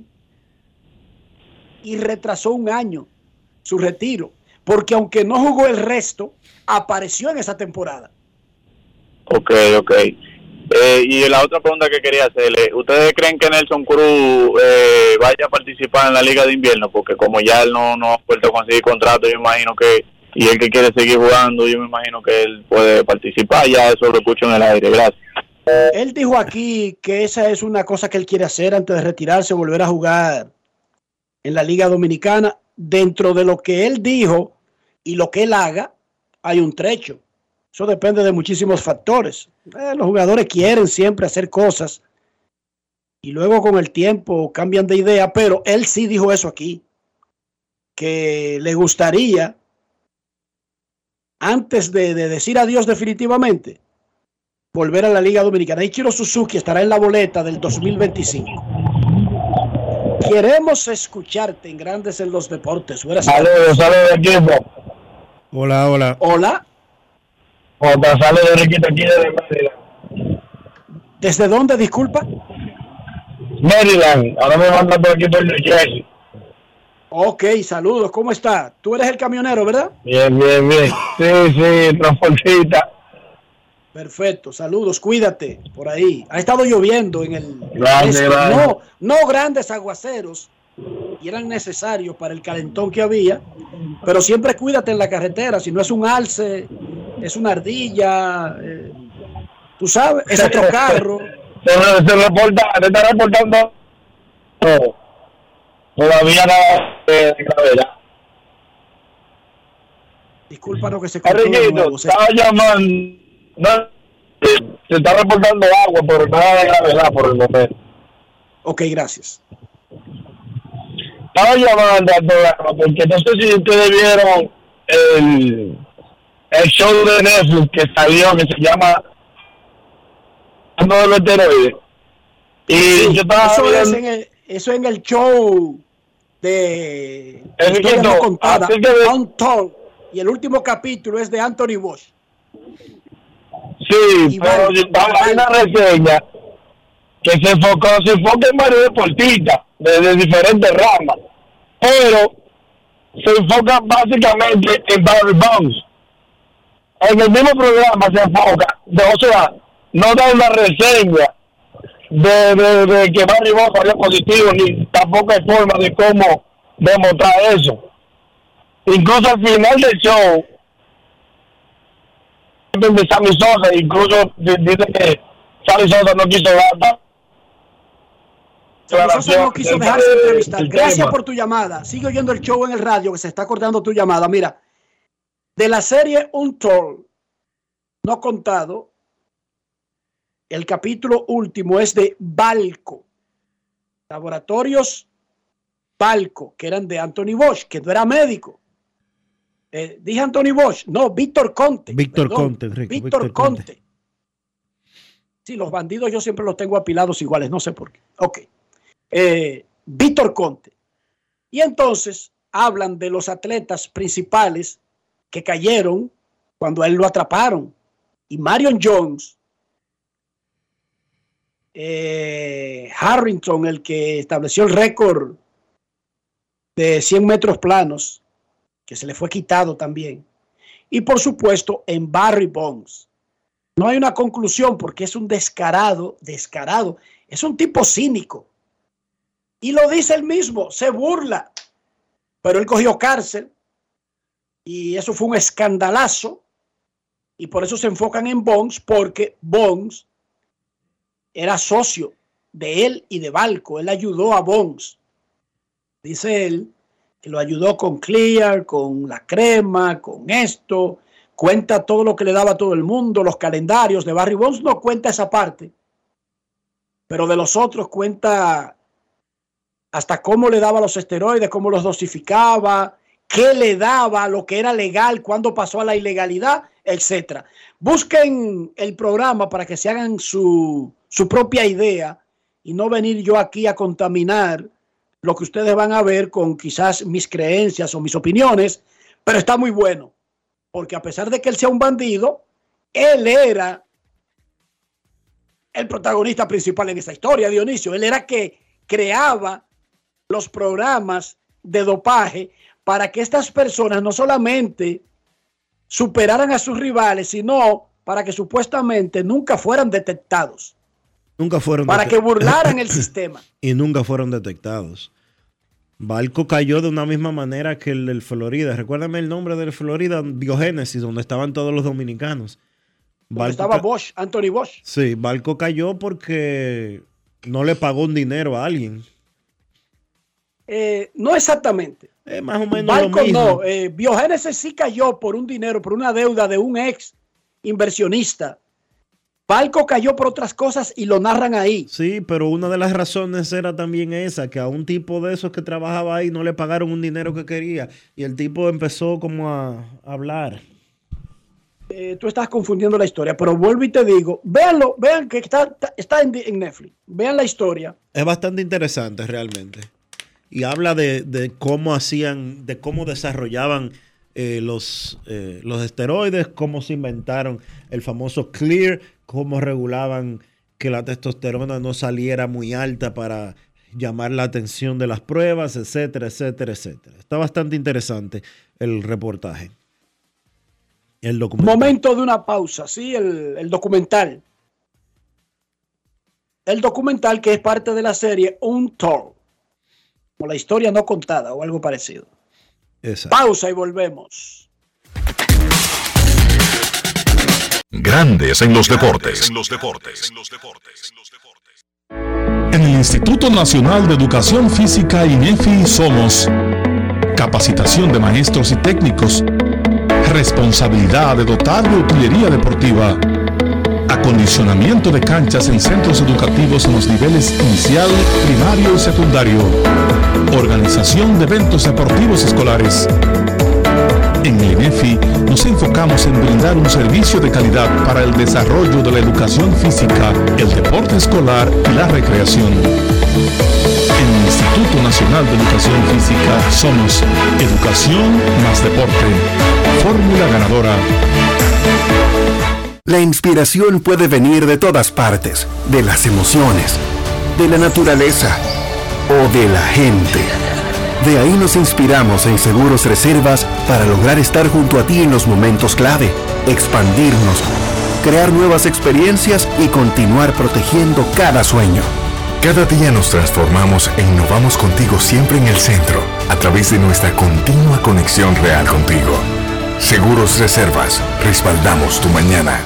y retrasó un año su retiro, porque aunque no jugó el resto, apareció en esa temporada. Ok, ok. Eh, y la otra pregunta que quería hacerle, ¿ustedes creen que Nelson Cruz eh, vaya a participar en la Liga de Invierno? Porque como ya él no, no ha vuelto a conseguir contrato, yo imagino que, y él que quiere seguir jugando, yo me imagino que él puede participar. Ya eso lo escucho en el aire. Gracias. Él dijo aquí que esa es una cosa que él quiere hacer antes de retirarse, volver a jugar en la Liga Dominicana. Dentro de lo que él dijo y lo que él haga, hay un trecho. Eso depende de muchísimos factores. Eh, los jugadores quieren siempre hacer cosas y luego con el tiempo cambian de idea, pero él sí dijo eso aquí, que le gustaría, antes de, de decir adiós definitivamente, volver a la Liga Dominicana. Ichiro Suzuki estará en la boleta del dos mil veinticinco. Queremos escucharte en Grandes en los Deportes. Buenas tardes. Saludos, saludos equipo. Hola, hola. Hola. Otra, saludos de Riquito aquí de Maryland. ¿Desde dónde, disculpa? Maryland, ahora me mandan por aquí por New Jersey. Ok, saludos, ¿cómo está? Tú eres el camionero, ¿verdad? Bien, bien, bien. Sí, sí, transportista. Perfecto, saludos, cuídate por ahí. Ha estado lloviendo en el... Gracias, este, gracias. no, no grandes aguaceros, y eran necesarios para el calentón que había, pero siempre cuídate en la carretera, si no es un alce, es una ardilla, eh, tú sabes, es otro carro. Se, se reporta, se está reportando oh, todavía nada de gravedad. Discúlpanos que se cortó de Enriquito, nuevo. Se- estaba llamando, no, se está reportando agua, pero nada de gravedad por el momento. Ok, gracias. Estaba llamando a toda, porque no sé si ustedes vieron el, el show de Netflix que salió, que se llama Uno de los esteroides. Y Sí, yo estaba eso, es viendo, en el, eso en el show de Historia No Contada, de... Untold, y el último capítulo es de Anthony Bosch. Sí, y pero hay una reseña que se enfocó, se enfoca en varios deportistas de, de diferentes ramas, pero se enfoca básicamente en Barry Bonds. En el mismo programa se enfoca, de, o sea, no da una reseña de, de, de que Barry Bonds salió positivo, ni tampoco hay forma de cómo demostrar eso. Incluso al final del show, de Sammy Sosa, incluso dice que Sammy Sosa no quiso data. Sammy Sosa no quiso dejarse entrevistar. Gracias por tu llamada. Sigue oyendo el show en el radio, que se está cortando tu llamada. Mira, de la serie Untold, No Contado, el capítulo último es de Balco. Laboratorios Balco, que eran de Anthony Bosch, que no era médico. Eh, dije Anthony Bosch, no, Víctor Conte. Víctor Conte, Enrique, Víctor, Víctor Conte. Conte. Sí, los bandidos yo siempre los tengo apilados iguales, no sé por qué. Ok. Eh, Víctor Conte. Y entonces hablan de los atletas principales que cayeron cuando a él lo atraparon. Y Marion Jones, eh, Harrington, el que estableció el récord de cien metros planos, que se le fue quitado también. Y por supuesto en Barry Bonds. No hay una conclusión porque es un descarado, descarado. Es un tipo cínico. Y lo dice él mismo, se burla. Pero él cogió cárcel y eso fue un escandalazo. Y por eso se enfocan en Bonds, porque Bonds era socio de él y de Balco. Él ayudó a Bonds. Dice él que lo ayudó con Clear, con la crema, con esto. Cuenta todo lo que le daba a todo el mundo, los calendarios. De Barry Bonds no cuenta esa parte. Pero de los otros cuenta hasta cómo le daba los esteroides, cómo los dosificaba, qué le daba, lo que era legal, cuándo pasó a la ilegalidad, etcétera. Busquen el programa para que se hagan su, su propia idea y no venir yo aquí a contaminar lo que ustedes van a ver con quizás mis creencias o mis opiniones, pero está muy bueno, porque a pesar de que él sea un bandido, él era el protagonista principal en esa historia, Dionisio. Él era que creaba los programas de dopaje para que estas personas no solamente superaran a sus rivales, sino para que supuestamente nunca fueran detectados. Nunca fueron Para que burlaran el sistema. Y nunca fueron detectados. Balco cayó de una misma manera que el del Florida. Recuérdame el nombre del Florida, Biogénesis, donde estaban todos los dominicanos. Donde estaba Bosch, Anthony Bosch. Sí, Balco cayó porque no le pagó un dinero a alguien. Eh, no exactamente. Eh, más o menos Balco lo mismo. no. Eh, Biogénesis sí cayó por un dinero, por una deuda de un ex inversionista. Balco cayó por otras cosas y lo narran ahí. Sí, pero una de las razones era también esa, que a un tipo de esos que trabajaba ahí no le pagaron un dinero que quería y el tipo empezó como a hablar. Eh, tú estás confundiendo la historia, pero vuelvo y te digo, véanlo, vean que está, está en, en Netflix, vean la historia. Es bastante interesante realmente. Y habla de, de cómo hacían, de cómo desarrollaban eh, los, eh, los esteroides, cómo se inventaron el famoso Clear, cómo regulaban que la testosterona no saliera muy alta para llamar la atención de las pruebas, etcétera, etcétera, etcétera. Está bastante interesante el reportaje. El documental. Momento de una pausa, sí, el, el documental. El documental que es parte de la serie Untold, como la historia no contada o algo parecido. Exacto. Pausa y volvemos. Grandes en los deportes. En los deportes. En el Instituto Nacional de Educación Física INEFI somos capacitación de maestros y técnicos, responsabilidad de dotar de utilería deportiva, acondicionamiento de canchas en centros educativos en los niveles inicial, primario y secundario, organización de eventos deportivos escolares. En el INEFI nos enfocamos en brindar un servicio de calidad para el desarrollo de la educación física, el deporte escolar y la recreación. En el Instituto Nacional de Educación Física somos Educación más Deporte. Fórmula ganadora. La inspiración puede venir de todas partes, de las emociones, de la naturaleza o de la gente. De ahí nos inspiramos en Seguros Reservas para lograr estar junto a ti en los momentos clave, expandirnos, crear nuevas experiencias y continuar protegiendo cada sueño. Cada día nos transformamos e innovamos contigo siempre en el centro, a través de nuestra continua conexión real contigo. Seguros Reservas, respaldamos tu mañana.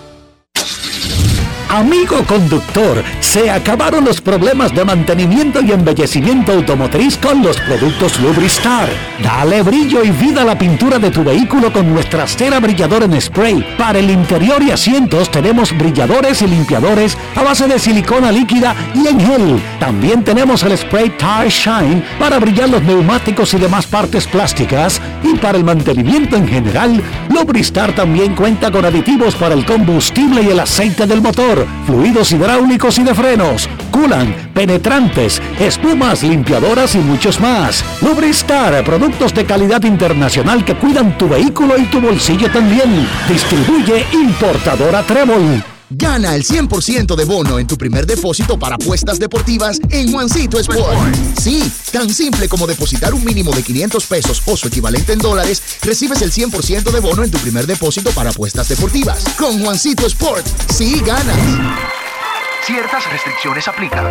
Amigo conductor, se acabaron los problemas de mantenimiento y embellecimiento automotriz con los productos Lubristar. Dale brillo y vida a la pintura de tu vehículo con nuestra cera brilladora en spray. Para el interior y asientos tenemos brilladores y limpiadores a base de silicona líquida y en gel. También tenemos el spray Tire Shine para brillar los neumáticos y demás partes plásticas. Y para el mantenimiento en general, Lubristar también cuenta con aditivos para el combustible y el aceite del motor, fluidos hidráulicos y de frenos, culan, penetrantes, espumas, limpiadoras y muchos más. Lubristar, productos de calidad internacional que cuidan tu vehículo y tu bolsillo también. Distribuye importadora Trébol. Gana el cien por ciento de bono en tu primer depósito para apuestas deportivas en Juancito Sport. Sí, tan simple como depositar un mínimo de quinientos pesos o su equivalente en dólares, recibes el cien por ciento de bono en tu primer depósito para apuestas deportivas. Con Juancito Sport, sí ganas. Ciertas restricciones aplican.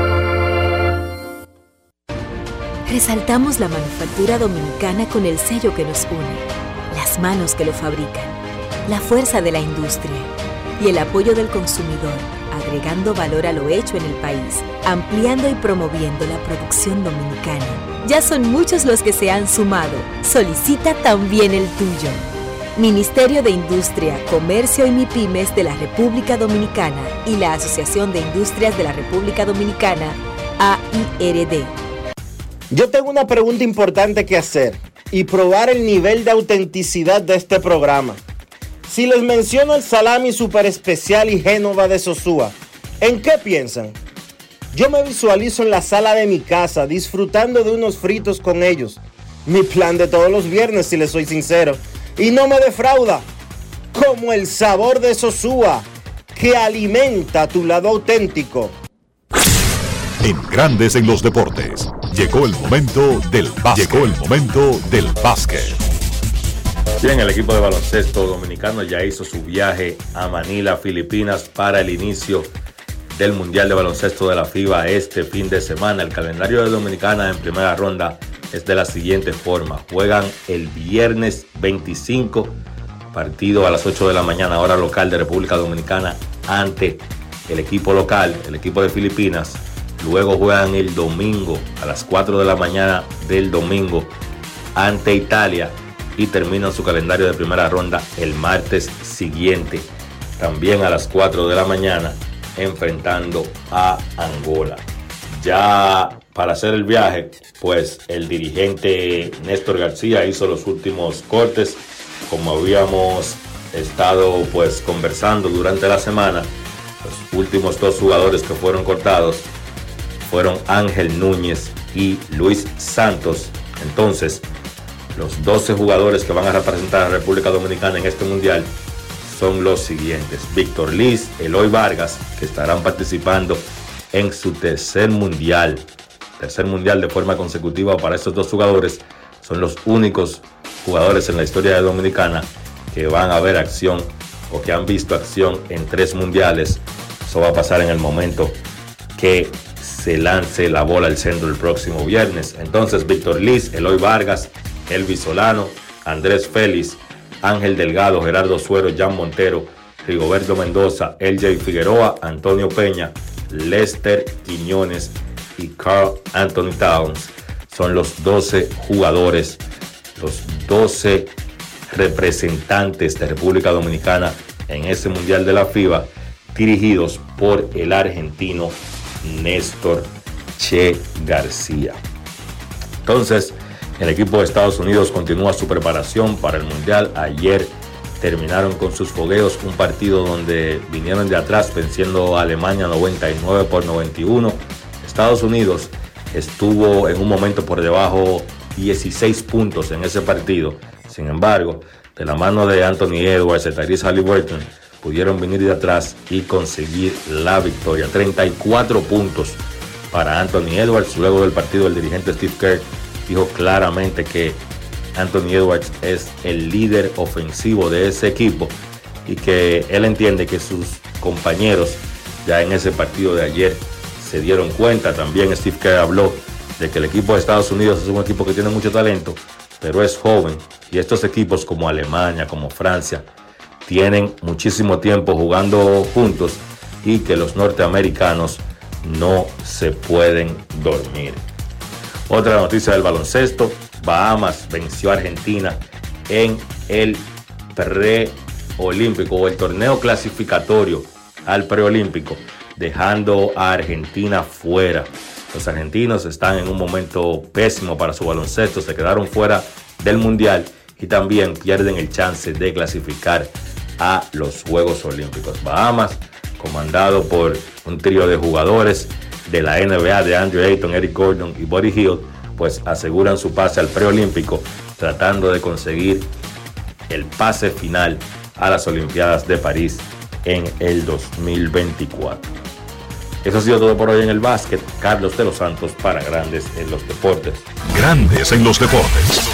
Resaltamos la manufactura dominicana con el sello que nos une, las manos que lo fabrican, la fuerza de la industria y el apoyo del consumidor, agregando valor a lo hecho en el país, ampliando y promoviendo la producción dominicana. Ya son muchos los que se han sumado. Solicita también el tuyo. Ministerio de Industria, Comercio y MIPYMES de la República Dominicana y la Asociación de Industrias de la República Dominicana, A I R D. Yo tengo una pregunta importante que hacer y probar el nivel de autenticidad de este programa. Si les menciono el salami super especial y Génova de Sosúa, ¿en qué piensan? Yo me visualizo en la sala de mi casa disfrutando de unos fritos con ellos. Mi plan de todos los viernes, si les soy sincero. Y no me defrauda. Como el sabor de Sosúa, que alimenta tu lado auténtico. En Grandes en los Deportes, llegó el momento del básquet. Llegó el momento del básquet. Bien, el equipo de baloncesto dominicano ya hizo su viaje a Manila, Filipinas, para el inicio del Mundial de Baloncesto de la FIBA este fin de semana. El calendario de Dominicana en primera ronda es de la siguiente forma. Juegan el viernes veinticinco, partido a las ocho de la mañana, hora local de República Dominicana, ante el equipo local, el equipo de Filipinas. Luego juegan el domingo a las cuatro de la mañana del domingo ante Italia. Y terminan su calendario de primera ronda el martes siguiente, también a las cuatro de la mañana, enfrentando a Angola. Ya para hacer el viaje, pues el dirigente Néstor García hizo los últimos cortes, como habíamos estado pues conversando durante la semana. Los últimos dos jugadores que fueron cortados fueron Ángel Núñez y Luis Santos. Entonces, los doce jugadores que van a representar a la República Dominicana en este mundial son los siguientes: Víctor Liz, Eloy Vargas, que estarán participando en su tercer mundial, tercer mundial de forma consecutiva para estos dos jugadores. Son los únicos jugadores en la historia de Dominicana que van a ver acción o que han visto acción en tres mundiales. Eso va a pasar en el momento que se lance la bola al centro el próximo viernes. Entonces, Víctor Liz, Eloy Vargas, Elvis Solano, Andrés Félix, Ángel Delgado, Gerardo Suero, Jan Montero, Rigoberto Mendoza, L J Figueroa, Antonio Peña, Lester Quiñones y Karl Anthony Towns son los doce jugadores, los doce representantes de República Dominicana en ese Mundial de la FIBA, dirigidos por el argentino Néstor Che García. Entonces, El equipo de Estados Unidos continúa su preparación para el Mundial. Ayer terminaron con sus fogueos, un partido donde vinieron de atrás venciendo a Alemania noventa y nueve por noventa y uno. Estados Unidos estuvo en un momento por debajo dieciséis puntos en ese partido. Sin embargo, de la mano de Anthony Edwards y Tyrese Haliburton, pudieron venir de atrás y conseguir la victoria. treinta y cuatro puntos para Anthony Edwards. Luego del partido, el dirigente Steve Kerr dijo claramente que Anthony Edwards es el líder ofensivo de ese equipo y que él entiende que sus compañeros ya en ese partido de ayer se dieron cuenta. También Steve Kerr habló de que el equipo de Estados Unidos es un equipo que tiene mucho talento, pero es joven, y estos equipos como Alemania, como Francia, tienen muchísimo tiempo jugando juntos y que los norteamericanos no se pueden dormir. Otra noticia del baloncesto: Bahamas venció a Argentina en el preolímpico o el torneo clasificatorio al preolímpico, dejando a Argentina fuera. Los argentinos están en un momento pésimo para su baloncesto, se quedaron fuera del mundial y también pierden el chance de clasificar a los Juegos Olímpicos. Bahamas, comandado por un trío de jugadores de la N B A de Andrew Ayton, Eric Gordon y Buddy Hield, pues aseguran su pase al preolímpico, tratando de conseguir el pase final a las Olimpiadas de París en el dos mil veinticuatro. Eso ha sido todo por hoy en el básquet. Carlos de los Santos para Grandes en los Deportes. Grandes en los Deportes.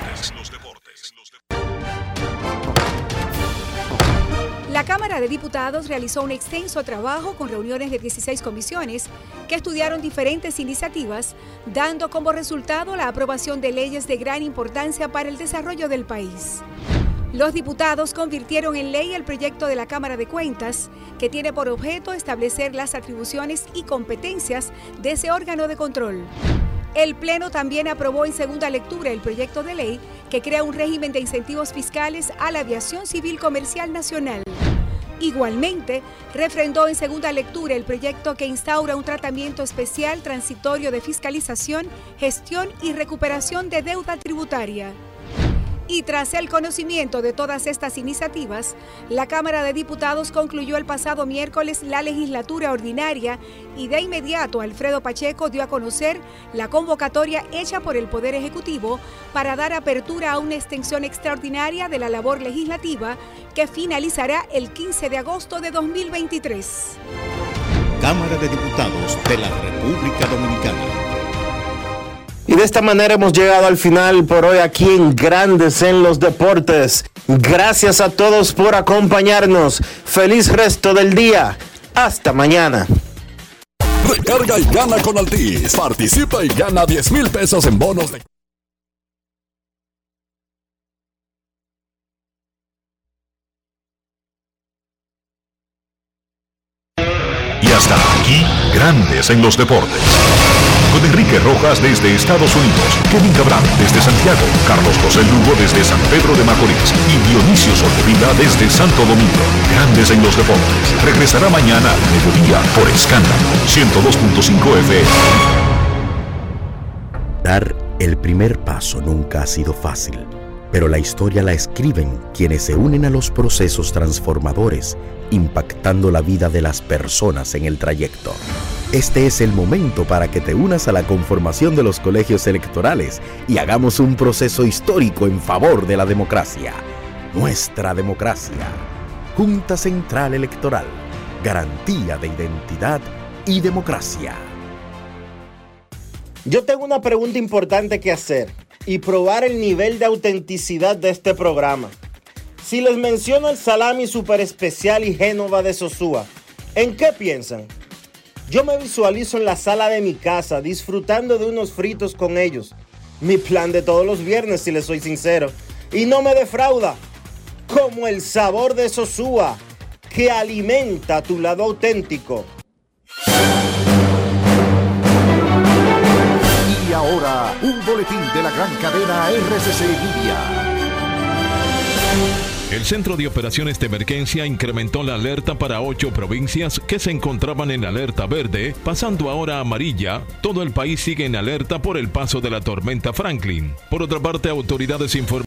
La Cámara de Diputados realizó un extenso trabajo con reuniones de dieciséis comisiones que estudiaron diferentes iniciativas, dando como resultado la aprobación de leyes de gran importancia para el desarrollo del país. Los diputados convirtieron en ley el proyecto de la Cámara de Cuentas, que tiene por objeto establecer las atribuciones y competencias de ese órgano de control. El Pleno también aprobó en segunda lectura el proyecto de ley que crea un régimen de incentivos fiscales a la aviación civil comercial nacional. Igualmente, refrendó en segunda lectura el proyecto que instaura un tratamiento especial transitorio de fiscalización, gestión y recuperación de deuda tributaria. Y tras el conocimiento de todas estas iniciativas, la Cámara de Diputados concluyó el pasado miércoles la legislatura ordinaria y de inmediato Alfredo Pacheco dio a conocer la convocatoria hecha por el Poder Ejecutivo para dar apertura a una extensión extraordinaria de la labor legislativa que finalizará el quince de agosto de dos mil veintitrés. Cámara de Diputados de la República Dominicana. Y de esta manera hemos llegado al final por hoy aquí en Grandes en los Deportes. Gracias a todos por acompañarnos. Feliz resto del día. Hasta mañana. Recarga y gana con Altis. Participa y gana diez mil pesos en bonos de... Y hasta aquí, Grandes en los Deportes. Con Enrique Rojas desde Estados Unidos, Kevin Cabral desde Santiago, Carlos José Lugo desde San Pedro de Macorís y Dionisio Solterida desde Santo Domingo. Grandes en los Deportes. Regresará mañana al mediodía por Escándalo ciento dos punto cinco F M. Dar el primer paso nunca ha sido fácil, pero la historia la escriben quienes se unen a los procesos transformadores, impactando la vida de las personas en el trayecto. Este es el momento para que te unas a la conformación de los colegios electorales y hagamos un proceso histórico en favor de la democracia. Nuestra democracia. Junta Central Electoral. Garantía de identidad y democracia. Yo tengo una pregunta importante que hacer y probar el nivel de autenticidad de este programa. Si les menciono el salami super especial y Génova de Sosúa, ¿en qué piensan? Yo me visualizo en la sala de mi casa disfrutando de unos fritos con ellos. Mi plan de todos los viernes, si les soy sincero. Y no me defrauda. Como el sabor de Sosúa, que alimenta tu lado auténtico. Y ahora, un boletín de la gran cadena R C C Media. El Centro de Operaciones de Emergencia incrementó la alerta para ocho provincias que se encontraban en alerta verde, pasando ahora a amarilla. Todo el país sigue en alerta por el paso de la tormenta Franklin. Por otra parte, autoridades informaron